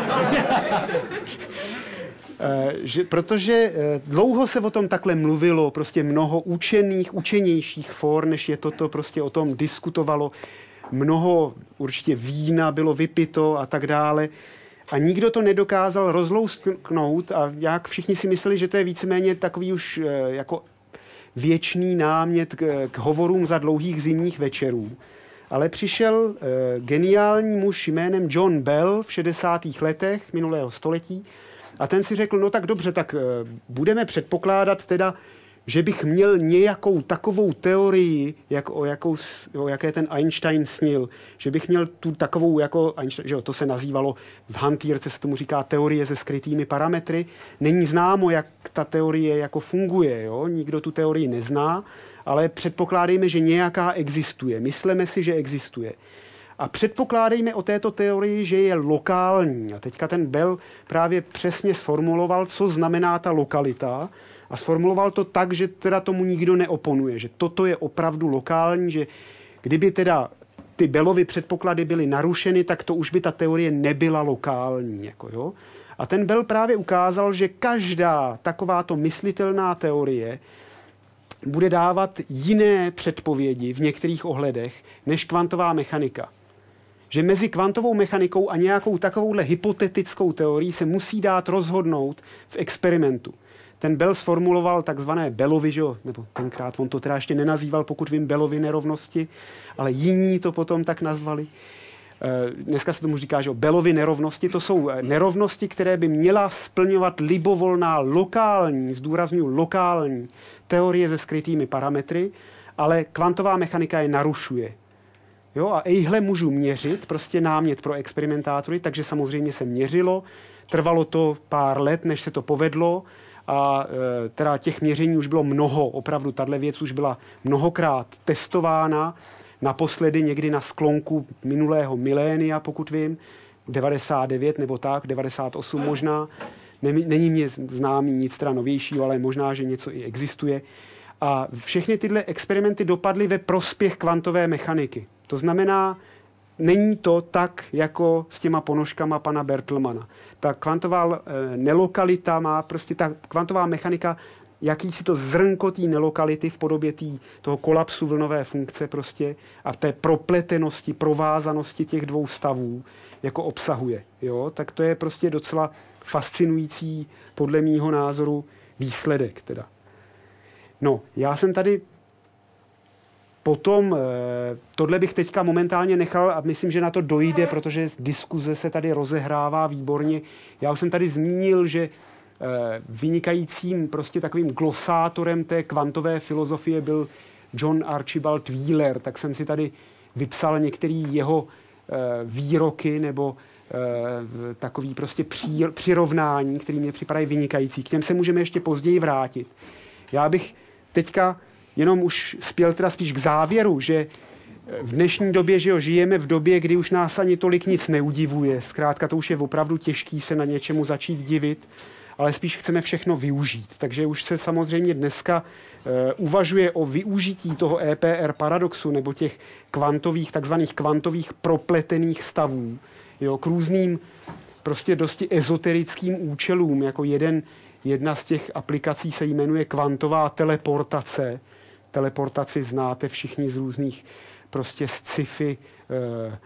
že, protože dlouho se o tom takhle mluvilo, prostě mnoho učených, učenějších for, než je toto, prostě o tom diskutovalo. Mnoho určitě vína bylo vypito a tak dále. A nikdo to nedokázal rozlousknout, a jak všichni si mysleli, že to je víceméně takový už jako věčný námět k, k hovorům za dlouhých zimních večerů. Ale přišel eh, geniální muž jménem John Bell v šedesátých letech minulého století a ten si řekl, no tak dobře, tak eh, budeme předpokládat teda, že bych měl nějakou takovou teorii, jak o, jakou, o jaké ten Einstein snil, že bych měl tu takovou, jako Einstein, že jo, to se nazývalo, v hantýrce se tomu říká teorie se skrytými parametry. Není známo, jak ta teorie jako funguje, jo? Nikdo tu teorii nezná, ale předpokládejme, že nějaká existuje. Myslíme si, že existuje. A předpokládejme o této teorii, že je lokální. A teďka ten Bell právě přesně sformuloval, co znamená ta lokalita, a sformuloval to tak, že teda tomu nikdo neoponuje, že toto je opravdu lokální, že kdyby teda ty Bellovy předpoklady byly narušeny, tak to už by ta teorie nebyla lokální. Jako jo. A ten Bell právě ukázal, že každá takováto myslitelná teorie bude dávat jiné předpovědi v některých ohledech než kvantová mechanika. Že mezi kvantovou mechanikou a nějakou takovouhle hypotetickou teorií se musí dát rozhodnout v experimentu. Ten Bell sformuloval takzvané Bellovy, že jo, nebo tenkrát on to teda ještě nenazýval, pokud vím, Bellovy nerovnosti, ale jiní to potom tak nazvali. Dneska se tomu říká, že jo, Bellovy nerovnosti, to jsou nerovnosti, které by měla splňovat libovolná lokální, zdůrazňuji lokální, teorie se skrytými parametry, ale kvantová mechanika je narušuje. Jo, a ejhle můžu měřit, prostě námět pro experimentátory, takže samozřejmě se měřilo, trvalo to pár let, než se to povedlo, a e, teda těch měření už bylo mnoho, opravdu tahle věc už byla mnohokrát testována, naposledy někdy na sklonku minulého milénia, pokud vím, devadesát devět nebo tak, devadesát osm možná. Není mě známý nic teda novějšího, ale možná, že něco i existuje. A všechny tyhle experimenty dopadly ve prospěch kvantové mechaniky. To znamená, není to tak, jako s těma ponožkama pana Bertelmana. Ta kvantová e, nelokalita má prostě ta kvantová mechanika jakýsi to zrnko té nelokality v podobě tý, toho kolapsu vlnové funkce prostě a v té propletenosti, provázanosti těch dvou stavů jako obsahuje. Jo? Tak to je prostě docela fascinující podle mýho názoru výsledek teda. No, já jsem tady potom, tohle bych teďka momentálně nechal a myslím, že na to dojde, protože diskuze se tady rozehrává výborně. Já už jsem tady zmínil, že vynikajícím prostě takovým glosátorem té kvantové filozofie byl John Archibald Wheeler, tak jsem si tady vypsal některé jeho výroky nebo takový prostě přirovnání, které mě připadají vynikající. K těm se můžeme ještě později vrátit. Já bych teďka jenom už spěl teda spíš k závěru, že v dnešní době, že jo, žijeme v době, kdy už nás ani tolik nic neudivuje. Zkrátka to už je opravdu těžký se na něčemu začít divit. ale spíš chceme všechno využít. Takže už se samozřejmě dneska uh, uvažuje o využití toho E P R paradoxu nebo těch kvantových, takzvaných kvantových propletených stavů, jo, k různým prostě dosti ezoterickým účelům. Jako jeden, jedna z těch aplikací se jmenuje kvantová teleportace. Teleportaci znáte všichni z různých prostě sci-fi uh,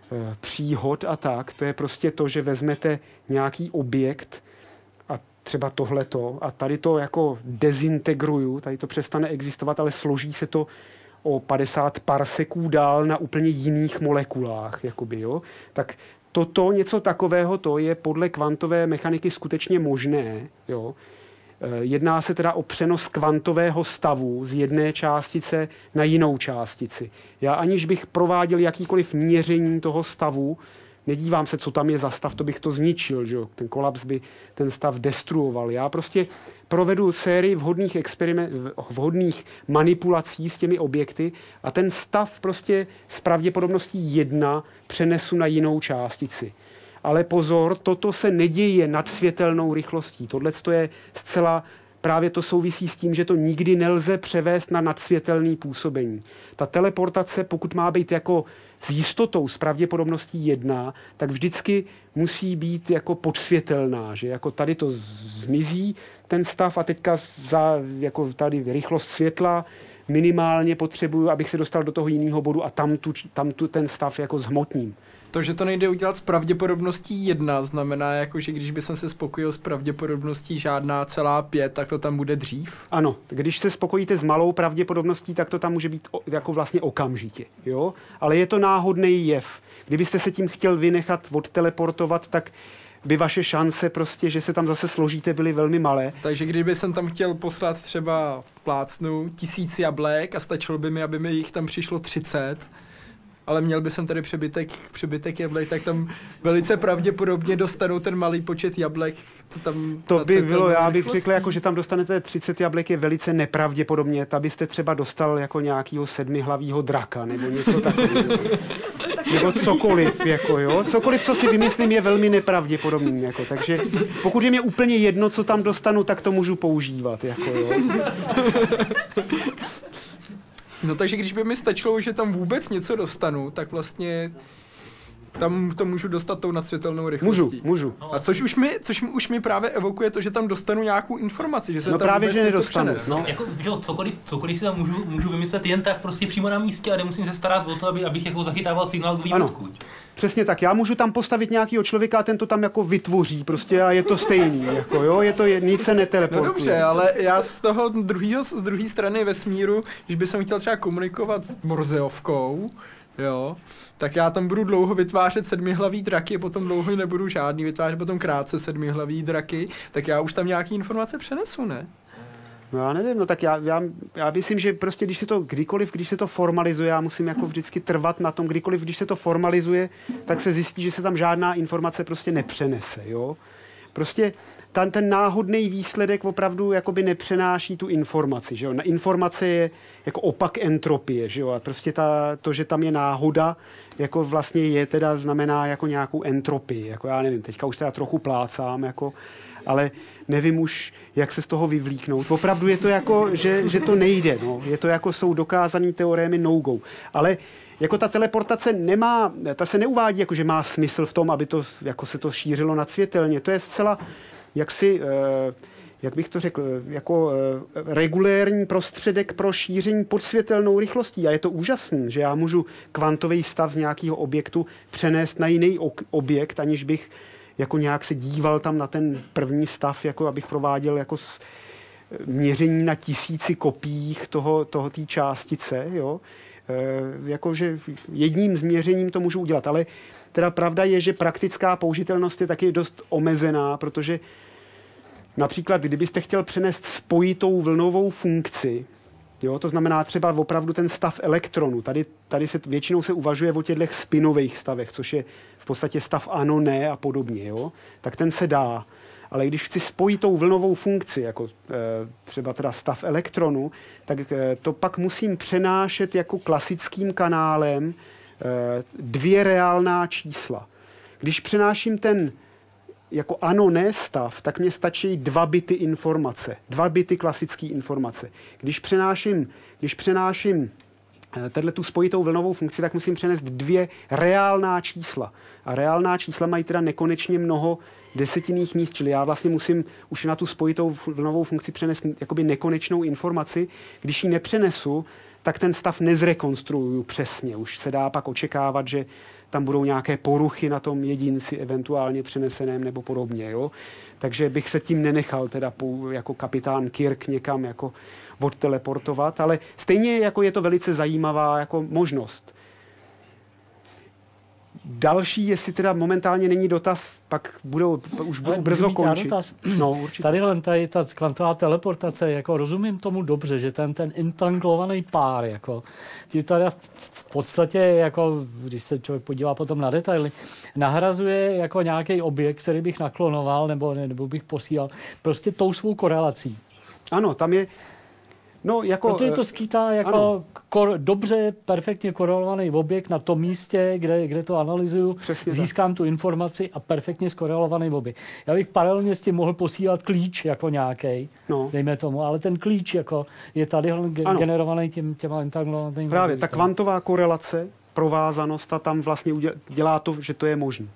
příhod a tak. To je prostě to, že vezmete nějaký objekt a třeba tohleto a tady to jako dezintegruju, tady to přestane existovat, ale složí se to o padesát parseků dál na úplně jiných molekulách, jakoby, jo. Tak toto, něco takového, to je podle kvantové mechaniky skutečně možné, jo. Jedná se teda o přenos kvantového stavu z jedné částice na jinou částici. Já aniž bych prováděl jakýkoliv měření toho stavu, nedívám se, co tam je za stav, to bych to zničil, že jo? Ten kolaps by ten stav destruoval. Já prostě provedu sérii vhodných experiment, vhodných manipulací s těmi objekty a ten stav prostě s pravděpodobností jedna přenesu na jinou částici. Ale pozor, toto se neděje nad světelnou rychlostí. Tohle je zcela, právě to souvisí s tím, že to nikdy nelze převést na nadsvětelné působení. Ta teleportace, pokud má být jako s jistotou, s pravděpodobností jedna, tak vždycky musí být jako podsvětelná, že jako tady to zmizí, ten stav a teďka za jako tady rychlost světla minimálně potřebuju, abych se dostal do toho jiného bodu a tam, tu, tam tu ten stav jako zhmotním. To, že to nejde udělat s pravděpodobností jedna, znamená, jako, že když bych se spokojil s pravděpodobností žádná celá pět, tak to tam bude dřív? Ano, když se spokojíte s malou pravděpodobností, tak to tam může být o, jako vlastně okamžitě. Jo? Ale je to náhodný jev. Kdybyste se tím chtěl vynechat odteleportovat, tak by vaše šance prostě, že se tam zase složíte, byly velmi malé. Takže kdyby jsem tam chtěl poslat třeba plácnu tisíc jablek a stačilo by mi, aby mi jich tam přišlo třicet, ale měl by jsem tady přebytek, přebytek jablek, tak tam velice pravděpodobně dostanou ten malý počet jablek. To, tam to by bylo, já bych řekl, jako, že tam dostanete třicet jablek je velice nepravděpodobně. Ta byste třeba dostal jako nějakýho sedmihlavýho draka, nebo něco takového. Nebo cokoliv, jako jo. Cokoliv, co si vymyslím, je velmi nepravděpodobný, jako. Takže pokud je mě úplně jedno, co tam dostanu, tak to můžu používat, jako jo. No takže když by mi stačilo, že tam vůbec něco dostanu, tak vlastně tam to můžu dostat tou nadsvětelnou rychlostí. Můžu, můžu. A což už mi, což mi, už mi právě evokuje to, že tam dostanu nějakou informaci, že se no tam právě, vůbec že něco nedostanu. přenes. No. Jako, že cokoliv, cokoliv si tam můžu, můžu vymyslet jen tak prostě přímo na místě a nemusím se starat o to, aby, abych jako zachytával signál dvojím odkud. Přesně tak. Já můžu tam postavit nějakého člověka a ten to tam jako vytvoří prostě a je to stejný. Jako, jo? Je to, nic se neteleportuje. No dobře, ale já z toho druhého, z druhé strany vesmíru, když bych chtěl třeba komunikovat s Morzeovkou, jo, tak já tam budu dlouho vytvářet sedmihlavý draky, potom dlouho nebudu žádný vytvářet, potom krátce sedmihlavý draky, tak já už tam nějaký informace přenesu, ne? No já nevím, no tak já, já, já myslím, že prostě když se to kdykoliv, když se to formalizuje, já musím jako vždycky trvat na tom, kdykoliv, když se to formalizuje, tak se zjistí, že se tam žádná informace prostě nepřenese, jo. Prostě ten, ten náhodný výsledek opravdu jakoby nepřenáší tu informaci, že jo. Informace je jako opak entropie, že jo. A prostě ta, to, že tam je náhoda, jako vlastně je teda znamená jako nějakou entropii, jako já nevím, teďka už teda trochu plácám, jako, ale nevím už, jak se z toho vyvlíknout. Opravdu je to jako, že, že to nejde, no. Je to jako, jsou dokázaný teorémy no-go. Ale jako ta teleportace nemá, ta se neuvádí, jako že má smysl v tom, aby to, jako se to šířilo nadsvětelně. To je zcela, jaksi, jak bych to řekl, jako regulérní prostředek pro šíření podsvětelnou rychlostí. A je to úžasný, že já můžu kvantový stav z nějakého objektu přenést na jiný objekt, aniž bych jako nějak se díval tam na ten první stav, jako abych prováděl jako měření na tisíci kopiích toho, toho té částice, jo. E, jakože jedním změřením to můžu udělat, ale teda pravda je, že praktická použitelnost je taky dost omezená, protože například, kdybyste chtěl přenést spojitou vlnovou funkci, jo, to znamená třeba opravdu ten stav elektronu. Tady, tady se většinou se uvažuje o těchto spinových stavech, což je v podstatě stav ano, ne a podobně. Jo? Tak ten se dá. Ale když chci spojit tou vlnovou funkci, jako e, třeba teda stav elektronu, tak e, to pak musím přenášet jako klasickým kanálem e, dvě reálná čísla. Když přenáším ten jako ano, ne stav, tak mě stačí dva bity informace. Dva bity klasické informace. Když přenáším, když přenáším tato tu spojitou vlnovou funkci, tak musím přenést dvě reálná čísla. A reálná čísla mají teda nekonečně mnoho desetinných míst, čili já vlastně musím už na tu spojitou vlnovou funkci přenést jakoby nekonečnou informaci. Když ji nepřenesu, tak ten stav nezrekonstruuju přesně. Už se dá pak očekávat, že tam budou nějaké poruchy na tom jedinci eventuálně přeneseném nebo podobně. Jo? Takže bych se tím nenechal teda jako kapitán Kirk někam jako odteleportovat, ale stejně jako je to velice zajímavá jako možnost. Další, jestli teda momentálně není dotaz, pak budou, už budou brzo končit. No, určitě. Tadyhle tady ta kvantová teleportace, jako rozumím tomu dobře, že ten, ten entanglovaný pár, jako, ti tady v podstatě, jako, když se člověk podívá potom na detaily, nahrazuje jako nějaký objekt, který bych naklonoval nebo, nebo bych posílal, prostě tou svou korelací. Ano, tam je No, jako, protože to skýtá jako kor, dobře, perfektně korelovaný objekt na tom místě, kde, kde to analyzuju, přesně získám tak tu informaci a perfektně skorelovaný objekt. Já bych paralelně s tím mohl posílat klíč jako nějaký, no. dejme tomu, ale ten klíč jako je tady ge- generovaný tím, těma entanglovanými. Právě, objektem. Ta kvantová korelace, provázanost, ta tam vlastně dělá to, že to je možné.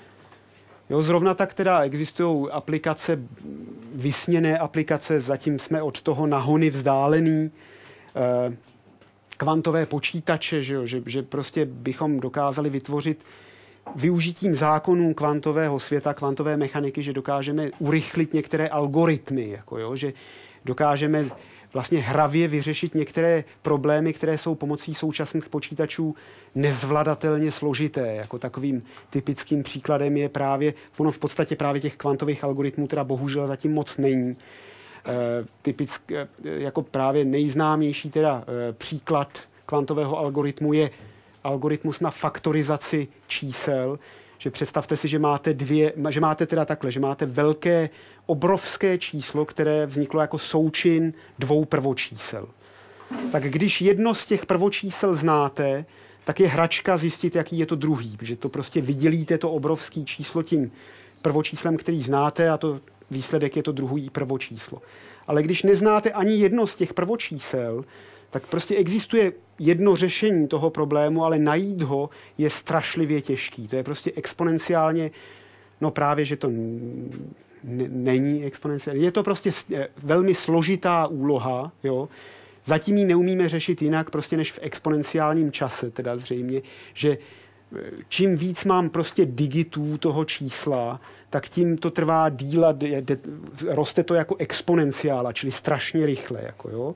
Jo, zrovna tak teda existují aplikace, vysněné aplikace, zatím jsme od toho nahony vzdálený, eh, kvantové počítače, že, jo, že, že prostě bychom dokázali vytvořit využitím zákonů kvantového světa, kvantové mechaniky, že dokážeme urychlit některé algoritmy, jako jo, že dokážeme vlastně hravě vyřešit některé problémy, které jsou pomocí současných počítačů nezvladatelně složité. Jako takovým typickým příkladem je právě, ono v podstatě právě těch kvantových algoritmů teda bohužel zatím moc není. E, typick, e, jako právě nejznámější teda e, příklad kvantového algoritmu je algoritmus na faktorizaci čísel, že představte si, že máte dvě, že máte teda takhle, že máte velké, obrovské číslo, které vzniklo jako součin dvou prvočísel. Tak když jedno z těch prvočísel znáte, tak je hračka zjistit, jaký je to druhý, protože to prostě vydělíte to obrovské číslo tím prvočíslem, který znáte, a to výsledek je to druhý prvočíslo. Ale když neznáte ani jedno z těch prvočísel, tak prostě existuje jedno řešení toho problému, ale najít ho je strašlivě těžký. To je prostě exponenciálně, no právě, že to n- není exponenciálně. Je to prostě velmi složitá úloha, jo. Zatím ji neumíme řešit jinak prostě než v exponenciálním čase, teda zřejmě, že čím víc mám prostě digitů toho čísla, tak tím to trvá díl a de, de, roste to jako exponenciála, čili strašně rychle, jako jo.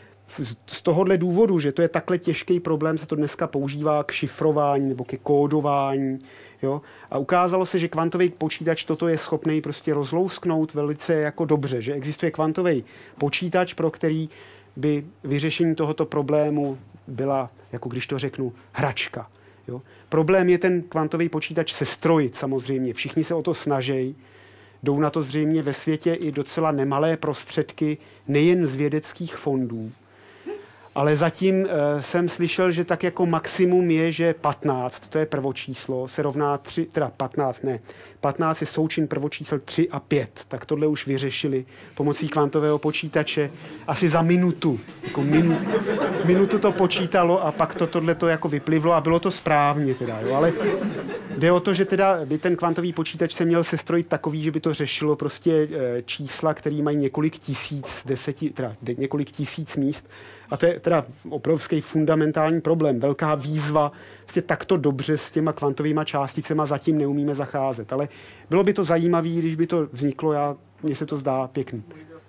Z tohohle důvodu, že to je takhle těžký problém, se to dneska používá k šifrování nebo ke kódování. Jo? A ukázalo se, že kvantový počítač toto je schopný prostě rozlousknout velice jako dobře, že existuje kvantový počítač, pro který by vyřešení tohoto problému byla, jako když to řeknu, hračka. Jo? Problém je ten kvantový počítač sestrojit samozřejmě. Všichni se o to snaží. Jdou na to zřejmě ve světě i docela nemalé prostředky, nejen z vědeckých fondů. Ale zatím e, jsem slyšel, že tak jako maximum je, že patnáct, to je prvočíslo, se rovná tři, teda patnáct, ne, patnáct je součin prvočísel tři a pět. Tak tohle už vyřešili pomocí kvantového počítače asi za minutu. Jako minu, minutu to počítalo a pak to tohle to jako vyplivlo a bylo to správně teda, jo. Ale jde o to, že teda by ten kvantový počítač se měl sestrojit takový, že by to řešilo prostě e, čísla, které mají několik tisíc, deseti, teda několik tisíc míst. A to je teda obrovský fundamentální problém, velká výzva. Vlastně takto dobře s těma kvantovýma částicema zatím neumíme zacházet. Ale bylo by to zajímavé, když by to vzniklo, já, mně se to zdá pěkný.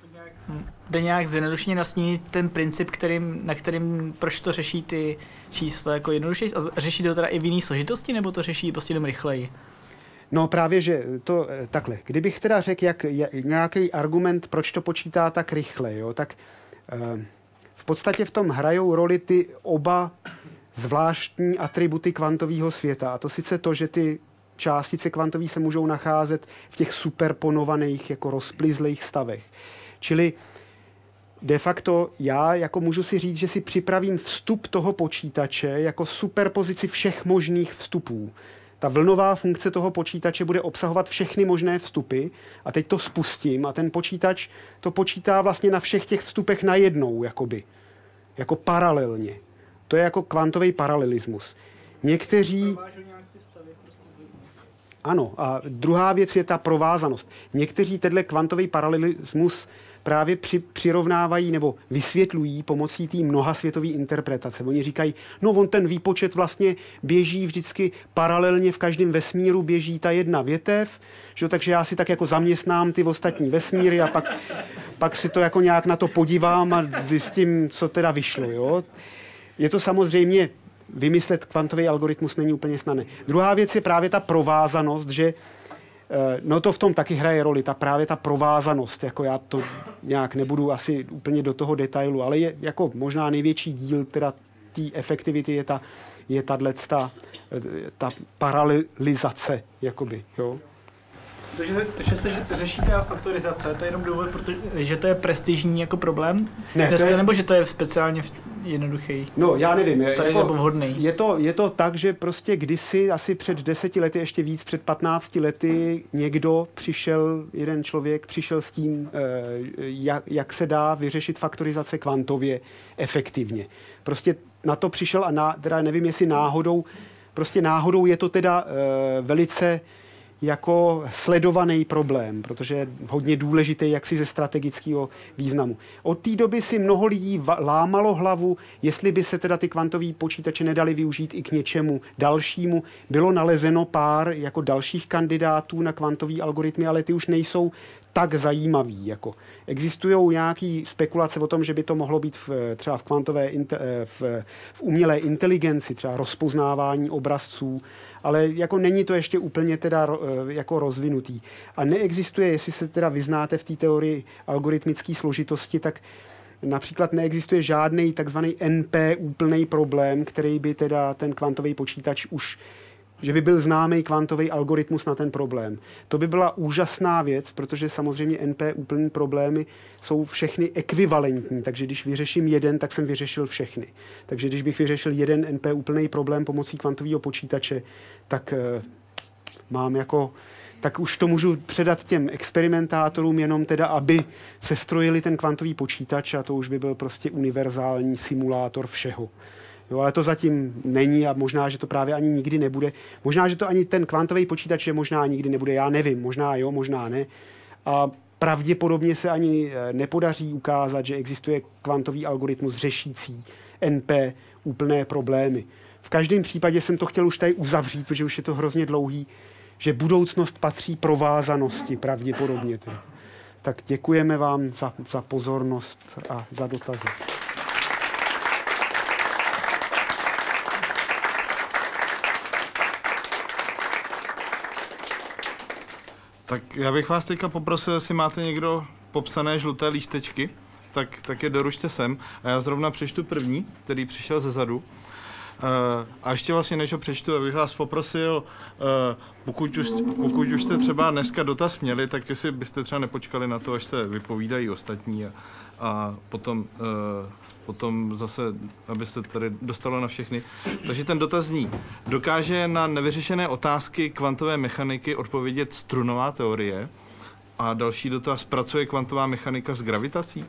Jde nějak zjednodušeně nastínit ten princip, kterým, na kterým, proč to řeší ty čísla jako jednodušeji? A řeší to teda i v jiný složitosti, nebo to řeší prostě jenom rychleji? No právě, že to takhle. Kdybych teda řekl jak, jak, nějaký argument, proč to počítá tak rychle, jo, tak eh, v podstatě v tom hrajou roli ty oba zvláštní atributy kvantového světa. A to sice to, že ty částice kvantové se můžou nacházet v těch superponovaných, jako rozplizlých stavech. Čili de facto já jako můžu si říct, že si připravím vstup toho počítače jako superpozici všech možných vstupů. ta vlnová funkce toho počítače bude obsahovat všechny možné vstupy a teď to spustím a ten počítač to počítá vlastně na všech těch vstupech najednou, jakoby, jako paralelně. To je jako kvantový paralelismus. Někteří... Ano, a druhá věc je ta provázanost. Někteří tenhle kvantový paralelismus právě při, přirovnávají nebo vysvětlují pomocí té mnohasvětové interpretace. Oni říkají, no on ten výpočet vlastně běží vždycky paralelně v každém vesmíru, běží ta jedna větev, že? Takže já si tak jako zaměstnám ty ostatní vesmíry a pak, pak si to jako nějak na to podívám a zjistím, co teda vyšlo. Jo? Je to samozřejmě, vymyslet kvantový algoritmus není úplně snadné. Druhá věc je právě ta provázanost, že no to v tom taky hraje roli, ta právě ta provázanost, jako já to nějak nebudu asi úplně do toho detailu, ale je jako možná největší díl teda té efektivity je ta, je tato, ta paralelizace, jakoby, jo. To, že, to, že se řeší ta faktorizace, to je jenom důvod, protože, že to je prestižní jako problém ne, dneska, je... nebo že to je speciálně jednoduchý? No, já nevím. Je, to je jako vhodný. Je to, je to tak, že prostě kdysi, asi před deseti lety, ještě víc, před patnácti lety, někdo přišel, jeden člověk přišel s tím, jak, jak se dá vyřešit faktorizace kvantově efektivně. Prostě na to přišel a na, teda nevím, jestli náhodou, prostě náhodou je to teda velice jako sledovaný problém, protože je hodně důležitý jaksi ze strategického významu. Od té doby si mnoho lidí lámalo hlavu, jestli by se teda ty kvantové počítače nedaly využít i k něčemu dalšímu. Bylo nalezeno pár jako dalších kandidátů na kvantové algoritmy, ale ty už nejsou tak zajímavý. Jako. Existují nějaké spekulace o tom, že by to mohlo být v, třeba v kvantové, v, v umělé inteligenci, třeba rozpoznávání obrazců, ale jako není to ještě úplně teda jako rozvinutý. A neexistuje, jestli se teda vyznáte v té teorii algoritmické složitosti, tak například neexistuje žádný takzvaný N P úplný problém, který by teda ten kvantový počítač už, že by byl známý kvantový algoritmus na ten problém. To by byla úžasná věc, protože samozřejmě N P úplný problémy jsou všechny ekvivalentní, takže když vyřeším jeden, tak jsem vyřešil všechny. Takže když bych vyřešil jeden N P úplný problém pomocí kvantového počítače, tak uh, mám jako, tak už to můžu předat těm experimentátorům, jenom teda, aby se strojili ten kvantový počítač a to už by byl prostě univerzální simulátor všeho. Jo, ale to zatím není a možná, že to právě ani nikdy nebude. Možná, že to ani ten kvantový počítač je možná nikdy nebude, já nevím, možná jo, možná ne. A pravděpodobně se ani nepodaří ukázat, že existuje kvantový algoritmus řešící N P úplné problémy. V každém případě jsem to chtěl už tady uzavřít, protože už je to hrozně dlouhý, že budoucnost patří provázanosti pravděpodobně. Tak děkujeme vám za, za pozornost a za dotazy. Tak já bych vás teďka poprosil, jestli máte někdo popsané žluté lístečky, tak, tak je doručte sem. A já zrovna přečtu první, který přišel ze zadu. Uh, a ještě vlastně než ho přečtu, abych vás poprosil, uh, pokud, už, pokud už jste třeba dneska dotaz měli, tak jestli byste třeba nepočkali na to, až se vypovídají ostatní a, a potom, uh, potom zase, abyste tady dostalo na všechny. Takže ten dotaz zní, dokáže na nevyřešené otázky kvantové mechaniky odpovědět strunová teorie? A další dotaz, pracuje kvantová mechanika s gravitací?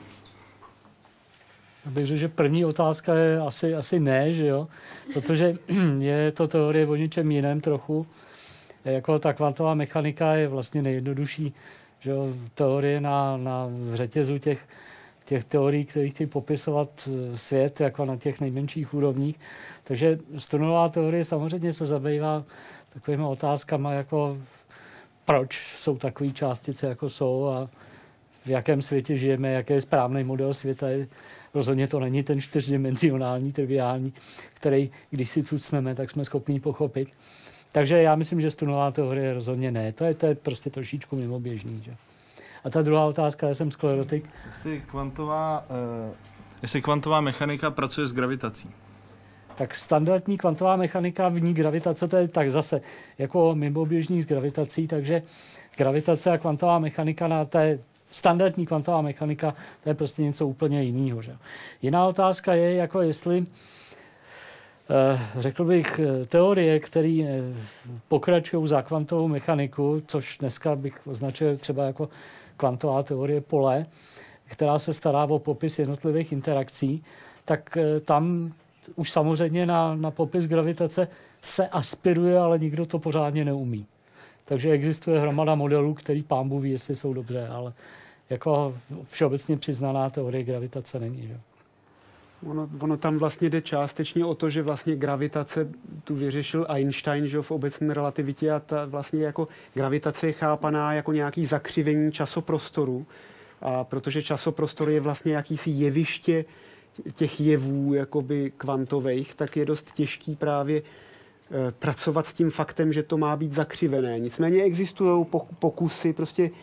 Já bych řekl, že první otázka je asi, asi ne, že jo? Protože je to teorie o něčem jiném trochu. Jako ta kvantová mechanika je vlastně nejjednodušší, že jo? Teorie na, na řetězu těch, těch teorií, které chtějí popisovat svět jako na těch nejmenších úrovních. Takže strunová teorie samozřejmě se zabývá takovými otázkama, jako proč jsou takové částice, jako jsou a v jakém světě žijeme, jaký je správný model světa. Rozhodně to není ten čtyřdimenzionální, triviální, který, když si tucneme, tak jsme schopni pochopit. Takže já myslím, že strunová teorie rozhodně ne. To je, to je prostě trošičku mimoběžný. Že? A ta druhá otázka, já jsem sklerotik. Jestli kvantová, uh, jestli kvantová mechanika pracuje s gravitací? Tak standardní kvantová mechanika, v ní gravitace, to je tak zase jako mimoběžný s gravitací, takže gravitace a kvantová mechanika na té standardní kvantová mechanika, to je prostě něco úplně jiného. Že? Jiná otázka je, jako jestli řekl bych, teorie, které pokračují za kvantovou mechaniku, což dneska bych označil třeba jako kvantová teorie pole, která se stará o popis jednotlivých interakcí, tak tam už samozřejmě na, na popis gravitace se aspiruje, ale nikdo to pořádně neumí. Takže existuje hromada modelů, který pán Bůh ví, jestli jsou dobře, ale jako všeobecně přiznaná teorie gravitace není. Že? Ono, ono tam vlastně jde částečně o to, že vlastně gravitace tu vyřešil Einstein, že v obecné relativitě, a ta vlastně jako gravitace je chápaná jako nějaký zakřivení časoprostoru. A protože časoprostor je vlastně jakýsi jeviště těch jevů jakoby kvantových, tak je dost těžký právě e, pracovat s tím faktem, že to má být zakřivené. Nicméně existují pokusy prostě e,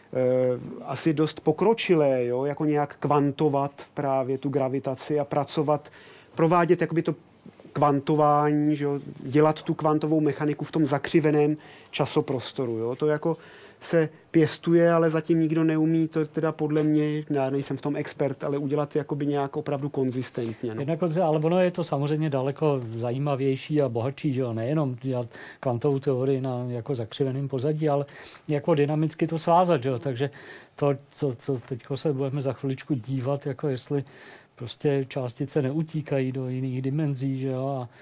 asi dost pokročilé, jo, jako nějak kvantovat právě tu gravitaci a pracovat, provádět jakoby to kvantování, že jo, dělat tu kvantovou mechaniku v tom zakřiveném časoprostoru. Jo. To jako se pěstuje, ale zatím nikdo neumí to teda podle mě, já nejsem v tom expert, ale udělat jakoby nějak opravdu konzistentně. No. Jednak, ale ono je to samozřejmě daleko zajímavější a bohatší, že jo, nejenom dělat kvantovou teorii na jako zakřiveném pozadí, ale jako dynamicky to svázat, že jo, takže to, co, co teď se budeme za chviličku dívat, jako jestli prostě částice neutíkají do jiných dimenzí, že jo, a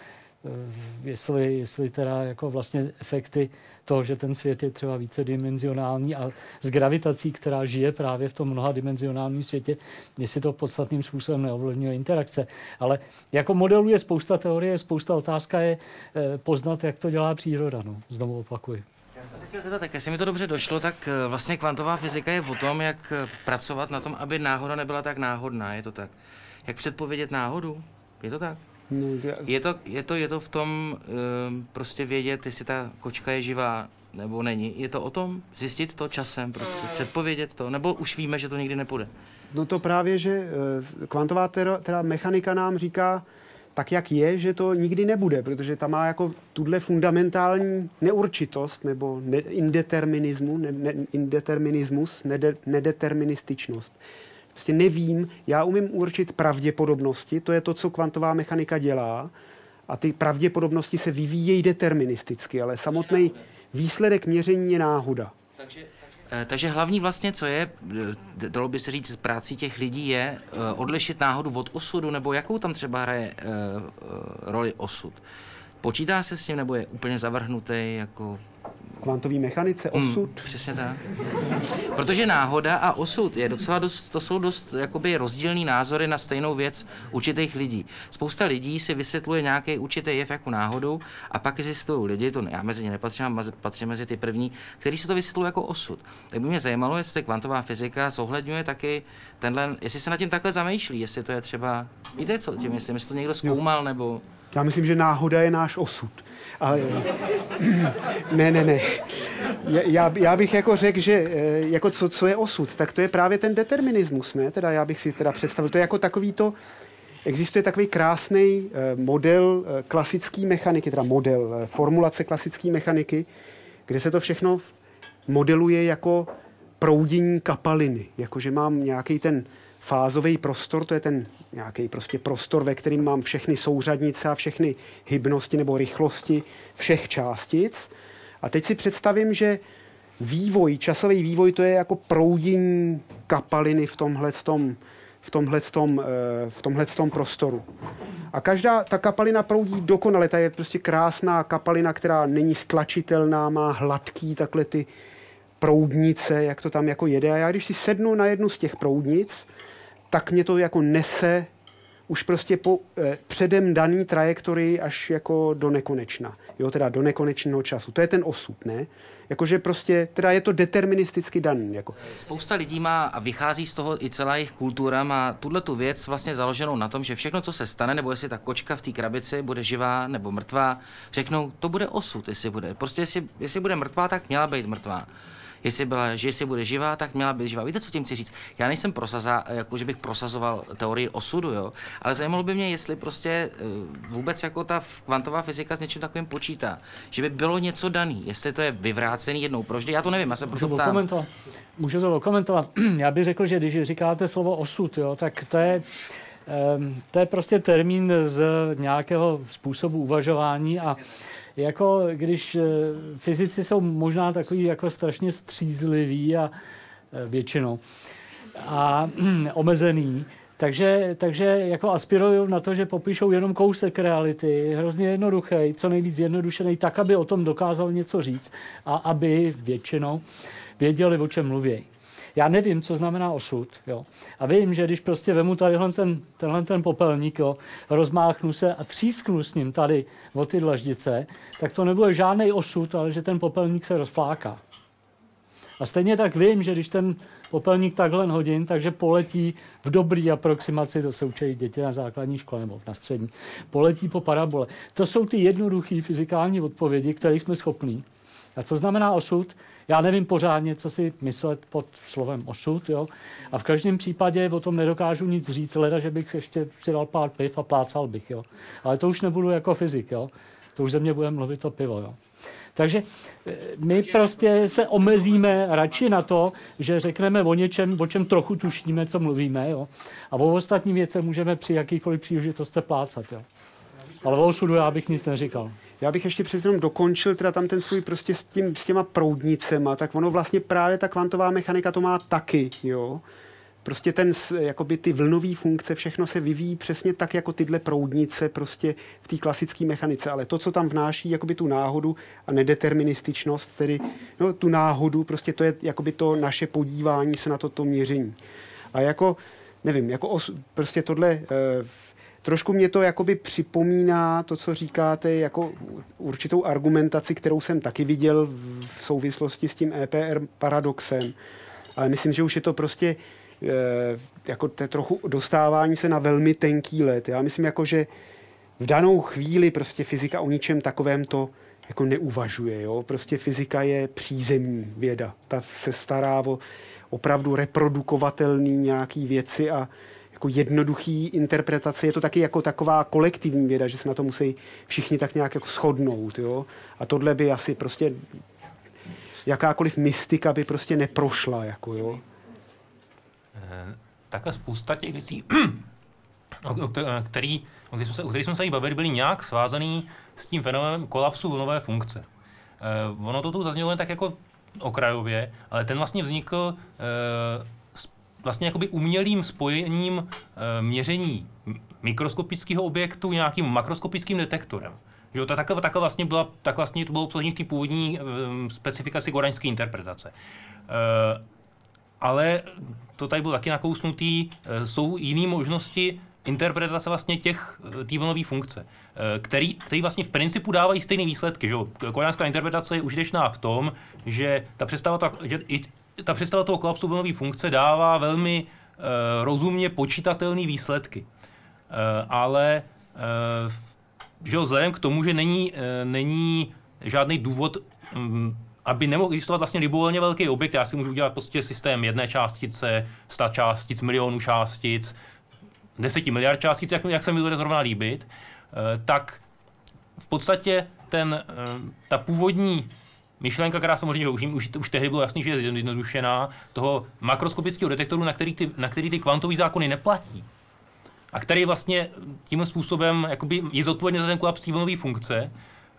jestli, jestli teda jako vlastně efekty toho, že ten svět je třeba vícedimenzionální a s gravitací, která žije právě v tom mnohadimenzionálním světě, jestli to podstatným způsobem neovlivňuje interakce. Ale jako modelů je spousta teorie, spousta otázka je poznat, jak to dělá příroda. No. Znovu opakuji. Já jsem se chtěl zeptat, tak jestli mi to dobře došlo, tak vlastně kvantová fyzika je o tom, jak pracovat na tom, aby náhoda nebyla tak náhodná, je to tak? Jak předpovědět náhodu? Je to tak? No, je, to, je, to, je to v tom um, prostě vědět, jestli ta kočka je živá nebo není. Je to o tom zjistit to časem, prostě předpovědět to, nebo už víme, že to nikdy nepůjde? No to právě, že kvantová teda, teda mechanika nám říká tak, jak je, že to nikdy nebude, protože tam má jako tuhle fundamentální neurčitost nebo ne, indeterminismu, ne, ne, indeterminismus, nede, nedeterminističnost. Prostě nevím, já umím určit pravděpodobnosti, to je to, co kvantová mechanika dělá, a ty pravděpodobnosti se vyvíjejí deterministicky, ale samotný výsledek měření je náhoda. Takže, takže, takže hlavní vlastně, co je, dalo by se říct, z práci těch lidí, je odlišit náhodu od osudu, nebo jakou tam třeba hraje uh, uh, roli osud. Počítá se s tím, nebo je úplně zavrhnutý jako... Kvantový mechanice, osud. Mm, přesně tak. Protože náhoda a osud je docela dost, to jsou dost jakoby rozdílný názory na stejnou věc určitých lidí. Spousta lidí si vysvětluje nějaký určitý jev jako náhodu a pak existují lidi, to já mezi ně nepatřím, patřím mezi ty první, kteří si to vysvětlují jako osud. Tak by mě zajímalo, jestli kvantová fyzika zohledňuje taky tenhle, jestli se nad tím takhle zamýšlí, jestli to je třeba, víte co tím, jestli, jestli to někdo zkoumal, nebo... Já myslím, že náhoda je náš osud. Ale ne, ne, ne. Já, já bych jako řekl, že jako co, co je osud, tak to je právě ten determinismus, ne? Teda já bych si teda představil, to je jako takový to, existuje takový krásný model klasické mechaniky, teda model, formulace klasické mechaniky, kde se to všechno modeluje jako proudění kapaliny, jakože mám nějaký ten fázový prostor, to je ten nějaký prostě prostor, ve kterým mám všechny souřadnice a všechny hybnosti nebo rychlosti všech částic. A teď si představím, že vývoj, časový vývoj, to je jako proudění kapaliny v tomhletom, v tomhletom, v tomhletom prostoru. A každá ta kapalina proudí dokonale, ta je prostě krásná kapalina, která není stlačitelná, má hladký takhle ty proudnice, jak to tam jako jede. A já když si sednu na jednu z těch proudnic, tak mě to jako nese už prostě po eh, předem daný trajektorii až jako do nekonečna. Jo, teda do nekonečného času. To je ten osud, ne? Jakože prostě, teda je to deterministicky daný. Jako. Spousta lidí má a vychází z toho i celá jejich kultura, má tuhletu věc vlastně založenou na tom, že všechno, co se stane, nebo jestli ta kočka v té krabici bude živá nebo mrtvá, řeknou, to bude osud, jestli bude. Prostě jestli, jestli bude mrtvá, tak měla být mrtvá. Jestli, byla, že jestli bude živá, tak měla být živá. Víte, co tím chci říct? Já nejsem prosaza, jako že bych prosazoval teorii osudu, jo? Ale zajímalo by mě, jestli prostě vůbec jako ta kvantová fyzika s něčím takovým počítá. Že by bylo něco daný, jestli to je vyvrácený jednou provždy. Já to nevím, já se proto ptám. Můžu to okomentovat. Já bych řekl, že když říkáte slovo osud, jo, tak to je to je prostě termín z nějakého způsobu uvažování a jako když fyzici jsou možná takový jako strašně střízliví a většinou a omezený, takže, takže jako aspirují na to, že popíšou jenom kousek reality, hrozně jednoduchý, co nejvíc zjednodušený, tak, aby o tom dokázal něco říct a aby většinou věděli, o čem mluví. Já nevím, co znamená osud. Jo. A vím, že když prostě vemu tadyhle ten, tenhle ten popelník, jo, rozmáchnu se a třísknu s ním tady o ty dlaždice, tak to nebude žádný osud, ale že ten popelník se rozfláká. A stejně tak vím, že když ten popelník takhle hodin, takže poletí v dobrý aproximaci, to se učí děti na základní škole nebo na střední, poletí po parabole. To jsou ty jednoduché fyzikální odpovědi, které jsme schopní. A co znamená osud? Já nevím pořádně, co si myslet pod slovem osud, jo. A v každém případě o tom nedokážu nic říct, leda, že bych ještě si dal pár piv a plácal bych, jo. Ale to už nebudu jako fyzik, jo. To už ze mě bude mluvit to pivo, jo. Takže my prostě se omezíme radši na to, že řekneme o něčem, o čem trochu tušíme, co mluvíme, jo. A o ostatní věce můžeme při jakýkoliv příležitosti plácat, jo. Ale o osudu já bych nic neříkal. Já bych ještě přece jenom dokončil teda tam ten svůj prostě s, tím, s těma proudnicema, tak ono vlastně právě ta kvantová mechanika to má taky, jo. Prostě ten, jakoby ty vlnové funkce, všechno se vyvíjí přesně tak, jako tyhle proudnice prostě v té klasické mechanice, ale to, co tam vnáší jakoby tu náhodu a nedeterminističnost, tedy no, tu náhodu, prostě to je jakoby to naše podívání se na toto měření. A jako, nevím, jako os, prostě tohle... Eh, Trošku mě to jakoby připomíná to, co říkáte, jako určitou argumentaci, kterou jsem taky viděl v souvislosti s tím E P R paradoxem. Ale myslím, že už je to prostě e, jako to trochu dostávání se na velmi tenký led. Já myslím, jako, že v danou chvíli prostě fyzika o ničem takovém to jako neuvažuje. Jo? Prostě fyzika je přízemní věda. Ta se stará o opravdu reprodukovatelný nějaký věci a jako jednoduchý interpretace, je to taky jako taková kolektivní věda, že se na to musí všichni tak nějak jako shodnout, jo. A tohle by asi prostě jakákoliv mystika by prostě neprošla, jako jo. Takhle spousta těch věcí, o který, o kterých jsme se, o kterých jsme se bavili, byly nějak svázaný s tím fenoménem kolapsu vlnové funkce. Ono to tu zaznělo jen tak jako okrajově, ale ten vlastně vznikl vlastně jakoby umělým spojením e, měření mikroskopického objektu nějakým makroskopickým detektorem. Že to takhle, takhle vlastně byla, tak vlastně to bylo obsažení v té původní e, specifikaci kodaňské interpretace. E, ale to tady bylo taky nakousnutý, e, jsou jiné možnosti interpretace vlastně těch té vlnové funkce, e, který, který vlastně v principu dávají stejné výsledky. Že? Kodaňská interpretace je užitečná v tom, že ta představa, ta, že i ta představa toho kolapsu vlnové funkce dává velmi uh, rozumně počítatelné výsledky. Uh, ale uh, že vzhledem k tomu, že není, uh, není žádný důvod, um, aby nemohl existovat vlastně libovolně velký objekt, já si můžu udělat prostě systém jedné částice, sta částic, milionů částic, deseti miliard částic, jak, jak se mi bude zrovna líbit, uh, tak v podstatě ten, uh, ta původní myšlenka, která samozřejmě už, už, už tehdy bylo jasný, že je zjednodušená, toho makroskopického detektoru, na který ty, na který ty kvantové zákony neplatí. A který vlastně tím způsobem jakoby je zodpovědný za ten kolaps té vlnové funkce,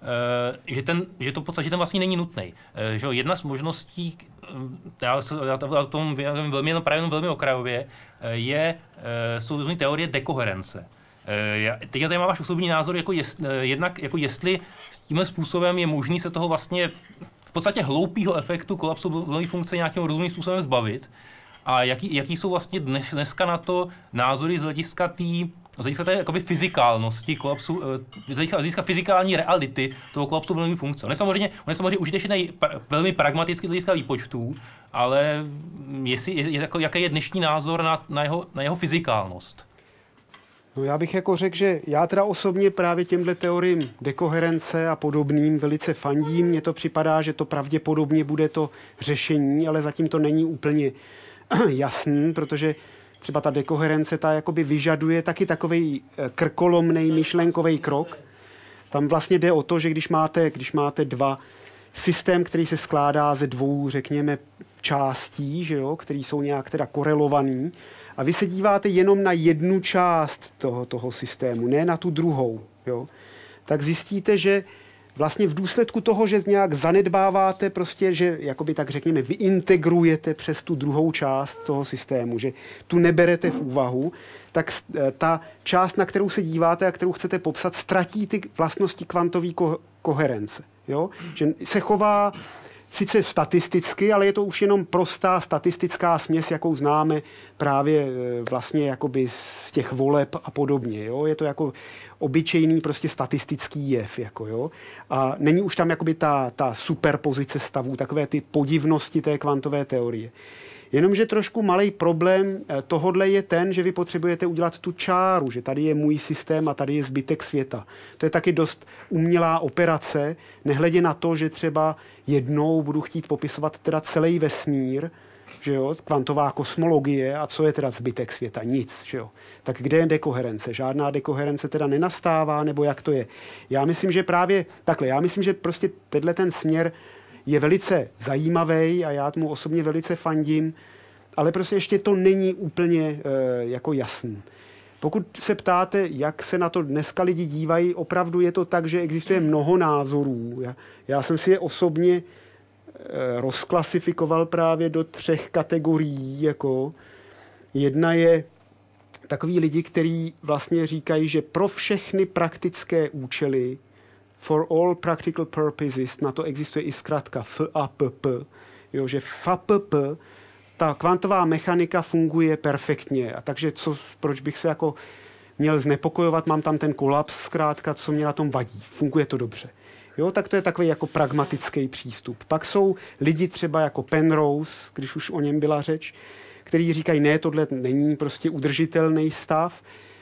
e, že, ten, že to v podstatě ten vlastně není nutný. E, že jedna z možností, já, já o tom vím velmi, právě jenom velmi okrajově, je, e, jsou různé teorie dekoherence. E, teď mě zajímá váš osobní názor, jako jest, jednak jako jestli tímhle způsobem je možný se toho vlastně v podstatě hloupýho efektu kolapsu vlnové funkce nějakým rozumným způsobem zbavit. A jaký, jaký jsou vlastně dnes, dneska na to názory z hlediska té z hlediska té jakoby fyzikálnosti kolapsu, z hlediska fyzikální reality toho kolapsu vlnové funkce. On je samozřejmě, on je samozřejmě užitečný pra, velmi pragmaticky z hlediska výpočtů, ale jestli, je, jako, jaký je dnešní názor na, na, jeho, na jeho fyzikálnost? No já bych jako řekl, že já teda osobně právě těmhle teoriím dekoherence a podobným velice fandím. Mně to připadá, že to pravděpodobně bude to řešení, ale zatím to není úplně jasný, protože třeba ta dekoherence ta jakoby vyžaduje taky takovej krkolomnej myšlenkový krok. Tam vlastně jde o to, že když máte, když máte dva systém, který se skládá ze dvou, řekněme, částí, že jo, který jsou nějak teda korelovaný, a vy se díváte jenom na jednu část toho, toho systému, ne na tu druhou, jo, tak zjistíte, že vlastně v důsledku toho, že nějak zanedbáváte prostě, že jakoby tak řekněme, vy integrujete přes tu druhou část toho systému, že tu neberete v úvahu, tak ta část, na kterou se díváte a kterou chcete popsat, ztratí ty vlastnosti kvantové ko- koherence. Jo? Že se chová sice statisticky, ale je to už jenom prostá statistická směs, jakou známe právě vlastně jakoby z těch voleb a podobně. Jo? Je to jako obyčejný prostě statistický jev. Jako, jo? A není už tam jakoby ta, ta superpozice stavů, takové ty podivnosti té kvantové teorie. Jenomže trošku malej problém tohodle je ten, že vy potřebujete udělat tu čáru, že tady je můj systém a tady je zbytek světa. To je taky dost umělá operace, nehledě na to, že třeba jednou budu chtít popisovat teda celý vesmír, že jo, kvantová kosmologie, a co je teda zbytek světa? Nic, že jo. Tak kde je dekoherence? Žádná dekoherence teda nenastává, nebo jak to je? Já myslím, že právě takhle, já myslím, že prostě tenhle ten směr je velice zajímavý a já tomu osobně velice fandím, ale prostě ještě to není úplně e, jako jasný. Pokud se ptáte, jak se na to dneska lidi dívají, opravdu je to tak, že existuje mnoho názorů. Já, já jsem si je osobně e, rozklasifikoval právě do třech kategorií. Jako. Jedna je takový lidi, kteří vlastně říkají, že pro všechny praktické účely for all practical purposes, na to existuje i zkrátka F A P P, jo, že F A P P, ta kvantová mechanika funguje perfektně. A takže co, proč bych se jako měl znepokojovat, mám tam ten kolaps zkrátka, co mě na tom vadí. Funguje to dobře. Jo, tak to je takový jako pragmatický přístup. Pak jsou lidi třeba jako Penrose, když už o něm byla řeč, který říkají, ne, tohle není prostě udržitelný stav.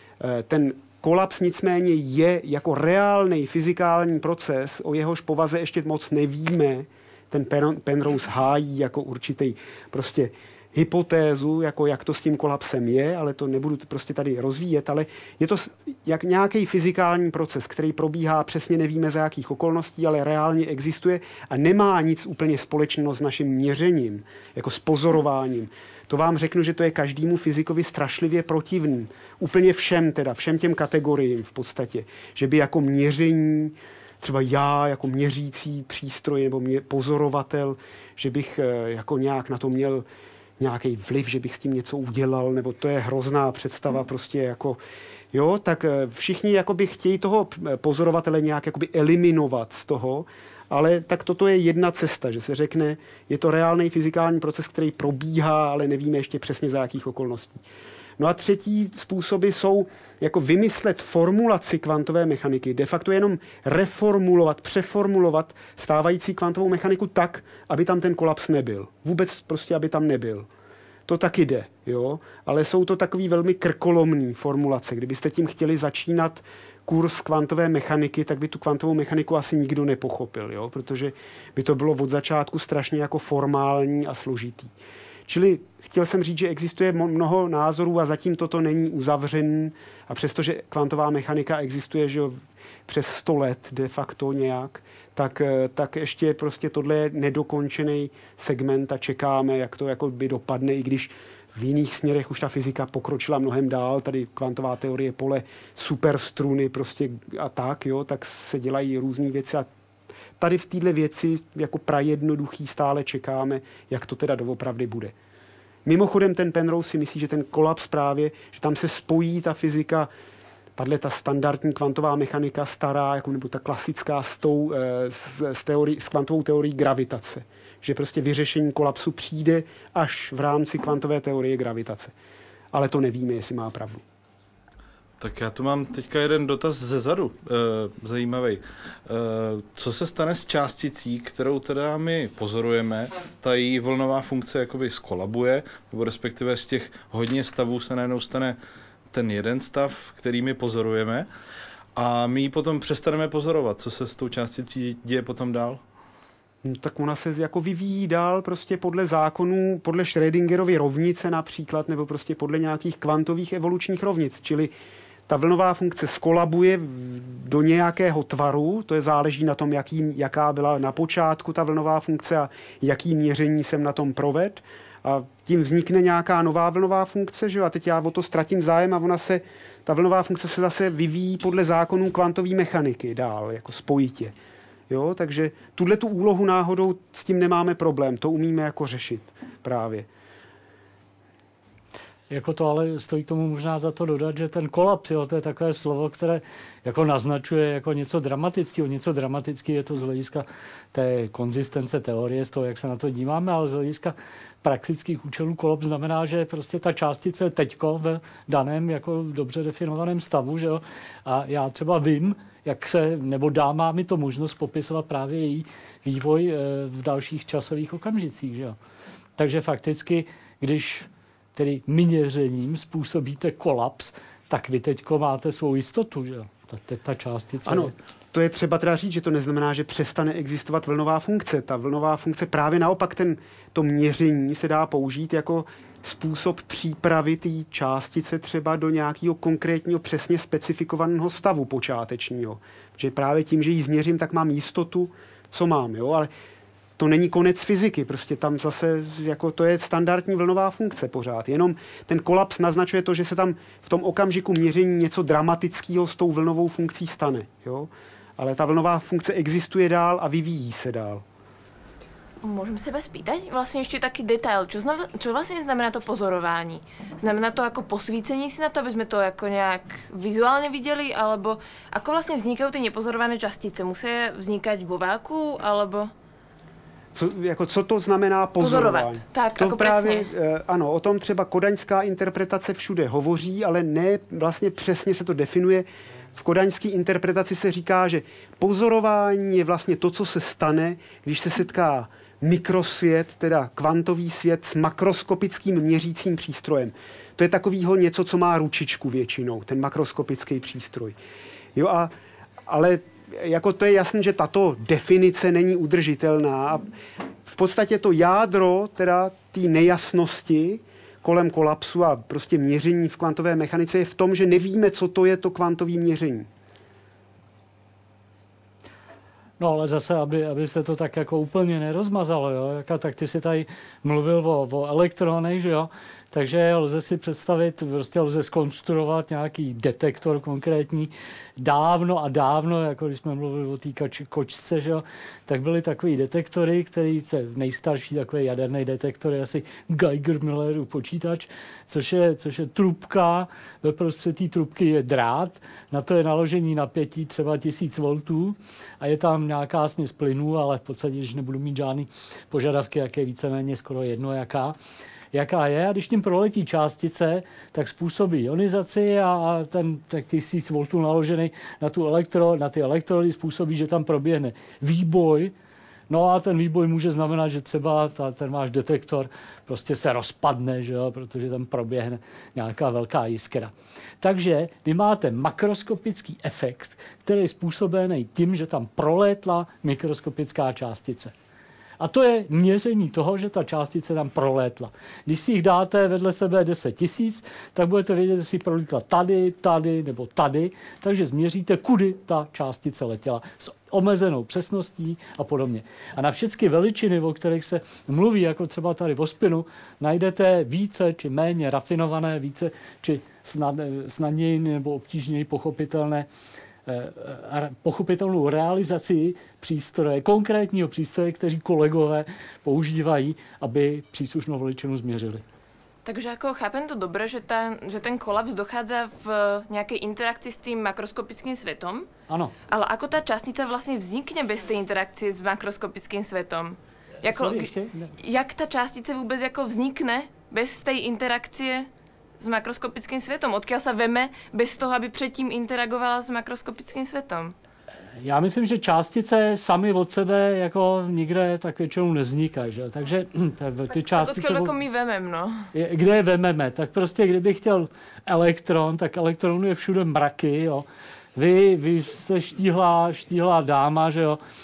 Ten kolaps nicméně je jako reálný fyzikální proces, o jehož povaze ještě moc nevíme. Ten Penrose hájí jako určitý prostě hypotézu, jako jak to s tím kolapsem je, ale to nebudu prostě tady rozvíjet, ale je to jak nějaký fyzikální proces, který probíhá, přesně nevíme za jakých okolností, ale reálně existuje a nemá nic úplně společného s naším měřením, jako s pozorováním. To vám řeknu, že to je každému fyzikovi strašlivě protivný. Úplně všem teda, všem těm kategoriím v podstatě. Že by jako měření, třeba já jako měřící přístroj nebo mě, pozorovatel, že bych jako nějak na to měl nějaký vliv, že bych s tím něco udělal, nebo to je hrozná představa prostě jako, jo, tak všichni jakoby chtějí toho pozorovatele nějak jakoby eliminovat z toho, ale tak toto je jedna cesta, že se řekne, je to reálný fyzikální proces, který probíhá, ale nevíme ještě přesně za jakých okolností. No a třetí způsoby jsou jako vymyslet formulaci kvantové mechaniky, de facto jenom reformulovat, přeformulovat stávající kvantovou mechaniku tak, aby tam ten kolaps nebyl. Vůbec prostě, aby tam nebyl. To taky jde, jo, ale jsou to takový velmi krkolomný formulace. Kdybyste tím chtěli začínat kurz kvantové mechaniky, tak by tu kvantovou mechaniku asi nikdo nepochopil, jo, protože by to bylo od začátku strašně jako formální a složitý. Čili chtěl jsem říct, že existuje mnoho názorů a zatím toto není uzavřený a přestože kvantová mechanika existuje, že jo, přes sto let de facto nějak, tak, tak ještě prostě tohle je nedokončený segment a čekáme, jak to jako by dopadne, i když v jiných směrech už ta fyzika pokročila mnohem dál, tady kvantová teorie pole superstruny prostě a tak, jo, tak se dělají různé věci a tady v této věci jako prajednoduchý stále čekáme, jak to teda doopravdy bude. Mimochodem ten Penrose si myslí, že ten kolaps právě, že tam se spojí ta fyzika, tahle ta standardní kvantová mechanika stará, jako, nebo ta klasická s, tou, s, s, teori, s kvantovou teorií gravitace. Že prostě vyřešení kolapsu přijde až v rámci kvantové teorie gravitace. Ale to nevíme, jestli má pravdu. Tak já tu mám teďka jeden dotaz ze zadu, e, zajímavý. E, co se stane s částicí, kterou teda my pozorujeme, ta její vlnová funkce jakoby skolabuje, nebo respektive z těch hodně stavů se najednou stane ten jeden stav, který my pozorujeme a my ji potom přestaneme pozorovat. Co se s tou částicí děje potom dál? No, tak ona se jako vyvíjí dál prostě podle zákonů, podle Schrödingerovy rovnice například, nebo prostě podle nějakých kvantových evolučních rovnic, čili ta vlnová funkce skolabuje do nějakého tvaru, to je záleží na tom, jaký, jaká byla na počátku ta vlnová funkce a jaký měření jsem na tom provedl. A tím vznikne nějaká nová vlnová funkce, že jo? A teď já o to ztratím zájem a ona se, ta vlnová funkce se zase vyvíjí podle zákonů kvantové mechaniky dál, jako spojitě. Jo? Takže tuhle tu úlohu náhodou s tím nemáme problém, to umíme jako řešit právě. Jako to ale stojí k tomu možná za to dodat, že ten kolaps, jo, to je takové slovo, které jako naznačuje jako něco dramatického. Něco dramatického je to z hlediska té konzistence teorie, z toho, jak se na to díváme, ale z hlediska praktických účelů kolaps znamená, že prostě ta částice je teďko v daném jako dobře definovaném stavu, že jo. A já třeba vím, jak se, nebo dá mi to možnost popisovat právě její vývoj v dalších časových okamžicích, že jo. Takže fakticky, když tedy měřením způsobíte kolaps, tak vy teďko máte svou jistotu, že jo? Ta, ta částice. Ano, to je třeba teda říct, že to neznamená, že přestane existovat vlnová funkce. Ta vlnová funkce právě naopak ten, to měření se dá použít jako způsob přípravy té částice třeba do nějakého konkrétního přesně specifikovaného stavu počátečního. Protože právě tím, že ji změřím, tak mám jistotu, co mám, jo, ale to není konec fyziky, prostě tam zase jako to je standardní vlnová funkce pořád. Jenom ten kolaps naznačuje to, že se tam v tom okamžiku měření něco dramatického s tou vlnovou funkcí stane. Jo? Ale ta vlnová funkce existuje dál a vyvíjí se dál. Môžem seba spýtať? Vlastne ešte taký detail. Čo, znav- čo vlastne znamená to pozorování? Znamená to ako posvícení si na to, aby sme to ako nejak vizuálne videli? Alebo ako vlastne vznikajú tie nepozorované častice? Musia vznikať vo váku? Alebo... Co, jako, co to znamená pozorování? Pozorovat. Tak, to jako právě, přesně. Ano, o tom třeba kodaňská interpretace všude hovoří, ale ne vlastně přesně se to definuje. V kodaňské interpretaci se říká, že pozorování je vlastně to, co se stane, když se setká mikrosvět, teda kvantový svět s makroskopickým měřícím přístrojem. To je takovýho něco, co má ručičku většinou, ten makroskopický přístroj. Jo a, ale jako to je jasné, že tato definice není udržitelná. A v podstatě to jádro, teda té nejasnosti kolem kolapsu a prostě měření v kvantové mechanice je v tom, že nevíme, co to je to kvantové měření. No ale zase, aby, aby se to tak jako úplně nerozmazalo, jo? Jako, tak ty si tady mluvil o, o elektronech, že jo? Takže lze si představit, prostě lze zkonstruovat nějaký detektor konkrétní. Dávno a dávno, jako když jsme mluvili o té kočce, že jo, tak byly takový detektory, který se nejstarší takový jaderný detektor je asi Geiger-Millerův počítač, což je, což je trubka, ve prostřed té trubky je drát, na to je naložení napětí třeba tisíc voltů a je tam nějaká směs plynů, ale v podstatě, když nebudu mít žádný požadavky, jak je víceméně skoro jedno jaká, jaká je, a když tím proletí částice, tak způsobí ionizaci a, a ten tak tisíc voltů naložený na, tu elektro, na ty elektrody způsobí, že tam proběhne výboj. No a ten výboj může znamenat, že třeba ta, ten váš detektor prostě se rozpadne, že jo, protože tam proběhne nějaká velká jiskra. Takže vy máte makroskopický efekt, který je způsobený tím, že tam prolétla mikroskopická částice. A to je měření toho, že ta částice tam prolétla. Když si jich dáte vedle sebe deset tisíc, tak budete vědět, jestli prolítla tady, tady nebo tady, takže změříte, kudy ta částice letěla s omezenou přesností a podobně. A na všechny veličiny, o kterých se mluví, jako třeba tady v spinu, najdete více či méně rafinované, více či snad, snadněji nebo obtížněji pochopitelné pochopitelnou realizaci přístroje, konkrétního přístroje, kteří kolegové používají, aby příslušnou veličinu změřili. Takže ako chápem to dobre, že, tá, že ten kolaps dochádza v nejakej interakcii s tým makroskopickým svetom? Áno. Ale ako tá častica vlastne vznikne bez tej interakcie s makroskopickým svetom? Jako, Sorry, ešte? Jak tá častice vôbec ako vznikne bez tej interakcie s makroskopickým svetom? Odkiaľ sa veme bez toho, aby předtím interagovala s makroskopickým svetom? Já myslím, že částice sami od sebe jako nikde tak většinou nevznikají, že? Takže ty částice... Tak odkiaľ jako my vememe, no? Kde je vememe? Tak prostě, kdybych chtěl elektron, tak elektronů je všude mraky, jo. Vy, vy jste štíhlá, štíhlá dáma, že jo.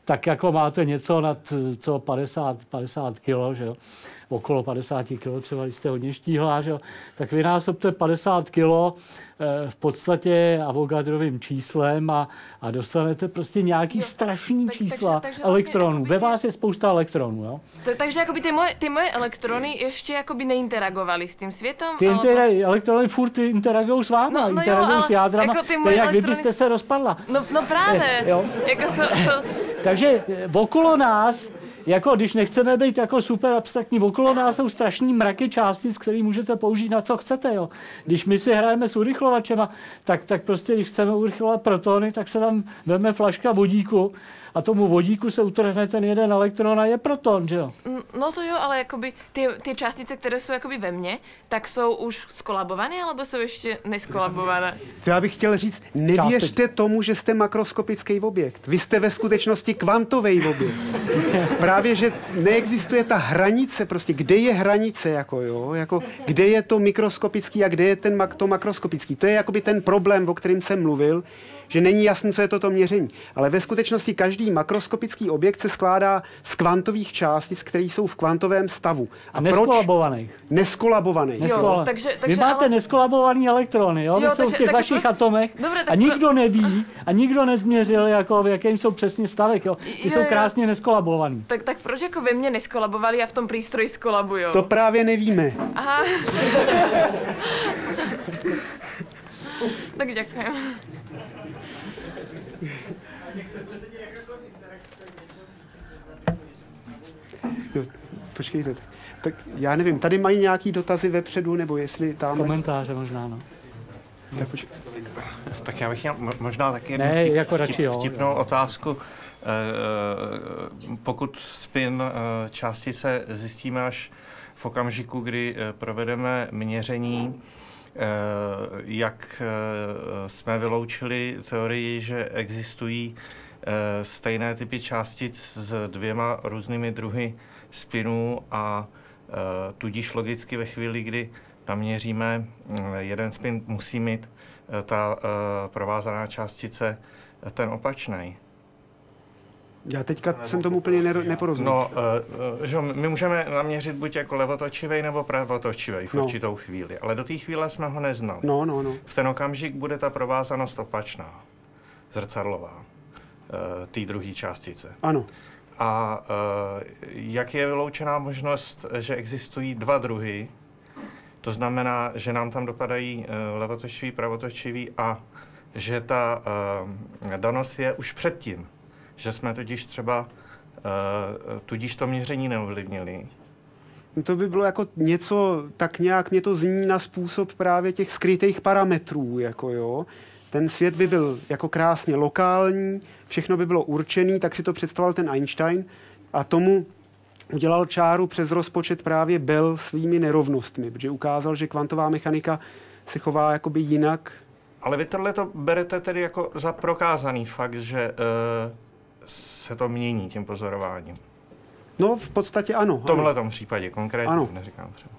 tak jako máte něco nad co padesát, padesát kilo, že jo? Okolo padesát kilo, třeba když jste hodně štíhlá, že jo? Tak vynásobte padesát kilo v podstatě Avogadrovým číslem a, a dostanete prostě nějaký jo, strašný tak, čísla takže, takže elektronů. Vlastně, Ve vás je spousta elektronů. Jo? To, takže jakoby ty moje, ty moje elektrony ještě jakoby neinteragovaly s tím světem? Ty alebo... elektrony furt interagují s váma, no, no interagují s jádrama. Jako to je jak kdybyste se rozpadla. No, no právě. Jo? Jako so, so... Takže okolo nás, jako když nechceme být jako super abstraktní, okolo nás jsou strašný mraky částic, které můžete použít na co chcete. Jo. Když my si hrajeme s urychlovačema, tak, tak prostě, když chceme urychlovat protony, tak se tam veme flaška vodíku a tomu vodíku se utrhne ten jeden elektron a je proton, že jo? No to jo, ale jakoby ty, ty částice, které jsou jakoby ve mně, tak jsou už skolabované, alebo jsou ještě neskolabované? Co já bych chtěl říct, nevěřte tomu, že jste makroskopický objekt. Vy jste ve skutečnosti kvantový objekt. Právě, že neexistuje ta hranice, prostě kde je hranice, jako jo, jako kde je to mikroskopický a kde je ten mak- to makroskopický. To je jakoby ten problém, o kterém jsem mluvil, že není jasné, co je toto měření. Ale ve skutečnosti každý makroskopický objekt se skládá z kvantových částic, které jsou v kvantovém stavu. A neskolabovaných. Neskolabovaných. Neskolabovaných. Takže, takže Vy máte ale... neskolabovaný elektrony, jo? jo jsou v těch vašich proč... atomech Dobre, a nikdo pro... neví a nikdo nezměřil, jako, v jakém jsou přesně stavek. Jo? Ty jo, jsou krásně jo. neskolabovaný. Tak, tak proč jako ve mně neskolabovali a v tom přístroji skolabujou? To právě nevíme. Aha. Tak děkuji. Jo, počkejte. Tak já nevím, tady mají nějaký dotazy vepředu, nebo jestli tam... Komentáře možná, no. Tak, poč... tak já bych měl možná taky ne, vtip, jako vtip, radši, jo, vtipnou jo. otázku. Pokud spin částice zjistíme až v okamžiku, kdy provedeme měření, jak jsme vyloučili teorii, že existují stejné typy částic s dvěma různými druhy spinů a tudíž logicky ve chvíli, kdy naměříme jeden spin, musí mít ta provázaná částice ten opačný. Já teďka jsem tomu úplně neporozuměl. No, uh, že my můžeme naměřit buď jako levotočivej nebo pravotočivej v no. určitou chvíli, ale do té chvíle jsme ho neznali. No, no, no. V ten okamžik bude ta provázanost opačná, zrcadlová, uh, té druhé částice. Ano. A uh, jak je vyloučená možnost, že existují dva druhy, to znamená, že nám tam dopadají uh, levotočivý, pravotočivý a že ta uh, danost je už předtím. Že jsme totiž třeba, uh, tudíž to měření neovlivnili. No to by bylo jako něco, tak nějak mě to zní na způsob právě těch skrytých parametrů, jako jo. Ten svět by byl jako krásně lokální, všechno by bylo určený, tak si to představoval ten Einstein a tomu udělal čáru přes rozpočet právě Bell svými nerovnostmi, protože ukázal, že kvantová mechanika se chová jakoby jinak. Ale vy tohle to berete tedy jako za prokázaný fakt, že uh, se to mění tím pozorováním. No, v podstatě ano. V tomhle tom případě konkrétně, ano. Neříkám třeba.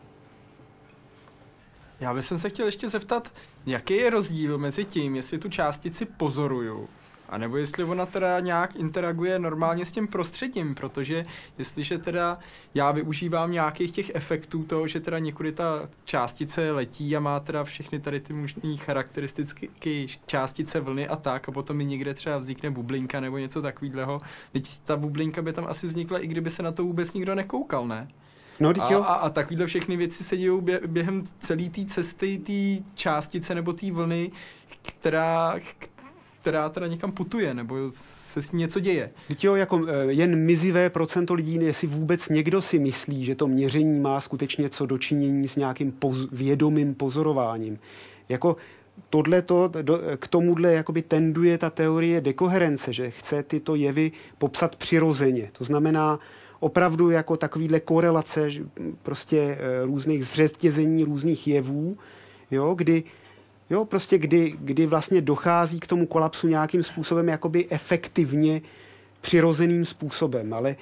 Já bych se chtěl ještě zeptat, jaký je rozdíl mezi tím, jestli tu částici pozoruju, anebo jestli ona teda nějak interaguje normálně s tím prostředím, protože jestliže teda já využívám nějakých těch efektů toho, že teda někudy ta částice letí a má teda všechny tady ty možné charakteristiky částice vlny a tak a potom mi někde třeba vznikne bublinka nebo něco takového, teď ta bublinka by tam asi vznikla, i kdyby se na to vůbec nikdo nekoukal, ne? No, a, a, a takovýhle všechny věci se dějou bě, během celé té cesty, té částice nebo té vlny, která... která teda někam putuje, nebo se s ní něco děje. Víte jo, jako jen mizivé procento lidí, jestli vůbec někdo si myslí, že to měření má skutečně co dočinění s nějakým poz, vědomým pozorováním. Jako tohleto, do, k tomuhle jakoby tenduje ta teorie dekoherence, že chce tyto jevy popsat přirozeně. To znamená opravdu jako takovýhle korelace prostě různých zřetězení různých jevů, jo, kdy Jo, prostě kdy, kdy vlastně dochází k tomu kolapsu nějakým způsobem jakoby efektivně přirozeným způsobem, ale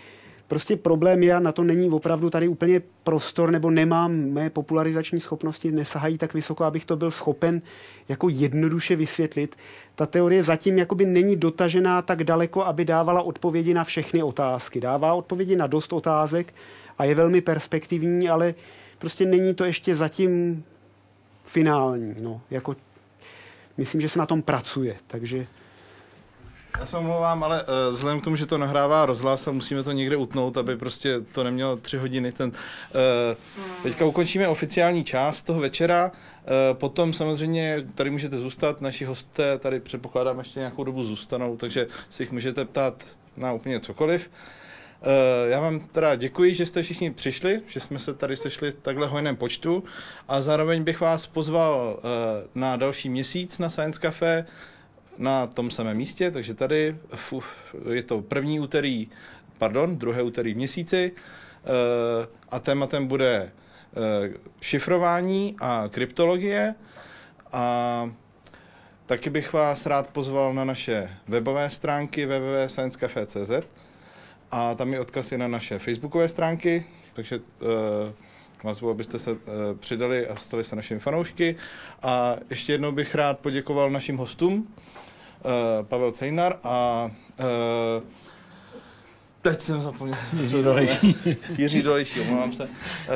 Prostě problém je, a na to není opravdu tady úplně prostor, nebo nemám, mé popularizační schopnosti nesahají tak vysoko, abych to byl schopen jako jednoduše vysvětlit. Ta teorie zatím jakoby není dotažená tak daleko, aby dávala odpovědi na všechny otázky. Dává odpovědi na dost otázek a je velmi perspektivní, ale prostě není to ještě zatím finální. No, jako, myslím, že se na tom pracuje, takže... Já se omlouvám, ale uh, vzhledem k tomu, že to nahrává rozhlas a musíme to někde utnout, aby prostě to nemělo tři hodiny. Ten, uh, teďka ukončíme oficiální část toho večera, uh, potom samozřejmě tady můžete zůstat, naši hosté tady předpokládám ještě nějakou dobu zůstanou, takže si jich můžete ptát na úplně cokoliv. Uh, já vám teda děkuji, že jste všichni přišli, že jsme se tady sešli v takhle hojném počtu a zároveň bych vás pozval uh, na další měsíc na Science Café, na tom samém místě, takže tady je to první úterý, pardon, druhé úterý v měsíci a tématem bude šifrování a kryptologie a taky bych vás rád pozval na naše webové stránky w w w tečka science cafe tečka c z a tam je odkaz i na naše facebookové stránky, takže vás bylo, abyste se přidali a stali se našimi fanoušky a ještě jednou bych rád poděkoval našim hostům, Uh, Pavel Cejnar a uh, teď jsem zapomněl. Jiří Dolejší. Jiří Dolejší, omlouvám se. Uh,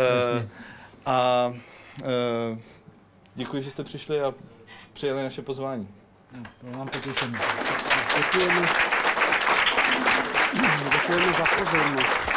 a uh, děkuji, že jste přišli a přijali naše pozvání. No, mám potěšení. Děkujeme. Děkujeme za pozornost.